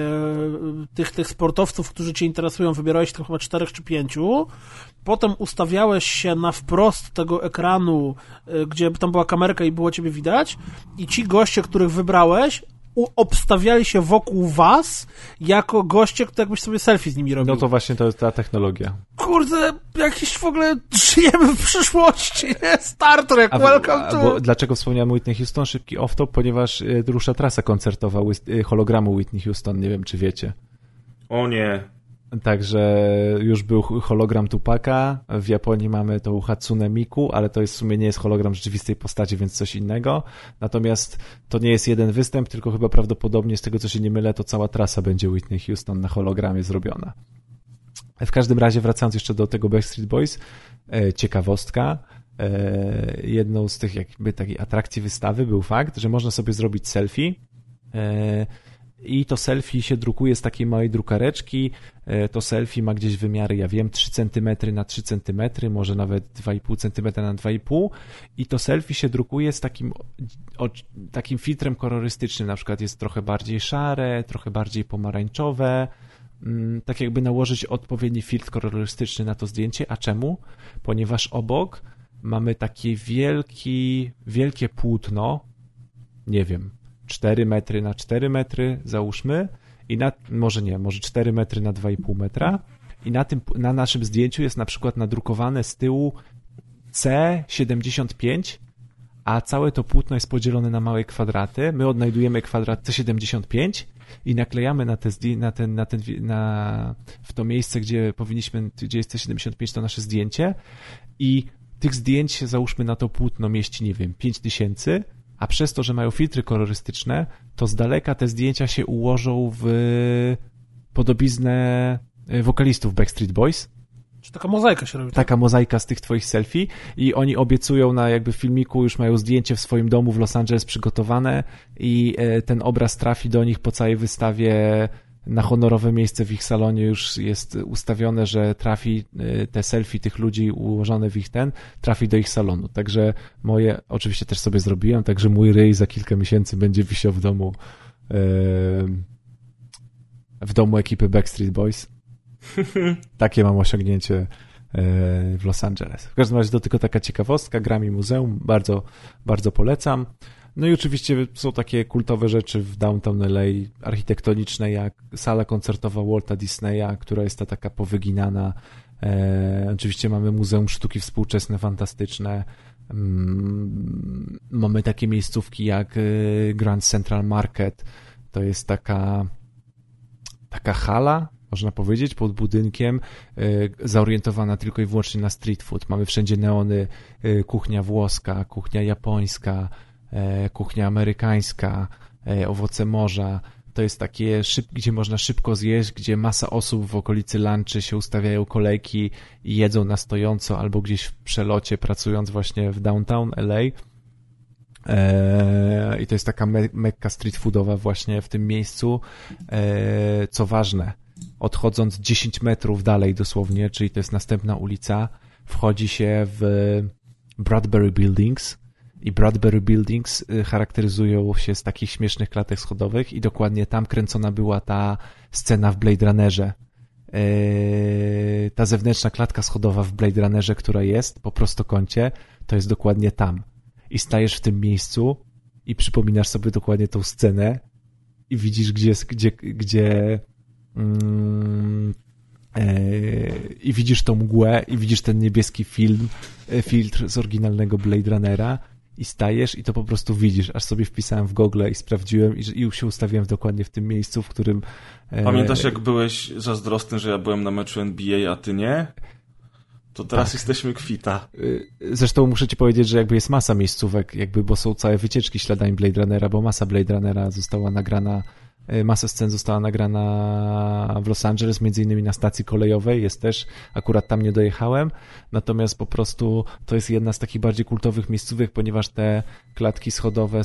tych sportowców, którzy cię interesują, wybierałeś to chyba 4 czy 5, potem ustawiałeś się na wprost tego ekranu, gdzie tam była kamerka i było ciebie widać i ci goście, których wybrałeś, obstawiali się wokół was jako goście, jakbyś sobie selfie z nimi robił. No to właśnie to jest ta technologia. Jakiś w ogóle żyjemy w przyszłości, nie? Star Trek, welcome to... Dlaczego wspomniałem Whitney Houston? Szybki off-top, ponieważ rusza trasa koncertowa hologramu Whitney Houston, nie wiem czy wiecie. O nie. Także już był hologram Tupaka, w Japonii mamy tą Hatsune Miku, ale to jest w sumie nie jest hologram rzeczywistej postaci, więc coś innego. Natomiast to nie jest jeden występ, tylko chyba prawdopodobnie, z tego co się nie mylę, to cała trasa będzie Whitney Houston na hologramie zrobiona. W każdym razie, wracając jeszcze do tego Backstreet Boys, ciekawostka, jedną z tych jakby takiej atrakcji wystawy był fakt, że można sobie zrobić selfie, i to selfie się drukuje z takiej małej drukareczki. To selfie ma gdzieś wymiary, ja wiem, 3 cm na 3 cm, może nawet 2,5 cm na 2,5 i to selfie się drukuje z takim filtrem kolorystycznym, na przykład jest trochę bardziej szare, trochę bardziej pomarańczowe, tak jakby nałożyć odpowiedni filtr kolorystyczny na to zdjęcie. A czemu? Ponieważ obok mamy takie wielkie płótno, nie wiem, 4 metry na 4 metry, załóżmy, i może 4 metry na 2,5 metra i na naszym zdjęciu jest na przykład nadrukowane z tyłu C75, a całe to płótno jest podzielone na małe kwadraty. My odnajdujemy kwadrat C75 i naklejamy w to miejsce, gdzie jest C75, to nasze zdjęcie i tych zdjęć, załóżmy, na to płótno mieści, nie wiem, 5000, a przez to, że mają filtry kolorystyczne, to z daleka te zdjęcia się ułożą w podobiznę wokalistów Backstreet Boys. Taka mozaika się robi. Taka mozaika z tych twoich selfie i oni obiecują na jakby filmiku, już mają zdjęcie w swoim domu w Los Angeles przygotowane i ten obraz trafi do nich po całej wystawie na honorowe miejsce w ich salonie, już jest ustawione, że trafi te selfie tych ludzi ułożone w ich trafi do ich salonu. Także moje, oczywiście też sobie zrobiłem, także mój ryj za kilka miesięcy będzie wisiał w domu ekipy Backstreet Boys. Takie mam osiągnięcie w Los Angeles. W każdym razie to tylko taka ciekawostka, Grammy Muzeum, bardzo, bardzo polecam. No i oczywiście są takie kultowe rzeczy w Downtown LA, architektoniczne, jak sala koncertowa Walta Disneya, która jest ta taka powyginana. Oczywiście mamy Muzeum Sztuki Współczesne, fantastyczne. Mamy takie miejscówki jak Grand Central Market. To jest taka hala, można powiedzieć, pod budynkiem, zorientowana tylko i wyłącznie na street food. Mamy wszędzie neony, kuchnia włoska, kuchnia japońska, kuchnia amerykańska, owoce morza. To jest takie, gdzie można szybko zjeść, gdzie masa osób w okolicy lunchy się ustawiają kolejki i jedzą na stojąco albo gdzieś w przelocie, pracując właśnie w downtown LA. I to jest taka mekka street foodowa właśnie w tym miejscu. Co ważne, odchodząc 10 metrów dalej dosłownie, czyli to jest następna ulica, wchodzi się w Bradbury Buildings i Bradbury Buildings charakteryzują się z takich śmiesznych klatek schodowych i dokładnie tam kręcona była ta scena w Blade Runnerze. Ta zewnętrzna klatka schodowa w Blade Runnerze, która jest po prostokącie, to jest dokładnie tam. I stajesz w tym miejscu i przypominasz sobie dokładnie tą scenę i widzisz, i widzisz tą mgłę i widzisz ten niebieski filtr z oryginalnego Blade Runnera i stajesz i to po prostu widzisz. Aż sobie wpisałem w Google i sprawdziłem i już się ustawiłem dokładnie w tym miejscu, w którym... Pamiętasz, jak byłeś zazdrosny, że ja byłem na meczu NBA, a ty nie? To teraz jesteśmy kwita. Zresztą muszę ci powiedzieć, że jakby jest masa miejscówek, bo są całe wycieczki śladami Blade Runnera, bo masa Blade Runnera została nagrana, masa scen została nagrana w Los Angeles, między innymi na stacji kolejowej, jest też, akurat tam nie dojechałem, natomiast po prostu to jest jedna z takich bardziej kultowych miejscówek, ponieważ te klatki schodowe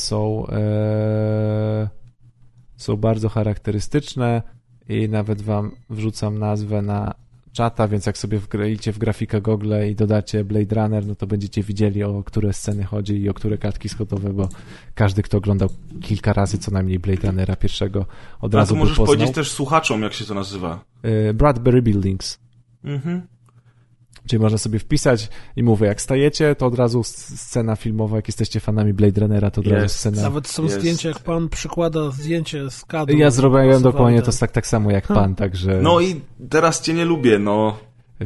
są bardzo charakterystyczne i nawet wam wrzucam nazwę na czata, więc jak sobie wgralicie w grafikę Google i dodacie Blade Runner, no to będziecie widzieli, o które sceny chodzi i o które klatki schodowe, bo każdy, kto oglądał kilka razy co najmniej Blade Runnera pierwszego, od razu by poznał. A to możesz powiedzieć też słuchaczom, jak się to nazywa. Bradbury Buildings. Mhm. Czyli można sobie wpisać i mówię, jak stajecie, to od razu scena filmowa, jak jesteście fanami Blade Runnera, to od razu scena... Nawet są zdjęcia, jak pan przykłada zdjęcie z kadru. Ja zrobiłem dokładnie to tak samo jak pan, także... No i teraz cię nie lubię, no.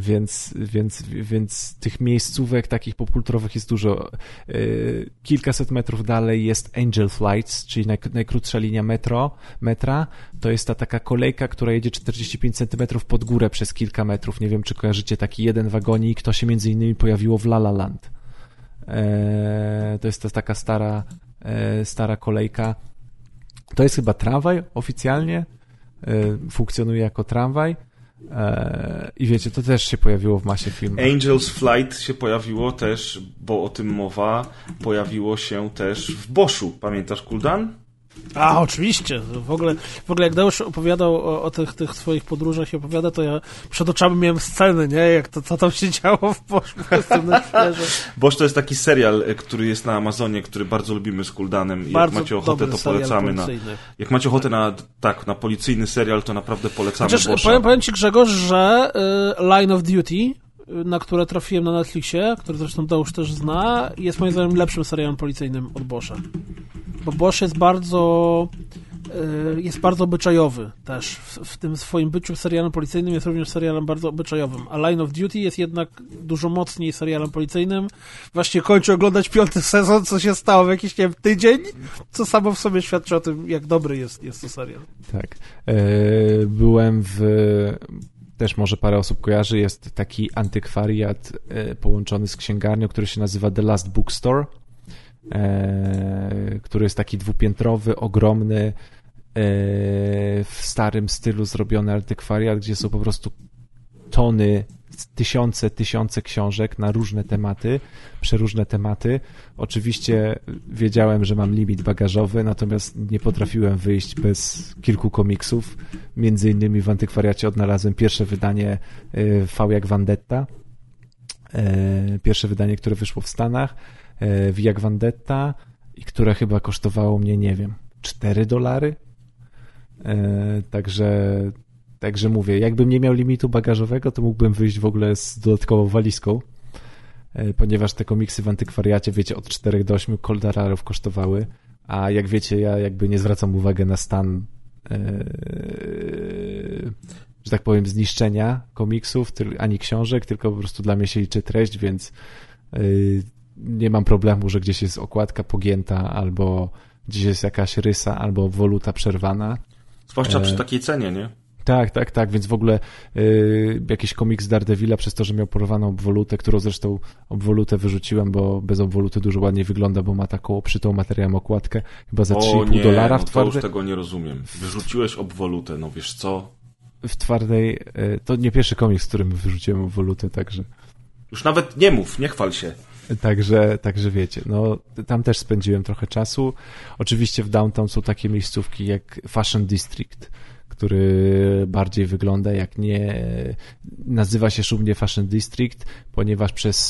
Więc tych miejscówek takich popkulturowych jest dużo. Kilkaset metrów dalej jest Angel Flights, czyli najkrótsza linia metra. To jest ta taka kolejka, która jedzie 45 cm pod górę przez kilka metrów. Nie wiem, czy kojarzycie taki jeden wagonik. To się między innymi pojawiło w La La Land. To jest taka stara kolejka. To jest chyba tramwaj oficjalnie. Funkcjonuje jako tramwaj. I wiecie, to też się pojawiło w masie filmów. Angel's Flight się pojawiło też, bo o tym mowa, pojawiło się też w Boschu. Pamiętasz, Kuldan? A, oczywiście. W ogóle jak Deusz opowiadał o tych swoich podróżach i opowiada, to ja przed oczami miałem sceny, nie? Jak co tam się działo w Boschu. Bosch to jest taki serial, który jest na Amazonie, który bardzo lubimy z Kuldanem i jak macie ochotę, to polecamy. Jak macie ochotę na policyjny serial, to naprawdę polecamy Boscha. Powiem ci, Grzegorz, że Line of Duty, na które trafiłem na Netflixie, który zresztą Deusz też zna, jest moim zdaniem lepszym serialem policyjnym od Boscha. Bo Bosch jest bardzo obyczajowy też. W tym swoim byciu serialem policyjnym jest również serialem bardzo obyczajowym. A Line of Duty jest jednak dużo mocniej serialem policyjnym. Właśnie kończę oglądać 5. sezon, co się stało w jakiś, nie wiem, tydzień, co samo w sobie świadczy o tym, jak dobry jest to serial. Tak. Byłem też może parę osób kojarzy, jest taki antykwariat połączony z księgarnią, który się nazywa The Last Bookstore, który jest taki dwupiętrowy, ogromny, w starym stylu zrobiony antykwariat, gdzie są po prostu tony, tysiące książek na różne tematy, przeróżne tematy. Oczywiście wiedziałem, że mam limit bagażowy, natomiast nie potrafiłem wyjść bez kilku komiksów. Między innymi w antykwariacie odnalazłem pierwsze wydanie V jak Vendetta. Pierwsze wydanie, które wyszło w Stanach, V jak Vendetta, i które chyba kosztowało mnie, nie wiem, $4. Także mówię, jakbym nie miał limitu bagażowego, to mógłbym wyjść w ogóle z dodatkową walizką, ponieważ te komiksy w antykwariacie, wiecie, od 4 do 8 $8 kosztowały, a jak wiecie, ja jakby nie zwracam uwagi na stan, że tak powiem, zniszczenia komiksów, ani książek, tylko po prostu dla mnie się liczy treść, więc nie mam problemu, że gdzieś jest okładka pogięta, albo gdzieś jest jakaś rysa, albo obwoluta przerwana. Zwłaszcza przy takiej cenie, nie? Tak, więc w ogóle jakiś komiks Daredevila, przez to, że miał porwaną obwolutę, którą zresztą obwolutę wyrzuciłem, bo bez obwoluty dużo ładniej wygląda, bo ma taką obszytą materiałem okładkę, chyba za $3,5 w twardej. To już tego nie rozumiem. Wyrzuciłeś obwolutę, no wiesz co? W twardej, to nie pierwszy komiks, z którym wyrzuciłem obwolutę, także... Już nawet nie mów, nie chwal się. Także wiecie, no tam też spędziłem trochę czasu. Oczywiście w Downtown są takie miejscówki jak Fashion District, który bardziej wygląda jak nie... Nazywa się szumnie Fashion District, ponieważ przez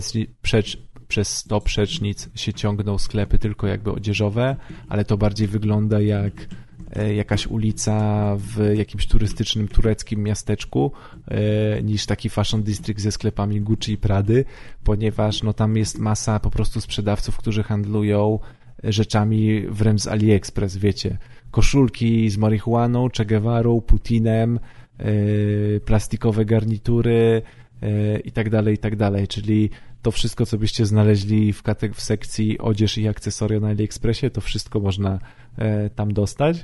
100 przecznic się ciągną sklepy tylko jakby odzieżowe, ale to bardziej wygląda jak jakaś ulica w jakimś turystycznym tureckim miasteczku niż taki Fashion District ze sklepami Gucci i Prady, ponieważ no tam jest masa po prostu sprzedawców, którzy handlują rzeczami wręcz z AliExpress, wiecie, koszulki z marihuaną, Che Guevarą, Putinem, plastikowe garnitury i tak dalej, czyli to wszystko, co byście znaleźli w sekcji odzież i akcesoria na AliExpressie, to wszystko można tam dostać.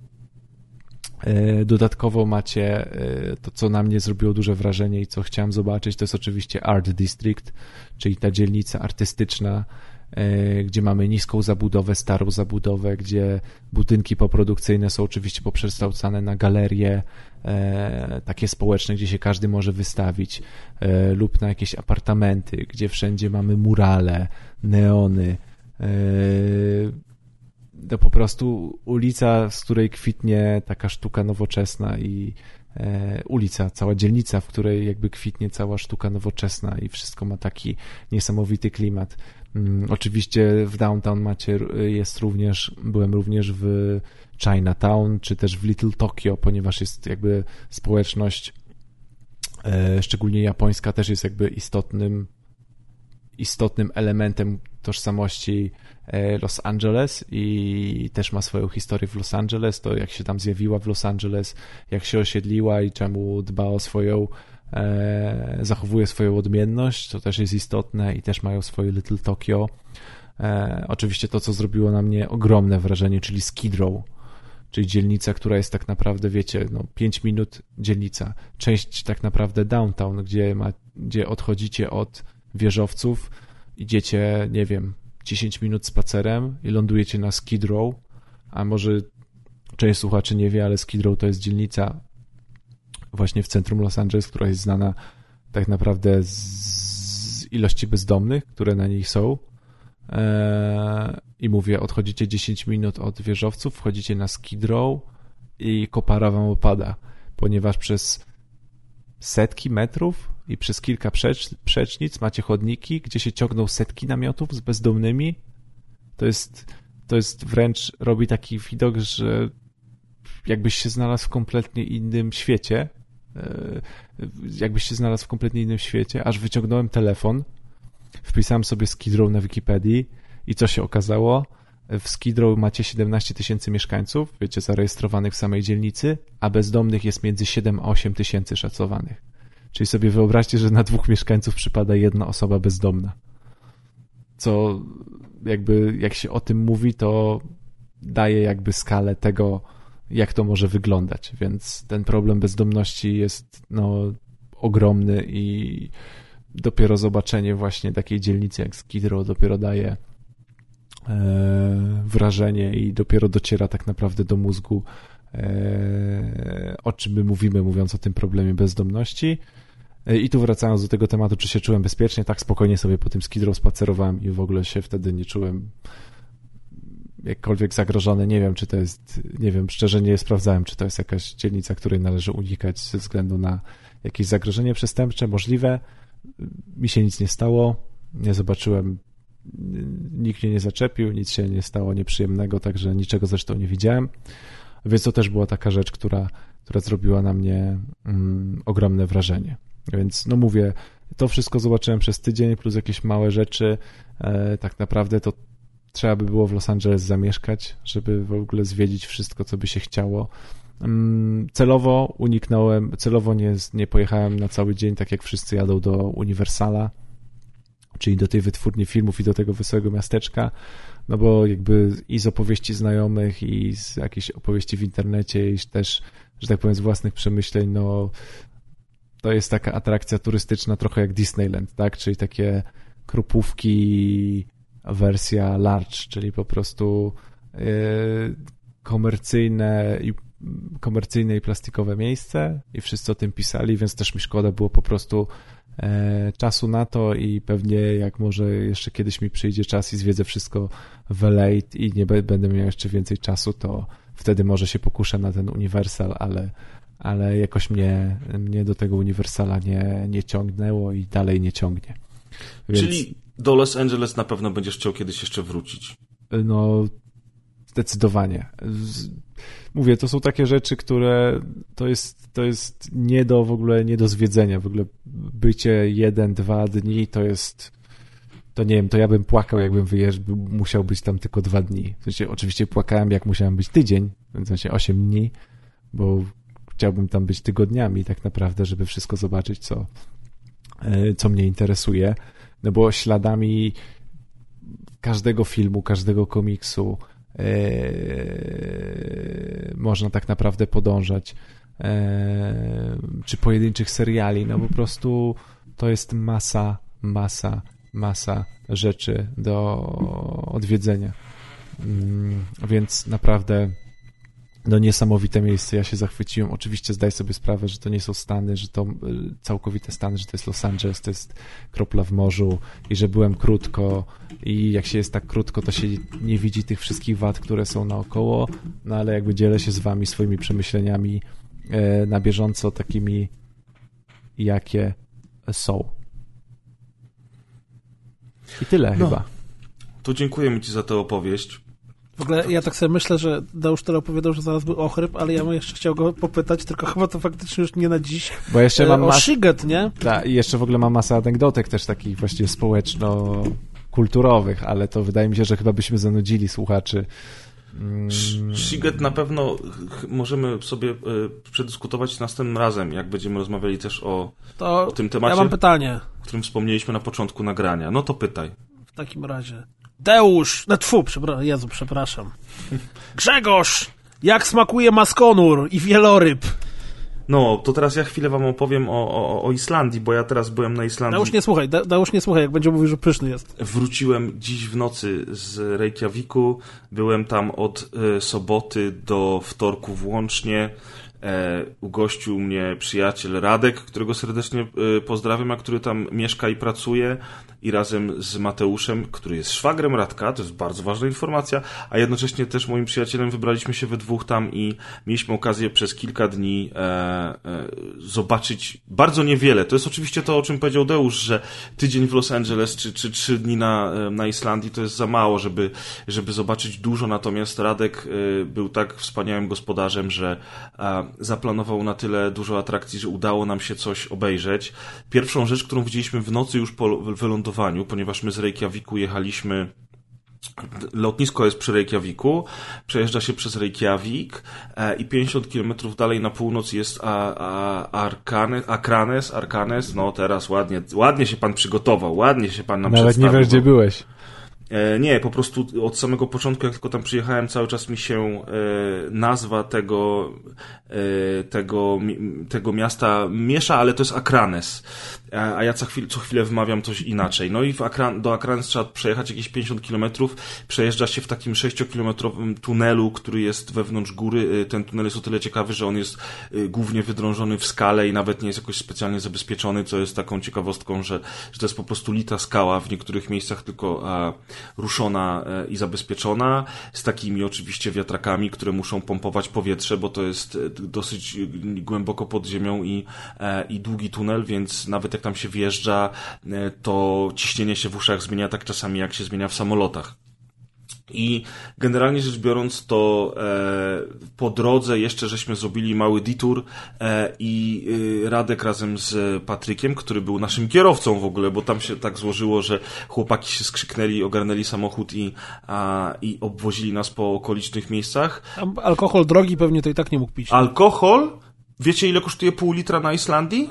Dodatkowo macie to, co na mnie zrobiło duże wrażenie i co chciałem zobaczyć, to jest oczywiście Art District, czyli ta dzielnica artystyczna, gdzie mamy niską zabudowę, starą zabudowę, gdzie budynki poprodukcyjne są oczywiście poprzekształcane na galerie takie społeczne, gdzie się każdy może wystawić, lub na jakieś apartamenty, gdzie wszędzie mamy murale, neony, to po prostu ulica, z której kwitnie taka sztuka nowoczesna i ulica, cała dzielnica, w której jakby kwitnie cała sztuka nowoczesna i wszystko ma taki niesamowity klimat. Oczywiście w Downtown byłem również w Chinatown, czy też w Little Tokyo, ponieważ jest jakby społeczność, szczególnie japońska, też jest jakby istotnym elementem tożsamości Los Angeles i też ma swoją historię w Los Angeles, to jak się tam zjawiła w Los Angeles, jak się osiedliła i czemu dba o zachowuje swoją odmienność, to też jest istotne i też mają swoje Little Tokyo. Oczywiście to, co zrobiło na mnie ogromne wrażenie, czyli Skid Row, czyli dzielnica, która jest tak naprawdę, wiecie, 5 minut dzielnica, część tak naprawdę Downtown, gdzie odchodzicie od wieżowców, idziecie, nie wiem, 10 minut spacerem i lądujecie na Skid Row, a może część słuchaczy nie wie, ale Skid Row to jest dzielnica właśnie w centrum Los Angeles, która jest znana tak naprawdę z ilości bezdomnych, które na niej są. I mówię, odchodzicie 10 minut od wieżowców, wchodzicie na Skid Row i kopara wam opada, ponieważ przez setki metrów i przez kilka przecznic macie chodniki, gdzie się ciągną setki namiotów z bezdomnymi. To jest wręcz, robi taki widok, że jakbyś się znalazł w kompletnie innym świecie. Aż wyciągnąłem telefon, wpisałem sobie Skid Row na Wikipedii i co się okazało? W Skid Row macie 17 000 mieszkańców, wiecie, zarejestrowanych w samej dzielnicy, a bezdomnych jest między 7 a 8 tysięcy szacowanych. Czyli sobie wyobraźcie, że na 2 mieszkańców przypada 1 osoba bezdomna. Co jakby, jak się o tym mówi, to daje jakby skalę tego, jak to może wyglądać, więc ten problem bezdomności jest ogromny i dopiero zobaczenie właśnie takiej dzielnicy jak Skid Row dopiero daje wrażenie i dopiero dociera tak naprawdę do mózgu, o czym my mówimy, mówiąc o tym problemie bezdomności. I tu wracając do tego tematu, czy się czułem bezpiecznie, tak spokojnie sobie po tym Skid Row spacerowałem i w ogóle się wtedy nie czułem jakkolwiek zagrożony. Nie wiem, czy to jest, nie wiem, szczerze nie sprawdzałem, czy to jest jakaś dzielnica, której należy unikać ze względu na jakieś zagrożenie przestępcze, możliwe. Mi się nic nie stało, nie zobaczyłem, nikt mnie nie zaczepił, nic się nie stało nieprzyjemnego, także niczego zresztą nie widziałem, więc to też była taka rzecz, która zrobiła na mnie ogromne wrażenie. Więc no mówię, to wszystko zobaczyłem przez tydzień, plus jakieś małe rzeczy, tak naprawdę to trzeba by było w Los Angeles zamieszkać, żeby w ogóle zwiedzić wszystko, co by się chciało. Celowo uniknąłem, nie pojechałem na cały dzień, tak jak wszyscy jadą do Universala, czyli do tej wytwórni filmów i do tego wesołego miasteczka, no bo jakby i z opowieści znajomych, i z jakiejś opowieści w internecie, i też, że tak powiem, z własnych przemyśleń, no to jest taka atrakcja turystyczna trochę jak Disneyland, tak? Czyli takie krupówki, wersja large, czyli po prostu komercyjne i plastikowe miejsce i wszyscy o tym pisali, więc też mi szkoda było po prostu czasu na to i pewnie jak może jeszcze kiedyś mi przyjdzie czas i zwiedzę wszystko w LA i nie będę miał jeszcze więcej czasu, to wtedy może się pokuszę na ten Universal, ale jakoś mnie do tego Universala nie ciągnęło i dalej nie ciągnie. Więc... Czyli do Los Angeles na pewno będziesz chciał kiedyś jeszcze wrócić. No, zdecydowanie. Mówię, to są takie rzeczy, które to jest w ogóle nie do zwiedzenia. W ogóle bycie 1-2 dni to nie wiem, to ja bym płakał, jakbym musiał być tam tylko 2 dni. W sensie, oczywiście płakałem, jak musiałem być tydzień, w sensie 8 dni, bo chciałbym tam być tygodniami tak naprawdę, żeby wszystko zobaczyć, co mnie interesuje. No bo śladami każdego filmu, każdego komiksu można tak naprawdę podążać, czy pojedynczych seriali, no po prostu to jest masa rzeczy do odwiedzenia. Więc naprawdę no niesamowite miejsce, ja się zachwyciłem. Oczywiście zdaj sobie sprawę, że to nie są Stany, że to całkowite Stany, że to jest Los Angeles, to jest kropla w morzu i że byłem krótko i jak się jest tak krótko, to się nie widzi tych wszystkich wad, które są naokoło, no ale jakby dzielę się z wami swoimi przemyśleniami na bieżąco, takimi jakie są. I tyle chyba. To dziękujemy ci za tę opowieść. W ogóle ja tak sobie myślę, że Deusz tyle opowiadał, że zaraz był ochryp, ale ja bym jeszcze chciał go popytać, tylko chyba to faktycznie już nie na dziś. Bo jeszcze mam Sziget, nie? Tak, i jeszcze w ogóle mam masę anegdotek też takich właściwie społeczno-kulturowych, ale to wydaje mi się, że chyba byśmy zanudzili słuchaczy. Sziget na pewno możemy sobie przedyskutować następnym razem, jak będziemy rozmawiali też o tym temacie. Ja mam pytanie. O którym wspomnieliśmy na początku nagrania. No to pytaj. W takim razie. Deusz, przepraszam. Grzegorz, jak smakuje maskonur i wieloryb? No, to teraz ja chwilę wam opowiem o Islandii, bo ja teraz byłem na Islandii. Deusz nie słuchaj, jak będzie mówił, że pyszny jest. Wróciłem dziś w nocy z Reykjaviku, byłem tam od soboty do wtorku włącznie. Ugościł mnie przyjaciel Radek, którego serdecznie pozdrawiam, a który tam mieszka i pracuje, i razem z Mateuszem, który jest szwagrem Radka, to jest bardzo ważna informacja, a jednocześnie też moim przyjacielem wybraliśmy się we dwóch tam i mieliśmy okazję przez kilka dni zobaczyć bardzo niewiele. To jest oczywiście to, o czym powiedział Deusz, że tydzień w Los Angeles czy 3 dni na Islandii to jest za mało, żeby zobaczyć dużo, natomiast Radek był tak wspaniałym gospodarzem, że zaplanował na tyle dużo atrakcji, że udało nam się coś obejrzeć. Pierwszą rzecz, którą widzieliśmy w nocy już po wylądowaniu, ponieważ my z Reykjaviku jechaliśmy, lotnisko jest przy Reykjaviku, przejeżdża się przez Reykjavik i 50 km dalej na północ jest Akranes, no teraz ładnie się pan przygotował, ładnie się pan nam przedstawił. Nawet nie wiesz, gdzie byłeś. Nie, po prostu od samego początku, jak tylko tam przyjechałem, cały czas mi się nazwa tego miasta miesza, ale to jest Akranes. A ja co chwilę wymawiam coś inaczej. No i do Akranes trzeba przejechać jakieś 50 kilometrów. Przejeżdża się w takim 6-kilometrowym tunelu, który jest wewnątrz góry. Ten tunel jest o tyle ciekawy, że on jest głównie wydrążony w skale i nawet nie jest jakoś specjalnie zabezpieczony, co jest taką ciekawostką, że to jest po prostu lita skała, w niektórych miejscach tylko ruszona i zabezpieczona, z takimi oczywiście wiatrakami, które muszą pompować powietrze, bo to jest dosyć głęboko pod ziemią i długi tunel, więc nawet jak tam się wjeżdża, to ciśnienie się w uszach zmienia tak czasami, jak się zmienia w samolotach. I generalnie rzecz biorąc, to po drodze jeszcze żeśmy zrobili mały detour i Radek razem z Patrykiem, który był naszym kierowcą w ogóle, bo tam się tak złożyło, że chłopaki się skrzyknęli, ogarnęli samochód i obwozili nas po okolicznych miejscach. Alkohol drogi pewnie to i tak nie mógł pić. Alkohol? Wiecie, ile kosztuje pół litra na Islandii?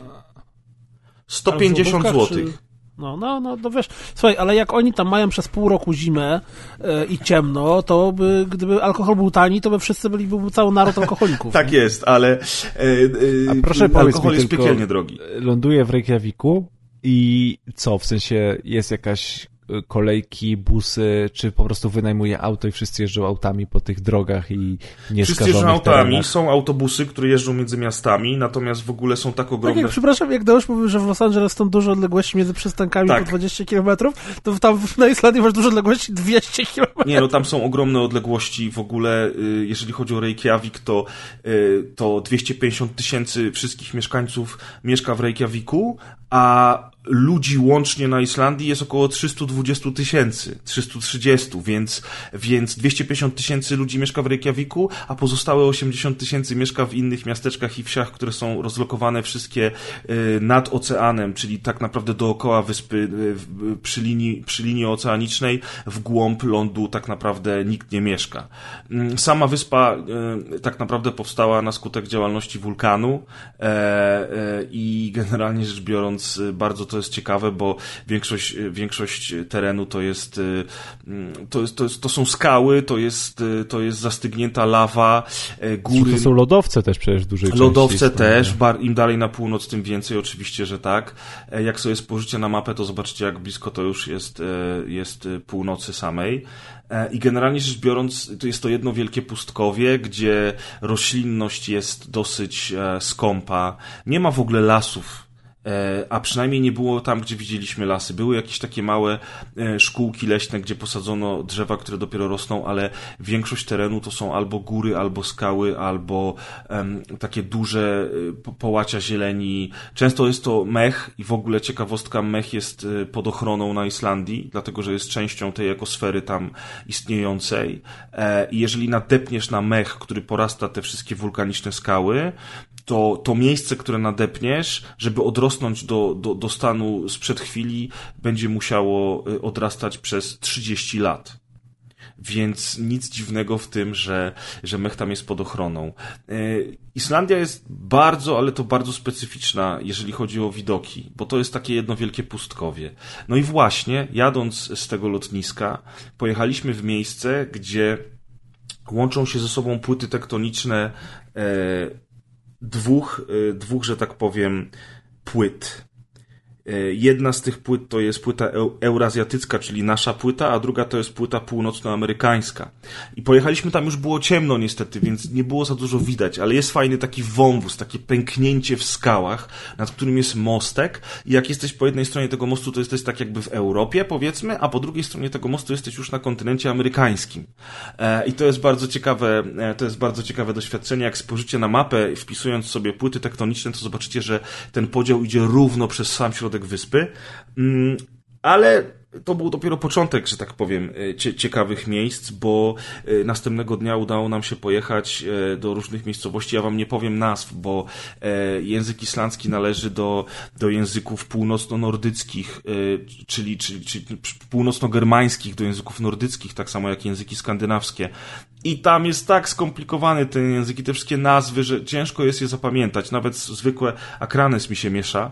150 zł. No wiesz, słuchaj, ale jak oni tam mają przez pół roku zimę i ciemno, to gdyby alkohol był tani, to by wszyscy byłby cały naród alkoholików. Tak jest, ale a proszę alkohol jest piekielnie drogi. Ląduję w Reykjaviku i co, w sensie jest jakaś kolejki, busy, czy po prostu wynajmuje auto i wszyscy jeżdżą autami po tych drogach i nie wszyscy jeżdżą autami, są autobusy, które jeżdżą między miastami, natomiast w ogóle są tak ogromne... Tak, przepraszam, jak Deusz mówił, że w Los Angeles są duże odległości między przystankami po 20 km, to tam na Islandii masz duże odległości 200 km. Nie, no tam są ogromne odległości w ogóle, jeżeli chodzi o Reykjavik, to 250 000 wszystkich mieszkańców mieszka w Reykjaviku, a ludzi łącznie na Islandii jest około 320 000, 330, więc 250 000 ludzi mieszka w Reykjaviku, a pozostałe 80 000 mieszka w innych miasteczkach i wsiach, które są rozlokowane wszystkie nad oceanem, czyli tak naprawdę dookoła wyspy, przy linii oceanicznej, w głąb lądu tak naprawdę nikt nie mieszka. Sama wyspa tak naprawdę powstała na skutek działalności wulkanu i generalnie rzecz biorąc bardzo to jest ciekawe, bo większość terenu to są skały, to jest zastygnięta lawa, góry. To są lodowce też przecież w dużej części. Lodowce też, im dalej na północ, tym więcej, oczywiście, że tak. Jak sobie spojrzycie na mapę, to zobaczycie, jak blisko to już jest północy samej. I generalnie rzecz biorąc, to jest to jedno wielkie pustkowie, gdzie roślinność jest dosyć skąpa. Nie ma w ogóle lasów. A przynajmniej nie było tam, gdzie widzieliśmy lasy. Były jakieś takie małe szkółki leśne, gdzie posadzono drzewa, które dopiero rosną, ale większość terenu to są albo góry, albo skały, albo takie duże połacia zieleni. Często jest to mech i w ogóle ciekawostka, mech jest pod ochroną na Islandii, dlatego że jest częścią tej ekosfery tam istniejącej. I jeżeli nadepniesz na mech, który porasta te wszystkie wulkaniczne skały, to miejsce, które nadepniesz, żeby odrosnąć do stanu sprzed chwili, będzie musiało odrastać przez 30 lat. Więc nic dziwnego w tym, że mech tam jest pod ochroną. Islandia jest bardzo, ale to bardzo specyficzna, jeżeli chodzi o widoki, bo to jest takie jedno wielkie pustkowie. No i właśnie, jadąc z tego lotniska, pojechaliśmy w miejsce, gdzie łączą się ze sobą płyty tektoniczne dwóch, że tak powiem, płyt. Jedna z tych płyt to jest płyta eurazjatycka, czyli nasza płyta, a druga to jest płyta północnoamerykańska. I pojechaliśmy tam, już było ciemno niestety, więc nie było za dużo widać, ale jest fajny taki wąwóz, takie pęknięcie w skałach, nad którym jest mostek i jak jesteś po jednej stronie tego mostu, to jesteś tak jakby w Europie, powiedzmy, a po drugiej stronie tego mostu jesteś już na kontynencie amerykańskim. I to jest bardzo ciekawe doświadczenie. Jak spojrzycie na mapę, wpisując sobie płyty tektoniczne, to zobaczycie, że ten podział idzie równo przez sam środek wyspy, ale to był dopiero początek, że tak powiem, ciekawych miejsc, bo następnego dnia udało nam się pojechać do różnych miejscowości. Ja wam nie powiem nazw, bo język islandzki należy do języków północno-nordyckich, czyli północno-germańskich, do języków nordyckich, tak samo jak języki skandynawskie. I tam jest tak skomplikowany ten język i te wszystkie nazwy, że ciężko jest je zapamiętać. Nawet zwykłe akranys mi się miesza.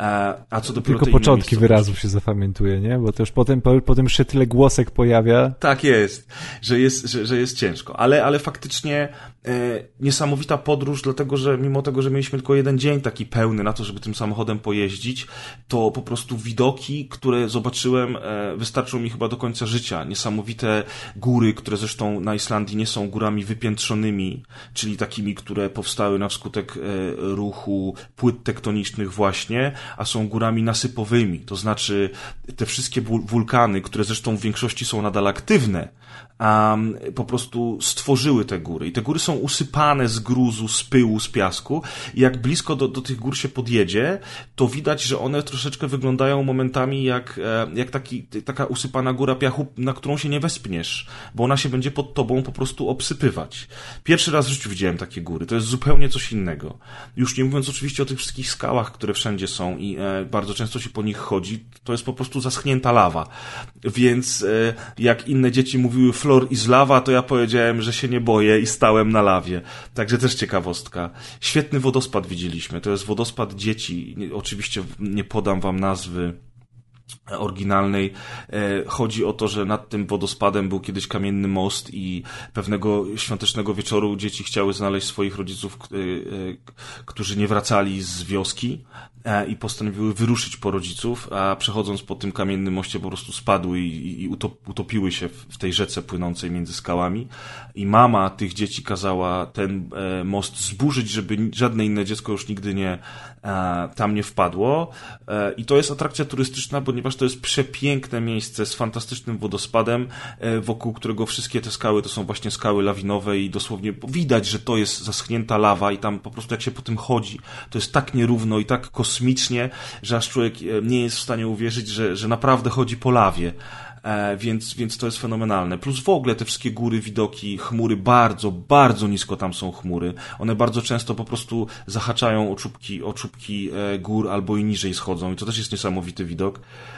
A co dopiero tylko początki wyrazów się zapamiętuje, nie? Bo to już potem się tyle głosek pojawia. Tak jest, że jest ciężko. Ale faktycznie niesamowita podróż, dlatego że mimo tego, że mieliśmy tylko jeden dzień taki pełny na to, żeby tym samochodem pojeździć, to po prostu widoki, które zobaczyłem, wystarczą mi chyba do końca życia. Niesamowite góry, które zresztą na Islandii nie są górami wypiętrzonymi, czyli takimi, które powstały na wskutek ruchu płyt tektonicznych właśnie, a są górami nasypowymi. To znaczy te wszystkie wulkany, które zresztą w większości są nadal aktywne, po prostu stworzyły te góry. I te góry są usypane z gruzu, z pyłu, z piasku. I jak blisko do tych gór się podjedzie, to widać, że one troszeczkę wyglądają momentami jak taka usypana góra piachu, na którą się nie wespniesz, bo ona się będzie pod tobą po prostu obsypywać. Pierwszy raz w życiu widziałem takie góry. To jest zupełnie coś innego. Już nie mówiąc oczywiście o tych wszystkich skałach, które wszędzie są i bardzo często się po nich chodzi. To jest po prostu zaschnięta lawa. Więc jak inne dzieci mówiły floor is lava, to ja powiedziałem, że się nie boję i stałem na lawie. Także też ciekawostka. Świetny wodospad widzieliśmy. To jest wodospad dzieci. Oczywiście nie podam wam nazwy oryginalnej. Chodzi o to, że nad tym wodospadem był kiedyś kamienny most i pewnego świątecznego wieczoru dzieci chciały znaleźć swoich rodziców, którzy nie wracali z wioski i postanowiły wyruszyć po rodziców, a przechodząc po tym kamiennym moście po prostu spadły i utopiły się w tej rzece płynącej między skałami i mama tych dzieci kazała ten most zburzyć, żeby żadne inne dziecko już nigdy tam nie wpadło i to jest atrakcja turystyczna, ponieważ to jest przepiękne miejsce z fantastycznym wodospadem, wokół którego wszystkie te skały to są właśnie skały lawinowe i dosłownie widać, że to jest zaschnięta lawa i tam po prostu jak się po tym chodzi, to jest tak nierówno i tak kosmicznie, że aż człowiek nie jest w stanie uwierzyć, że naprawdę chodzi po lawie. Więc to jest fenomenalne. Plus w ogóle te wszystkie góry, widoki, chmury, bardzo, bardzo nisko tam są chmury. One bardzo często po prostu zahaczają o czubki gór albo i niżej schodzą i to też jest niesamowity widok.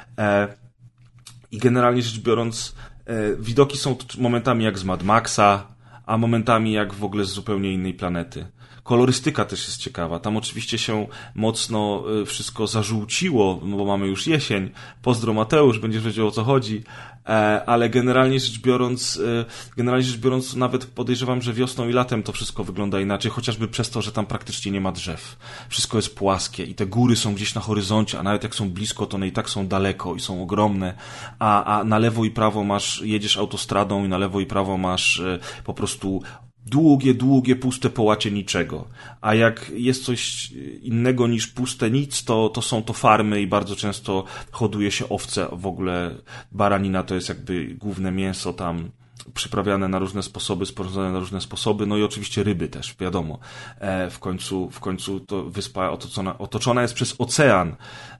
I generalnie rzecz biorąc, widoki są momentami jak z Mad Maxa, a momentami jak w ogóle z zupełnie innej planety. Kolorystyka też jest ciekawa. Tam oczywiście się mocno wszystko zażółciło, bo mamy już jesień. Pozdro Mateusz, będziesz wiedział o co chodzi. Ale generalnie rzecz biorąc nawet podejrzewam, że wiosną i latem to wszystko wygląda inaczej, chociażby przez to, że tam praktycznie nie ma drzew. Wszystko jest płaskie i te góry są gdzieś na horyzoncie, a nawet jak są blisko, to one i tak są daleko i są ogromne. A na lewo i prawo jedziesz autostradą i na lewo i prawo masz po prostu długie, puste połacie niczego. A jak jest coś innego niż puste nic, to są to farmy i bardzo często hoduje się owce. W ogóle baranina to jest jakby główne mięso tam przyprawiane na różne sposoby, sporządzane na różne sposoby, no i oczywiście ryby też, wiadomo. W końcu to wyspa otoczona jest przez ocean.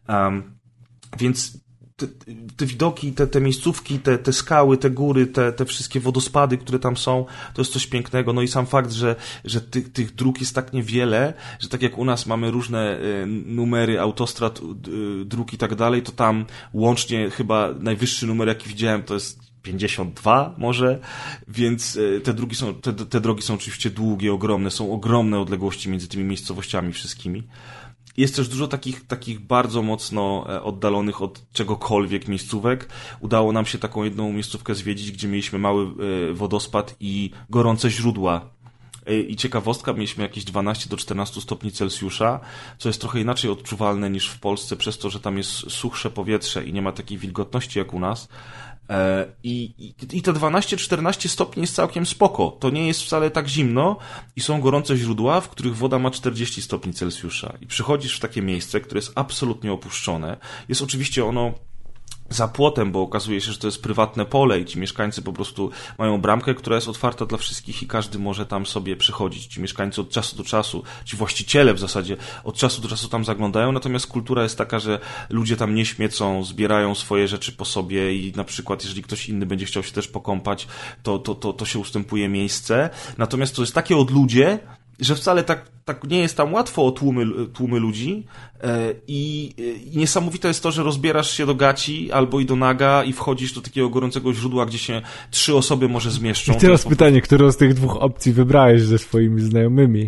Więc te widoki, te miejscówki, te skały, te góry, te wszystkie wodospady, które tam są, to jest coś pięknego. No i sam fakt, że tych dróg jest tak niewiele, że tak jak u nas mamy różne numery autostrad, dróg i tak dalej, to tam łącznie chyba najwyższy numer, jaki widziałem, to jest 52 może, więc te drogi są oczywiście długie, ogromne, są ogromne odległości między tymi miejscowościami wszystkimi. Jest też dużo takich bardzo mocno oddalonych od czegokolwiek miejscówek. Udało nam się taką jedną miejscówkę zwiedzić, gdzie mieliśmy mały wodospad i gorące źródła. I ciekawostka, mieliśmy jakieś 12 do 14 stopni Celsjusza, co jest trochę inaczej odczuwalne niż w Polsce, przez to, że tam jest suchsze powietrze i nie ma takiej wilgotności jak u nas. I te 12-14 stopni jest całkiem spoko. To nie jest wcale tak zimno i są gorące źródła, w których woda ma 40 stopni Celsjusza. I przychodzisz w takie miejsce, które jest absolutnie opuszczone. Jest oczywiście ono za płotem, bo okazuje się, że to jest prywatne pole i ci mieszkańcy po prostu mają bramkę, która jest otwarta dla wszystkich i każdy może tam sobie przychodzić. Ci mieszkańcy od czasu do czasu, ci właściciele w zasadzie od czasu do czasu tam zaglądają, natomiast kultura jest taka, że ludzie tam nie śmiecą, zbierają swoje rzeczy po sobie i na przykład jeżeli ktoś inny będzie chciał się też pokąpać, to się ustępuje miejsce. Natomiast to jest takie odludzie, że wcale tak nie jest tam łatwo o tłumy ludzi i niesamowite jest to, że rozbierasz się do gaci albo i do naga i wchodzisz do takiego gorącego źródła, gdzie się 3 osoby może zmieszczą. I teraz pytanie, którą z tych 2 opcji wybrałeś ze swoimi znajomymi?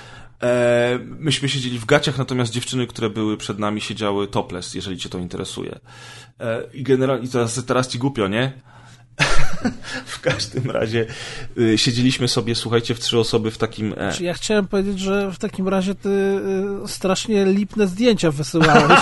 Myśmy siedzieli w gaciach, natomiast dziewczyny, które były przed nami, siedziały topless, jeżeli cię to interesuje. I generalnie teraz ci głupio, nie? W każdym razie siedzieliśmy sobie, słuchajcie, w 3 osoby w takim... Ja chciałem powiedzieć, że w takim razie ty strasznie lipne zdjęcia wysyłałeś.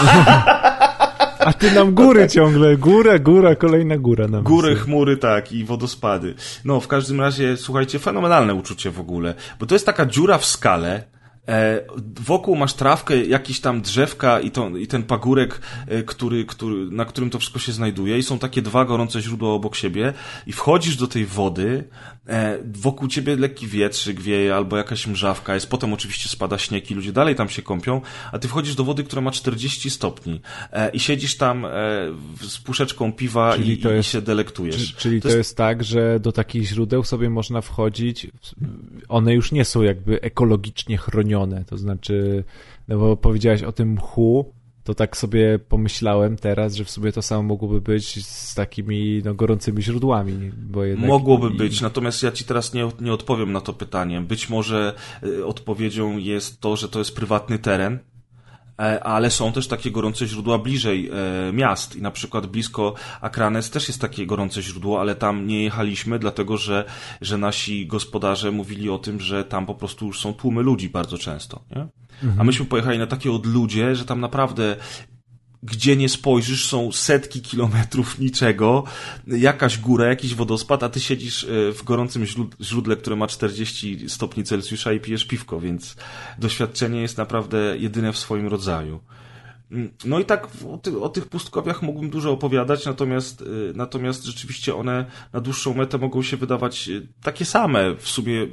A ty nam góry ciągle, góra, kolejna góra nam góry, wysyła. chmury, tak, i wodospady. No, w każdym razie, słuchajcie, fenomenalne uczucie w ogóle, bo to jest taka dziura w skale. Wokół masz trawkę, jakieś tam drzewka i ten pagórek, na którym to wszystko się znajduje i są takie 2 gorące źródła obok siebie i wchodzisz do tej wody, wokół ciebie lekki wietrzyk wieje albo jakaś mrzawka jest, potem oczywiście spada śnieg i ludzie dalej tam się kąpią, a ty wchodzisz do wody, która ma 40 stopni i siedzisz tam z puszeczką piwa i się delektujesz. Czyli to jest tak, że do takich źródeł sobie można wchodzić, one już nie są jakby ekologicznie chronione. To znaczy, no bo powiedziałeś o tym mchu, to tak sobie pomyślałem teraz, że w sumie to samo mogłoby być z takimi gorącymi źródłami. Bo jednak mogłoby być, natomiast ja ci teraz nie odpowiem na to pytanie. Być może odpowiedzią jest to, że to jest prywatny teren, ale są też takie gorące źródła bliżej miast i na przykład blisko Akranes też jest takie gorące źródło, ale tam nie jechaliśmy, dlatego że nasi gospodarze mówili o tym, że tam po prostu już są tłumy ludzi bardzo często, nie? A myśmy pojechali na takie odludzie, że tam naprawdę gdzie nie spojrzysz są setki kilometrów niczego, jakaś góra, jakiś wodospad, a ty siedzisz w gorącym źródle, które ma 40 stopni Celsjusza i pijesz piwko, więc doświadczenie jest naprawdę jedyne w swoim rodzaju. No i tak o tych pustkowiach mógłbym dużo opowiadać, natomiast rzeczywiście one na dłuższą metę mogą się wydawać takie same, w sumie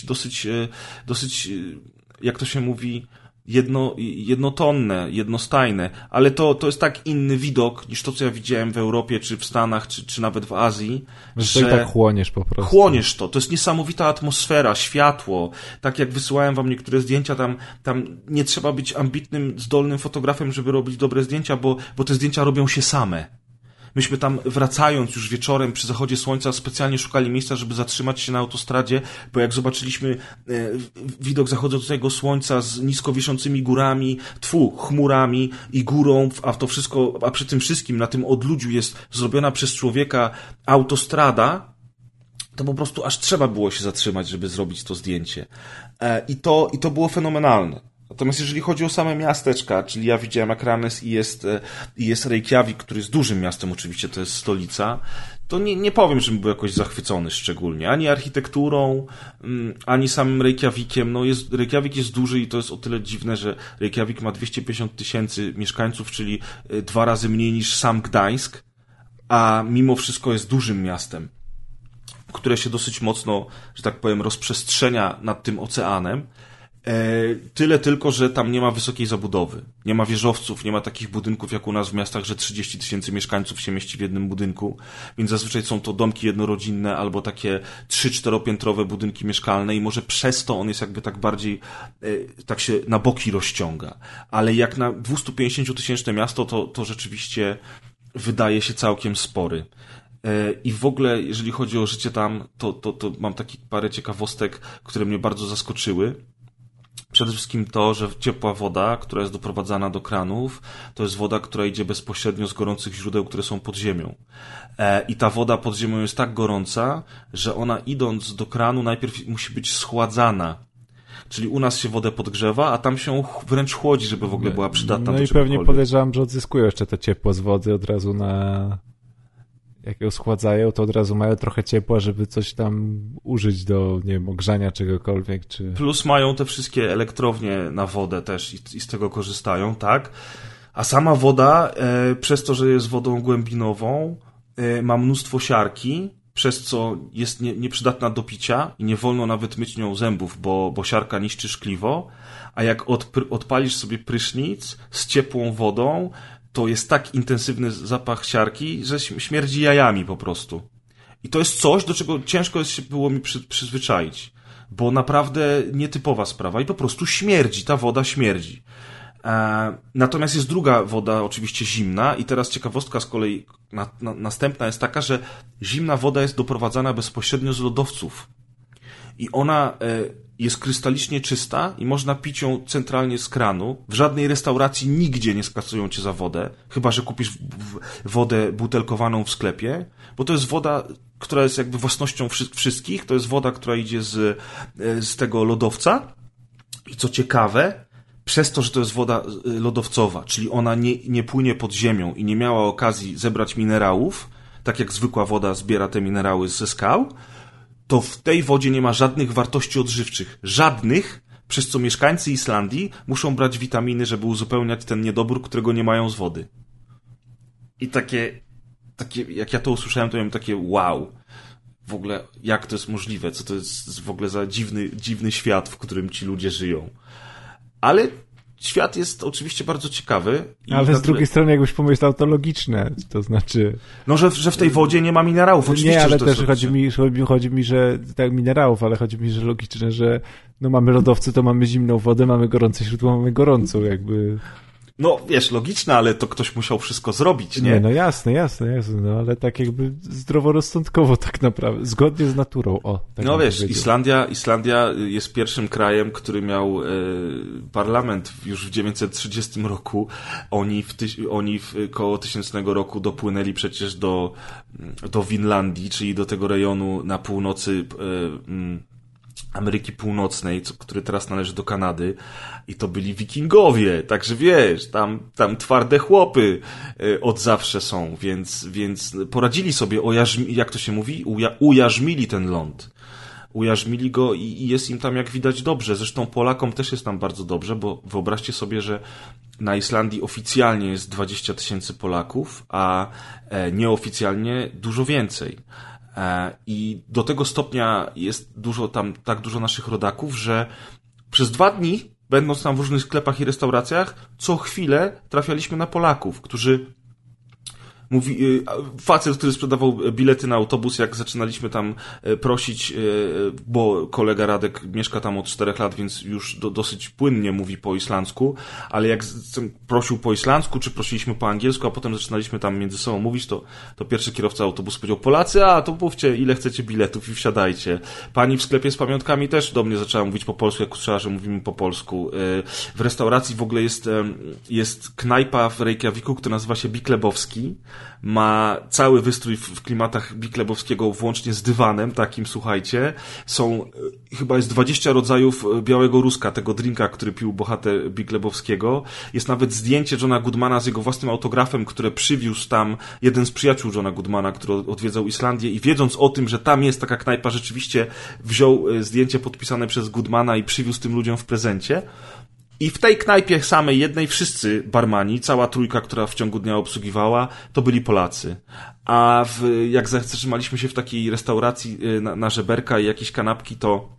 dosyć jak to się mówi, jednotonne, jednostajne, ale to jest tak inny widok niż to, co ja widziałem w Europie, czy w Stanach, czy nawet w Azji, że i tak chłoniesz po prostu. Chłoniesz to jest niesamowita atmosfera, światło, tak jak wysyłałem wam niektóre zdjęcia, tam nie trzeba być ambitnym, zdolnym fotografem, żeby robić dobre zdjęcia, bo te zdjęcia robią się same. Myśmy tam wracając już wieczorem przy zachodzie słońca specjalnie szukali miejsca, żeby zatrzymać się na autostradzie, bo jak zobaczyliśmy widok zachodzącego słońca z nisko wiszącymi górami, chmurami i górą, a przy tym wszystkim na tym odludziu jest zrobiona przez człowieka autostrada, to po prostu aż trzeba było się zatrzymać, żeby zrobić to zdjęcie. I to było fenomenalne. Natomiast jeżeli chodzi o same miasteczka, czyli ja widziałem Akranes i jest Reykjavik, który jest dużym miastem, oczywiście to jest stolica, to nie powiem, żebym był jakoś zachwycony szczególnie. Ani architekturą, ani samym Reykjavikiem. Reykjavik jest duży i to jest o tyle dziwne, że Reykjavik ma 250 000 mieszkańców, czyli 2 razy mniej niż sam Gdańsk, a mimo wszystko jest dużym miastem, które się dosyć mocno, że tak powiem, rozprzestrzenia nad tym oceanem. Tyle tylko, że tam nie ma wysokiej zabudowy. Nie ma wieżowców, nie ma takich budynków jak u nas w miastach, że 30 000 mieszkańców się mieści w jednym budynku, więc zazwyczaj są to domki jednorodzinne albo takie 3-4-piętrowe budynki mieszkalne i może przez to on jest jakby tak bardziej, tak się na boki rozciąga. Ale jak na 250-000 miasto, to rzeczywiście wydaje się całkiem spory. I w ogóle, jeżeli chodzi o życie tam, to mam takie parę ciekawostek, które mnie bardzo zaskoczyły. Przede wszystkim to, że ciepła woda, która jest doprowadzana do kranów, to jest woda, która idzie bezpośrednio z gorących źródeł, które są pod ziemią. I ta woda pod ziemią jest tak gorąca, że ona idąc do kranu najpierw musi być schładzana. Czyli u nas się wodę podgrzewa, a tam się wręcz chłodzi, żeby w ogóle była przydatna do czegokolwiek. No i pewnie podejrzewam, że odzyskują jeszcze to ciepło z wody od razu jak ją schładzają, to od razu mają trochę ciepła, żeby coś tam użyć do, nie wiem, ogrzania czegokolwiek, czy... Plus mają te wszystkie elektrownie na wodę też i z tego korzystają, tak? A sama woda, przez to, że jest wodą głębinową, ma mnóstwo siarki, przez co jest nieprzydatna do picia i nie wolno nawet myć nią zębów, bo siarka niszczy szkliwo, a jak odpalisz sobie prysznic z ciepłą wodą, to jest tak intensywny zapach siarki, że śmierdzi jajami po prostu. I to jest coś, do czego ciężko było mi przyzwyczaić. bo naprawdę nietypowa sprawa i po prostu śmierdzi, ta woda śmierdzi. Natomiast jest druga woda, oczywiście zimna i teraz ciekawostka z kolei następna jest taka, że zimna woda jest doprowadzana bezpośrednio z lodowców i ona jest krystalicznie czysta i można pić ją centralnie z kranu. W żadnej restauracji nigdzie nie skasują cię za wodę, chyba że kupisz wodę butelkowaną w sklepie, bo to jest woda, która jest jakby własnością wszystkich, to jest woda, która idzie z tego lodowca i co ciekawe, przez to, że to jest woda lodowcowa, czyli ona nie płynie pod ziemią i nie miała okazji zebrać minerałów, tak jak zwykła woda zbiera te minerały ze skał, to w tej wodzie nie ma żadnych wartości odżywczych. Żadnych, przez co mieszkańcy Islandii muszą brać witaminy, żeby uzupełniać ten niedobór, którego nie mają z wody. I takie jak ja to usłyszałem, to miałem takie wow. W ogóle jak to jest możliwe? Co to jest w ogóle za dziwny świat, w którym ci ludzie żyją? Ale świat jest oczywiście bardzo ciekawy. Ale z drugiej strony, jakbyś pomyślał, to logiczne. To znaczy... No, że w tej wodzie nie ma minerałów. Oczywiście, nie, ale że to też jest chodzi mi, że tak minerałów, ale chodzi mi, że logiczne, że no mamy lodowce, to mamy zimną wodę, mamy gorące źródło, mamy gorącą, jakby... No, wiesz, logiczne, ale to ktoś musiał wszystko zrobić, nie? Nie, no jasne, no ale tak jakby zdroworozsądkowo tak naprawdę, zgodnie z naturą, tak no wiesz, Islandia jest pierwszym krajem, który miał parlament już w 930 roku. Oni w koło 1000 roku dopłynęli przecież do Winlandii, czyli do tego rejonu na północy Ameryki Północnej, który teraz należy do Kanady i to byli wikingowie, także wiesz, tam twarde chłopy od zawsze są, więc poradzili sobie, jak to się mówi, ujarzmili ten ląd. Ujarzmili go i jest im tam jak widać dobrze. Zresztą Polakom też jest tam bardzo dobrze, bo wyobraźcie sobie, że na Islandii oficjalnie jest 20 000 Polaków, a nieoficjalnie dużo więcej. I do tego stopnia jest tak dużo naszych rodaków, że przez 2 dni, będąc tam w różnych sklepach i restauracjach, co chwilę trafialiśmy na Polaków, którzy facet, który sprzedawał bilety na autobus, jak zaczynaliśmy tam prosić, bo kolega Radek mieszka tam od 4 lat, więc już dosyć płynnie mówi po islandzku, ale jak prosił po islandzku, czy prosiliśmy po angielsku, a potem zaczynaliśmy tam między sobą mówić, to pierwszy kierowca autobusu powiedział: Polacy, to mówcie, ile chcecie biletów i wsiadajcie. Pani w sklepie z pamiątkami też do mnie zaczęła mówić po polsku, jak usłyszała, że mówimy po polsku. W restauracji w ogóle jest knajpa w Reykjaviku, która nazywa się Biklebowski. Ma cały wystrój w klimatach Biklebowskiego, włącznie z dywanem takim, słuchajcie. Chyba jest 20 rodzajów białego ruska, tego drinka, który pił bohater Biklebowskiego. Jest nawet zdjęcie Johna Goodmana z jego własnym autografem, które przywiózł tam jeden z przyjaciół Johna Goodmana, który odwiedzał Islandię i wiedząc o tym, że tam jest taka knajpa, rzeczywiście wziął zdjęcie podpisane przez Goodmana i przywiózł tym ludziom w prezencie. I w tej knajpie samej jednej wszyscy barmani, cała trójka, która w ciągu dnia obsługiwała, to byli Polacy. A jak zatrzymaliśmy się w takiej restauracji na żeberka i jakieś kanapki,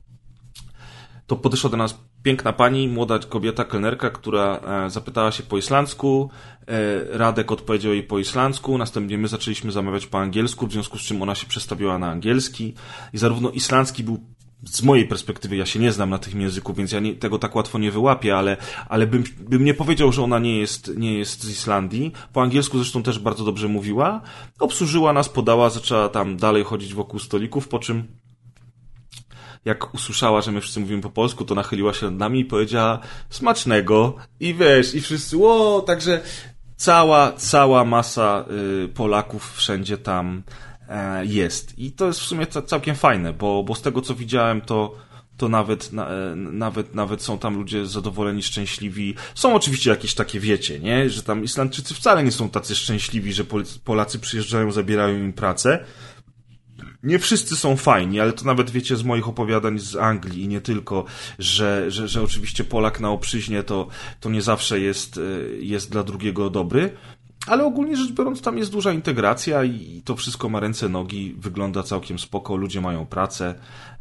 to podeszła do nas piękna pani, młoda kobieta, kelnerka, która zapytała się po islandzku, Radek odpowiedział jej po islandzku, następnie my zaczęliśmy zamawiać po angielsku, w związku z czym ona się przestawiła na angielski i zarówno islandzki był, z mojej perspektywy, ja się nie znam na tym języku, więc ja tego tak łatwo nie wyłapię, ale bym nie powiedział, że ona nie jest z Islandii. Po angielsku zresztą też bardzo dobrze mówiła. Obsłużyła nas, podała, zaczęła tam dalej chodzić wokół stolików, po czym jak usłyszała, że my wszyscy mówimy po polsku, to nachyliła się nad nami i powiedziała: smacznego. I wiesz, i wszyscy, także cała masa Polaków wszędzie tam jest. I to jest w sumie całkiem fajne, bo z tego co widziałem, to nawet są tam ludzie zadowoleni, szczęśliwi. Są oczywiście jakieś takie, wiecie, nie? Że tam Islandczycy wcale nie są tacy szczęśliwi, że Polacy przyjeżdżają, zabierają im pracę. Nie wszyscy są fajni, ale to nawet wiecie z moich opowiadań z Anglii i nie tylko, że oczywiście Polak na obczyźnie to nie zawsze jest dla drugiego dobry. Ale ogólnie rzecz biorąc, tam jest duża integracja i to wszystko ma ręce, nogi, wygląda całkiem spoko, ludzie mają pracę,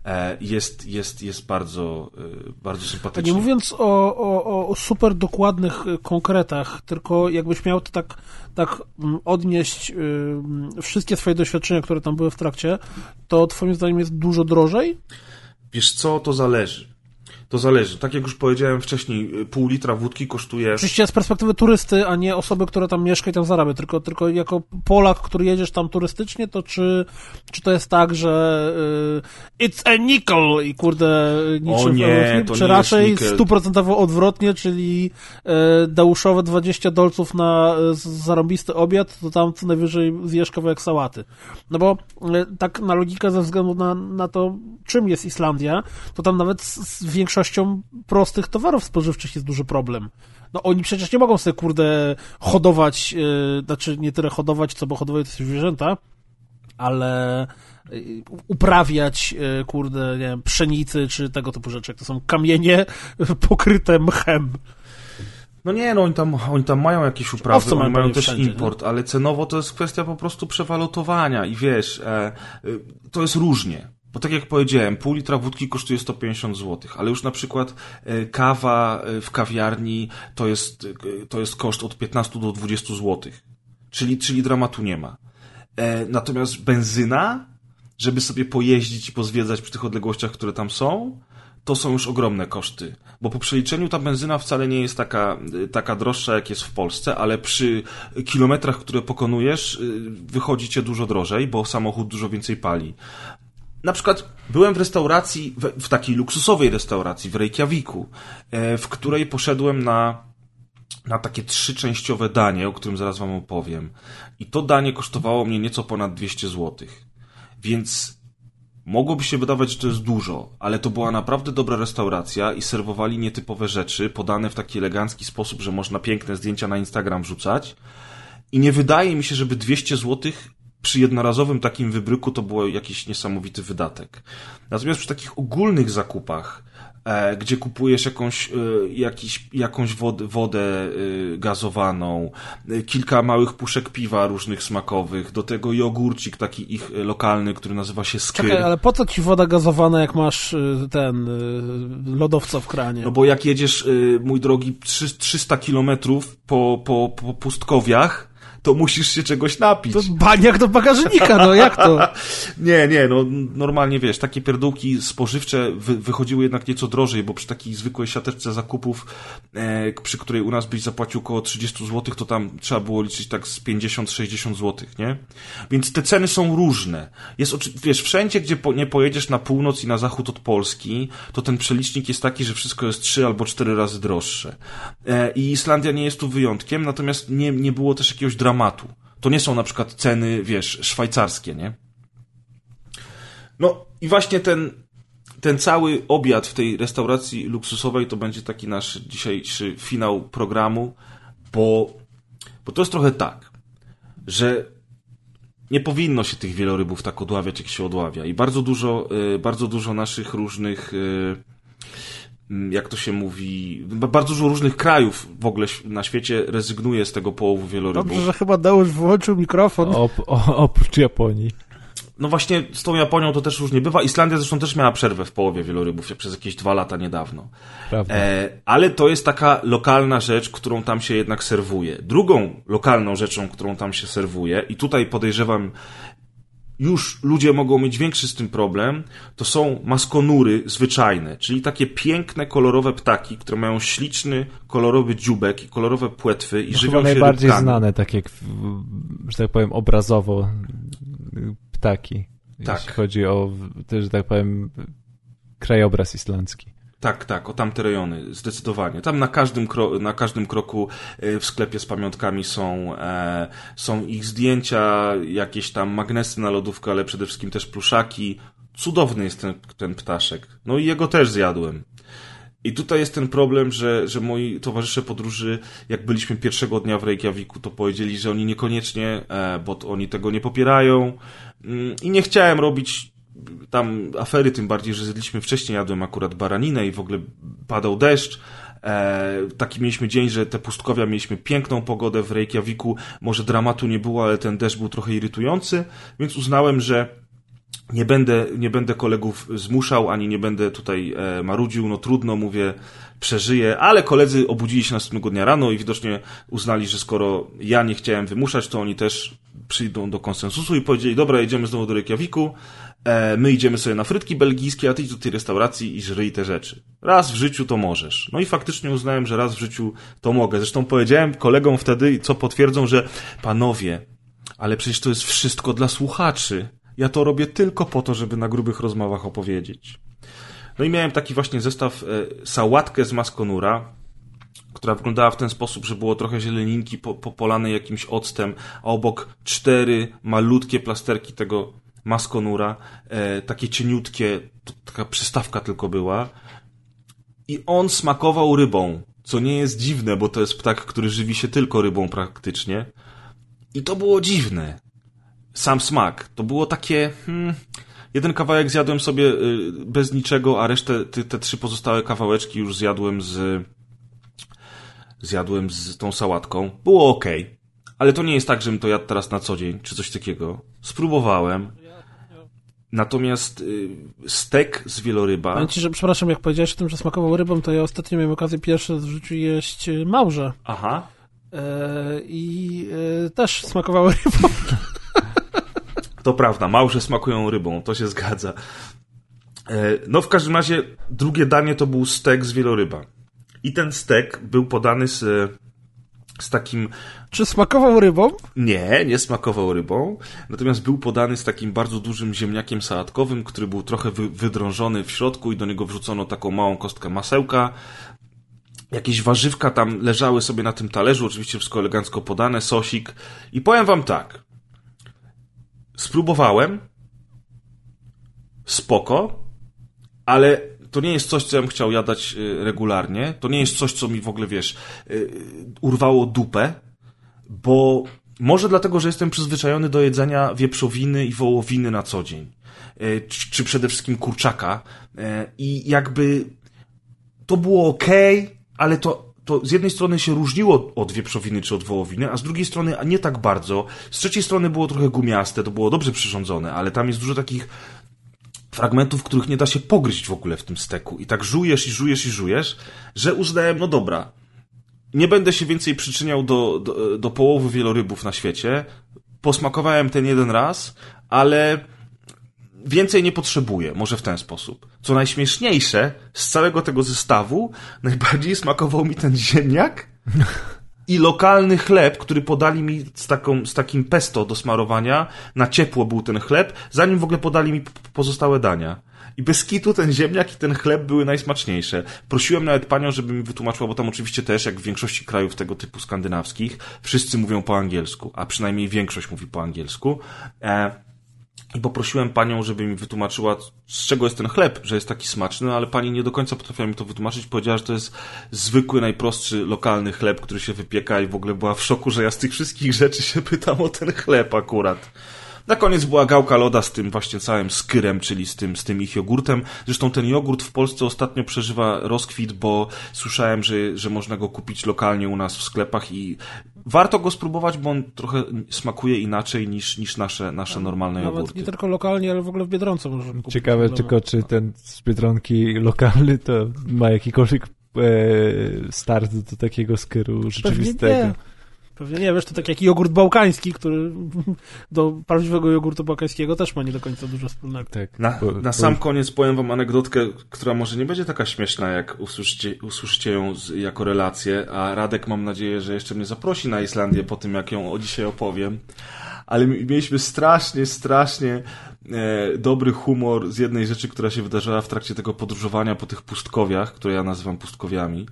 jest bardzo, bardzo sympatycznie. Nie mówiąc o super dokładnych konkretach, tylko jakbyś miał to tak odnieść wszystkie swoje doświadczenia, które tam były w trakcie, to twoim zdaniem jest dużo drożej? Wiesz co, to zależy. To zależy. Tak jak już powiedziałem wcześniej, pół litra wódki kosztuje... Oczywiście z perspektywy turysty, a nie osoby, która tam mieszka i tam zarabia, tylko jako Polak, który jedziesz tam turystycznie, to czy to jest tak, że it's a nickel i kurde niczym o nie, to czy nie raczej jest 100% odwrotnie, czyli Deuszowe $20 na zarąbisty obiad, to tam co najwyżej zjesz kawałek sałaty. No bo tak na logikę ze względu na to, czym jest Islandia, to tam nawet z większością prostych towarów spożywczych jest duży problem. No oni przecież nie mogą sobie, kurde, hodować, znaczy nie tyle hodować, co bo hodować to są zwierzęta, ale uprawiać, kurde, nie wiem, pszenicy, czy tego typu rzeczy, jak to są kamienie pokryte mchem. No nie, no oni tam mają jakieś uprawy, oni mają też wszędzie, import, ale cenowo to jest kwestia po prostu przewalutowania i wiesz, to jest różnie. Bo tak jak powiedziałem, pół litra wódki kosztuje 150 zł, ale już na przykład kawa w kawiarni to jest koszt od 15 do 20 zł. Czyli dramatu nie ma. Natomiast benzyna, żeby sobie pojeździć i pozwiedzać przy tych odległościach, które tam są, to są już ogromne koszty. Bo po przeliczeniu ta benzyna wcale nie jest taka droższa, jak jest w Polsce, ale przy kilometrach, które pokonujesz, wychodzi cię dużo drożej, bo samochód dużo więcej pali. Na przykład byłem w restauracji, w takiej luksusowej restauracji w Reykjaviku, w której poszedłem na takie 3-częściowe danie, o którym zaraz wam opowiem. I to danie kosztowało mnie nieco ponad 200 zł. Więc mogłoby się wydawać, że to jest dużo, ale to była naprawdę dobra restauracja i serwowali nietypowe rzeczy, podane w taki elegancki sposób, że można piękne zdjęcia na Instagram wrzucać. I nie wydaje mi się, żeby 200 zł przy jednorazowym takim wybryku to było jakiś niesamowity wydatek. Natomiast przy takich ogólnych zakupach, gdzie kupujesz jakąś wodę gazowaną, kilka małych puszek piwa różnych smakowych, do tego jogurcik taki ich lokalny, który nazywa się Skyr. Czekaj, ale po co ci woda gazowana, jak masz lodowca w kranie? No bo jak jedziesz, mój drogi, 300 kilometrów po pustkowiach, to musisz się czegoś napić. To baniak do bagażnika, no jak to? Nie, no normalnie wiesz, takie pierdółki spożywcze wychodziły jednak nieco drożej, bo przy takiej zwykłej siateczce zakupów, przy której u nas byś zapłacił około 30 zł, to tam trzeba było liczyć tak z 50-60 zł, nie? Więc te ceny są różne. Wiesz, wszędzie, gdzie nie pojedziesz na północ i na zachód od Polski, to ten przelicznik jest taki, że wszystko jest 3 albo 4 razy droższe. I Islandia nie jest tu wyjątkiem, natomiast nie było też jakiegoś dramatu. To nie są na przykład ceny, wiesz, szwajcarskie, nie? No i właśnie ten cały obiad w tej restauracji luksusowej to będzie taki nasz dzisiejszy finał programu, bo to jest trochę tak, że nie powinno się tych wielorybów tak odławiać, jak się odławia. I bardzo dużo naszych różnych... jak to się mówi, bardzo dużo różnych krajów w ogóle na świecie rezygnuje z tego połowu wielorybów. Dobrze, że chyba Deusz wyłączył mikrofon. Oprócz Japonii. No właśnie z tą Japonią to też różnie bywa. Islandia zresztą też miała przerwę w połowie wielorybów, przez jakieś 2 lata niedawno. Prawda. Ale to jest taka lokalna rzecz, którą tam się jednak serwuje. Drugą lokalną rzeczą, którą tam się serwuje, i tutaj podejrzewam, już ludzie mogą mieć większy z tym problem, to są maskonury zwyczajne, czyli takie piękne, kolorowe ptaki, które mają śliczny, kolorowy dzióbek i kolorowe płetwy i żywią się najbardziej rybkami. znane, tak jak, że tak powiem, obrazowo ptaki. Tak. Jeśli chodzi o, że tak powiem, krajobraz islandzki. Tak, o tamte rejony, zdecydowanie. Tam na każdym kroku w sklepie z pamiątkami są ich zdjęcia, jakieś tam magnesy na lodówkę, ale przede wszystkim też pluszaki. Cudowny jest ten ptaszek. No i jego też zjadłem. I tutaj jest ten problem, że moi towarzysze podróży, jak byliśmy pierwszego dnia w Reykjaviku, to powiedzieli, że oni niekoniecznie, bo oni tego nie popierają. I nie chciałem robić tam afery, tym bardziej, że zjedliśmy wcześniej, jadłem akurat baraninę i w ogóle padał deszcz. Taki mieliśmy dzień, że te pustkowia mieliśmy piękną pogodę w Reykjaviku, może dramatu nie było, ale ten deszcz był trochę irytujący, więc uznałem, że nie będę kolegów zmuszał, ani nie będę tutaj marudził, no trudno, mówię, przeżyję, ale koledzy obudzili się następnego dnia rano i widocznie uznali, że skoro ja nie chciałem wymuszać, to oni też przyjdą do konsensusu i powiedzieli, dobra, jedziemy znowu do Reykjaviku. my idziemy sobie na frytki belgijskie, a ty idź do tej restauracji i żryj te rzeczy. Raz w życiu to możesz. No i faktycznie uznałem, że raz w życiu to mogę. Zresztą powiedziałem kolegom wtedy, co potwierdzą, że panowie, ale przecież to jest wszystko dla słuchaczy. Ja to robię tylko po to, żeby na grubych rozmowach opowiedzieć. No i miałem taki właśnie zestaw, sałatkę z maskonura, która wyglądała w ten sposób, że było trochę zieleninki polane jakimś octem, a obok 4 malutkie plasterki tego maskonura, takie cieniutkie, taka przystawka tylko była. I on smakował rybą, co nie jest dziwne, bo to jest ptak, który żywi się tylko rybą praktycznie. I to było dziwne. Sam smak. To było takie... jeden kawałek zjadłem sobie bez niczego, a resztę, te 3 pozostałe kawałeczki już zjadłem z tą sałatką. Było okej. Ale to nie jest tak, żebym to jadł teraz na co dzień, czy coś takiego. Spróbowałem. Natomiast stek z wieloryba... Powiem ci, że przepraszam, jak powiedziałeś o tym, że smakował rybą, to ja ostatnio miałem okazję pierwszy raz w życiu jeść małże. Aha. I też smakowały rybą. To prawda, małże smakują rybą, to się zgadza. No w każdym razie drugie danie to był stek z wieloryba. I ten stek był podany z takim... Czy smakował rybą? Nie smakował rybą. Natomiast był podany z takim bardzo dużym ziemniakiem sałatkowym, który był trochę wydrążony w środku i do niego wrzucono taką małą kostkę masełka. Jakieś warzywka tam leżały sobie na tym talerzu, oczywiście wszystko elegancko podane, sosik. I powiem wam tak. Spróbowałem. Spoko. Ale to nie jest coś, co ja bym chciał jadać regularnie. To nie jest coś, co mi w ogóle, wiesz, urwało dupę. Bo może dlatego, że jestem przyzwyczajony do jedzenia wieprzowiny i wołowiny na co dzień. Czy przede wszystkim kurczaka. I jakby to było okej, ale to z jednej strony się różniło od wieprzowiny czy od wołowiny, a z drugiej strony nie tak bardzo. Z trzeciej strony było trochę gumiaste, to było dobrze przyrządzone, ale tam jest dużo takich fragmentów, których nie da się pogryźć w ogóle w tym steku. I tak żujesz i żujesz i żujesz, że uznałem, no dobra, nie będę się więcej przyczyniał do połowy wielorybów na świecie. Posmakowałem ten jeden raz, ale więcej nie potrzebuję, może w ten sposób. Co najśmieszniejsze, z całego tego zestawu najbardziej smakował mi ten ziemniak i lokalny chleb, który podali mi z takim pesto do smarowania. Na ciepło był ten chleb, zanim w ogóle podali mi pozostałe dania. I bez kitu ten ziemniak i ten chleb były najsmaczniejsze. Prosiłem nawet panią, żeby mi wytłumaczyła, bo tam oczywiście też, jak w większości krajów tego typu skandynawskich, wszyscy mówią po angielsku, a przynajmniej większość mówi po angielsku. I poprosiłem panią, żeby mi wytłumaczyła, z czego jest ten chleb, że jest taki smaczny, ale pani nie do końca potrafiła mi to wytłumaczyć. Powiedziała, że to jest zwykły, najprostszy, lokalny chleb, który się wypieka i w ogóle była w szoku, że ja z tych wszystkich rzeczy się pytam o ten chleb akurat. Na koniec była gałka loda z tym właśnie całym skyrem, czyli z tym ich jogurtem. Zresztą ten jogurt w Polsce ostatnio przeżywa rozkwit, bo słyszałem, że można go kupić lokalnie u nas w sklepach i warto go spróbować, bo on trochę smakuje inaczej niż nasze normalne jogurty. Nawet nie tylko lokalnie, ale w ogóle w Biedronce możemy kupić. Ciekawe tylko, czy ten z Biedronki lokalny to ma jakikolwiek start do takiego skyru rzeczywistego. Pewnie nie, wiesz, to tak jak jogurt bałkański, który do prawdziwego jogurtu bałkańskiego też ma nie do końca dużo wspólnego. Tak, na sam koniec powiem wam anegdotkę, która może nie będzie taka śmieszna, jak usłyszycie ją jako relację, a Radek, mam nadzieję, że jeszcze mnie zaprosi na Islandię po tym, jak ją dzisiaj opowiem. Ale mieliśmy strasznie dobry humor z jednej rzeczy, która się wydarzyła w trakcie tego podróżowania po tych pustkowiach, które ja nazywam pustkowiami,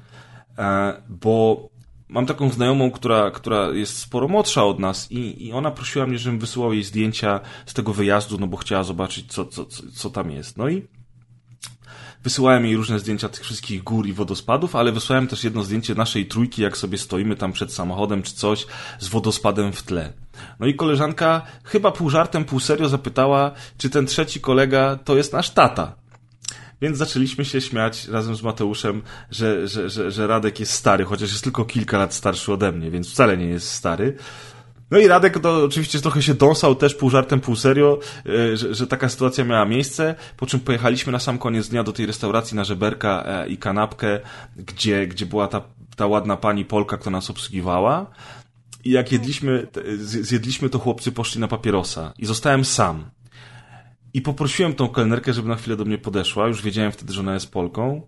bo mam taką znajomą, która jest sporo młodsza od nas i ona prosiła mnie, żebym wysyłał jej zdjęcia z tego wyjazdu, no bo chciała zobaczyć, co tam jest. No i wysyłałem jej różne zdjęcia tych wszystkich gór i wodospadów, ale wysłałem też jedno zdjęcie naszej trójki, jak sobie stoimy tam przed samochodem czy coś, z wodospadem w tle. No i koleżanka chyba pół żartem, pół serio zapytała, czy ten trzeci kolega to jest nasz tata. Więc zaczęliśmy się śmiać razem z Mateuszem, że Radek jest stary, chociaż jest tylko kilka lat starszy ode mnie, więc wcale nie jest stary. No i Radek to oczywiście trochę się dąsał też pół żartem, pół serio, że taka sytuacja miała miejsce, po czym pojechaliśmy na sam koniec dnia do tej restauracji na żeberka i kanapkę, gdzie była ta ładna pani Polka, która nas obsługiwała. I jak zjedliśmy, to chłopcy poszli na papierosa i zostałem sam. I poprosiłem tą kelnerkę, żeby na chwilę do mnie podeszła. Już wiedziałem wtedy, że ona jest Polką.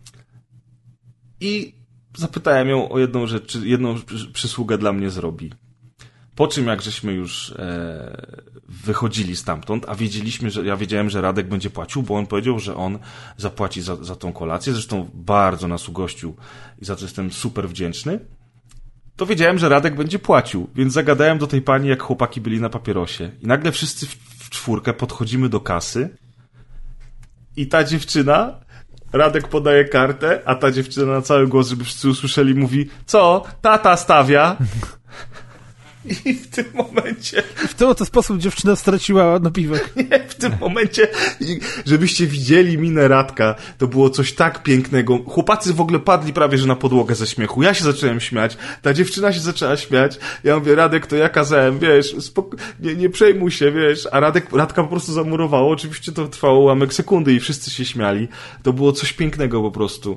I zapytałem ją o jedną rzecz, jedną przysługę dla mnie zrobi. Po czym jak żeśmy już wychodzili stamtąd, a ja wiedziałem, że Radek będzie płacił, bo on powiedział, że on zapłaci za tą kolację. Zresztą bardzo nas ugościł i za to jestem super wdzięczny. To wiedziałem, że Radek będzie płacił, więc zagadałem do tej pani, jak chłopaki byli na papierosie. I nagle wszyscy w czwórkę podchodzimy do kasy i ta dziewczyna, Radek podaje kartę, a ta dziewczyna na cały głos, żeby wszyscy usłyszeli, mówi: co? Tata stawia. I w tym momencie... W ten oto sposób dziewczyna straciła napiwek. Nie, w tym momencie, żebyście widzieli minę Radka, to było coś tak pięknego. Chłopacy w ogóle padli prawie, że na podłogę ze śmiechu. Ja się zacząłem śmiać, ta dziewczyna się zaczęła śmiać. Ja mówię: Radek, to ja kazałem, wiesz, nie przejmuj się, wiesz. A Radka po prostu zamurowało. Oczywiście to trwało ułamek sekundy i wszyscy się śmiali. To było coś pięknego po prostu.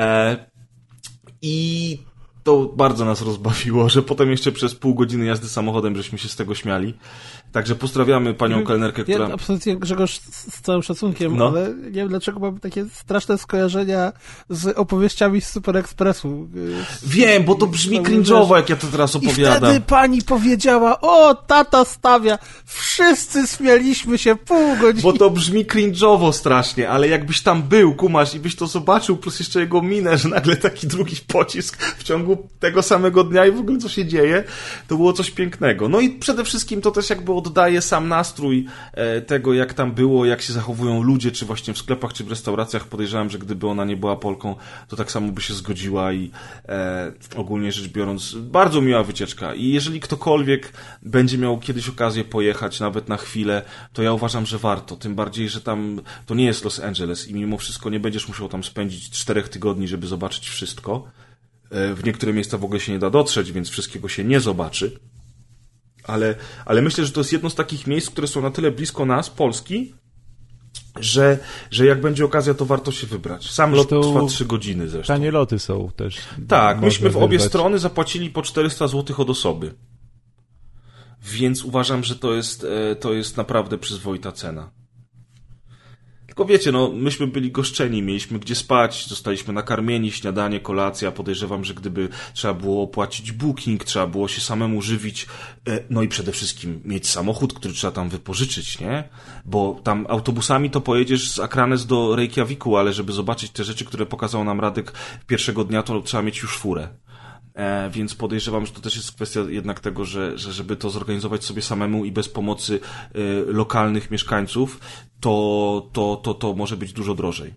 I to bardzo nas rozbawiło, że potem jeszcze przez pół godziny jazdy samochodem żeśmy się z tego śmiali. Także pozdrawiamy panią kelnerkę, która... Ja absolutnie, Grzegorz, z całym szacunkiem, ale nie wiem, dlaczego mam takie straszne skojarzenia z opowieściami z Super Expressu. Wiem, bo to brzmi cringe'owo, jak ja to teraz opowiadam. I wtedy pani powiedziała: o, tata stawia. Wszyscy śmialiśmy się pół godziny. Bo to brzmi cringe'owo strasznie, ale jakbyś tam był, kumasz, i byś to zobaczył, plus jeszcze jego minę, że nagle taki drugi pocisk w ciągu tego samego dnia i w ogóle co się dzieje, to było coś pięknego. No i przede wszystkim to też jakby oddaje sam nastrój tego, jak tam było, jak się zachowują ludzie, czy właśnie w sklepach, czy w restauracjach. Podejrzewam, że gdyby ona nie była Polką, to tak samo by się zgodziła i ogólnie rzecz biorąc, bardzo miła wycieczka. I jeżeli ktokolwiek będzie miał kiedyś okazję pojechać, nawet na chwilę, to ja uważam, że warto. Tym bardziej, że tam to nie jest Los Angeles i mimo wszystko nie będziesz musiał tam spędzić 4 tygodni, żeby zobaczyć wszystko. W niektóre miejsca w ogóle się nie da dotrzeć, więc wszystkiego się nie zobaczy. Ale myślę, że to jest jedno z takich miejsc, które są na tyle blisko nas, Polski, że jak będzie okazja, to warto się wybrać. Sam lot trwa 3 godziny zresztą. Tanie loty są też. Tak, myśmy w obie strony zapłacili po 400 zł od osoby. Więc uważam, że to jest naprawdę przyzwoita cena. Tylko wiecie, no, myśmy byli goszczeni, mieliśmy gdzie spać, zostaliśmy nakarmieni, śniadanie, kolacja. Podejrzewam, że gdyby trzeba było opłacić booking, trzeba było się samemu żywić, no i przede wszystkim mieć samochód, który trzeba tam wypożyczyć, nie? Bo tam autobusami to pojedziesz z Akranes do Reykjaviku, ale żeby zobaczyć te rzeczy, które pokazał nam Radek pierwszego dnia, to trzeba mieć już furę. Więc podejrzewam, że to też jest kwestia jednak tego, że żeby to zorganizować sobie samemu i bez pomocy lokalnych mieszkańców, to może być dużo drożej.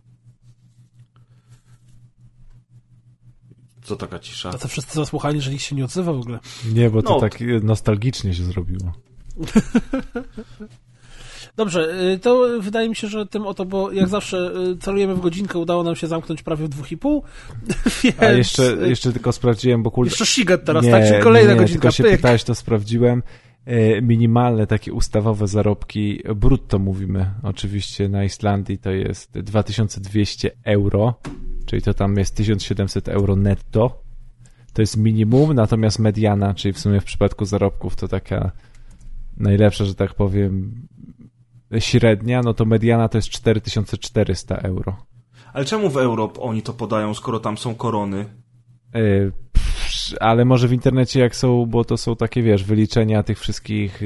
Co taka cisza? A to wszyscy zasłuchali, że nikt się nie odzywa w ogóle. Nie, bo to tak nostalgicznie się zrobiło. Dobrze, to wydaje mi się, że tym oto, bo jak zawsze celujemy w godzinkę, udało nam się zamknąć prawie w 2,5. Więc... A jeszcze tylko sprawdziłem, bo Jeszcze shigat teraz, tak? Czyli kolejna godzinka. Tylko się pytałeś, to sprawdziłem. Minimalne takie ustawowe zarobki, brutto mówimy, oczywiście na Islandii to jest 2200 euro, czyli to tam jest 1700 euro netto. To jest minimum, natomiast mediana, czyli w sumie w przypadku zarobków to taka najlepsza, że tak powiem, średnia, no to mediana to jest 4400 euro. Ale czemu w Europie oni to podają, skoro tam są korony? Ale może w internecie jak są, bo to są takie, wiesz, wyliczenia tych wszystkich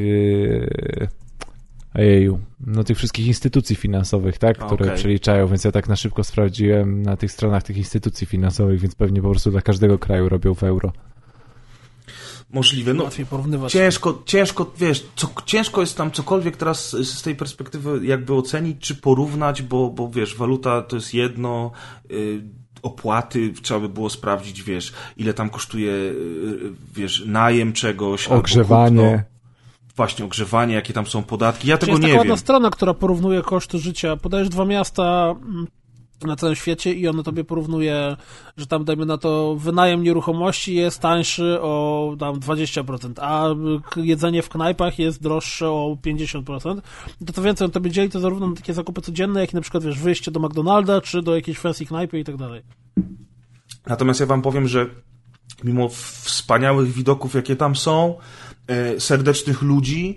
tych wszystkich instytucji finansowych, tak, które przeliczają, więc ja tak na szybko sprawdziłem na tych stronach tych instytucji finansowych, więc pewnie po prostu dla każdego kraju robią w euro. Możliwe, no łatwiej porównywać. Ciężko, wiesz, ciężko jest tam cokolwiek teraz z tej perspektywy jakby ocenić, czy porównać, bo wiesz, waluta to jest jedno, opłaty trzeba by było sprawdzić, wiesz, ile tam kosztuje, wiesz, najem czegoś, ogrzewanie. Właśnie, ogrzewanie, jakie tam są podatki, ja tego nie wiem. Jest taka ładna strona, która porównuje koszty życia. Podajesz 2 miasta na całym świecie i ono tobie porównuje, że tam, dajmy na to, wynajem nieruchomości jest tańszy o tam 20%, a jedzenie w knajpach jest droższe o 50%. To więcej on tobie dzieli to zarówno na takie zakupy codzienne, jak i na przykład, wiesz, wyjście do McDonalda, czy do jakiejś fancy knajpy i tak dalej. Natomiast ja wam powiem, że mimo wspaniałych widoków, jakie tam są, serdecznych ludzi,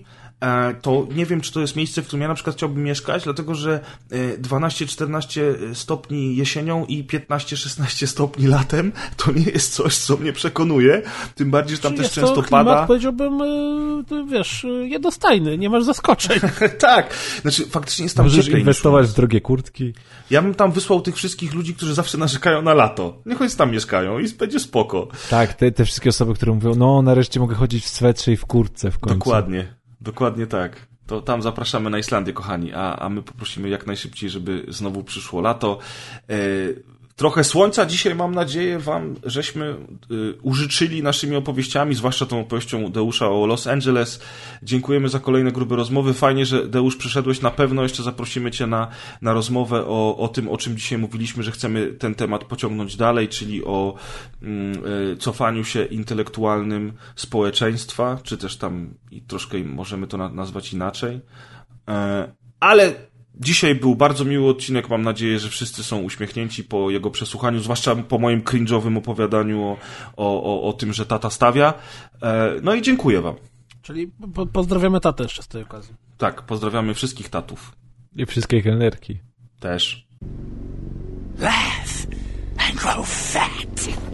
to nie wiem, czy to jest miejsce, w którym ja na przykład chciałbym mieszkać, dlatego że 12-14 stopni jesienią i 15-16 stopni latem to nie jest coś, co mnie przekonuje, tym bardziej, że tam też często klimat, pada. Powiedziałbym, wiesz, jednostajny, nie masz zaskoczeń. Tak, znaczy faktycznie jest tam możesz cieplej. Inwestować w drogie kurtki. Ja bym tam wysłał tych wszystkich ludzi, którzy zawsze narzekają na lato. Niech oni tam mieszkają i będzie spoko. Tak, te wszystkie osoby, które mówią, no nareszcie mogę chodzić w swetrze i w kurtce w końcu. Dokładnie tak. To tam zapraszamy na Islandię, kochani, a my poprosimy jak najszybciej, żeby znowu przyszło lato. Trochę słońca dzisiaj, mam nadzieję, wam żeśmy użyczyli naszymi opowieściami, zwłaszcza tą opowieścią Deusza o Los Angeles. Dziękujemy za kolejne grube rozmowy. Fajnie, że Deusz przyszedłeś. Na pewno jeszcze zaprosimy cię na rozmowę o tym, o czym dzisiaj mówiliśmy, że chcemy ten temat pociągnąć dalej, czyli o cofaniu się intelektualnym społeczeństwa, czy też tam i troszkę możemy to nazwać inaczej. Ale dzisiaj był bardzo miły odcinek, mam nadzieję, że wszyscy są uśmiechnięci po jego przesłuchaniu, zwłaszcza po moim cringe'owym opowiadaniu o tym, że tata stawia. No i dziękuję wam. Czyli pozdrawiamy tatę jeszcze z tej okazji. Tak, pozdrawiamy wszystkich tatów. I wszystkie kelnerki. Też. Laugh and grow fat.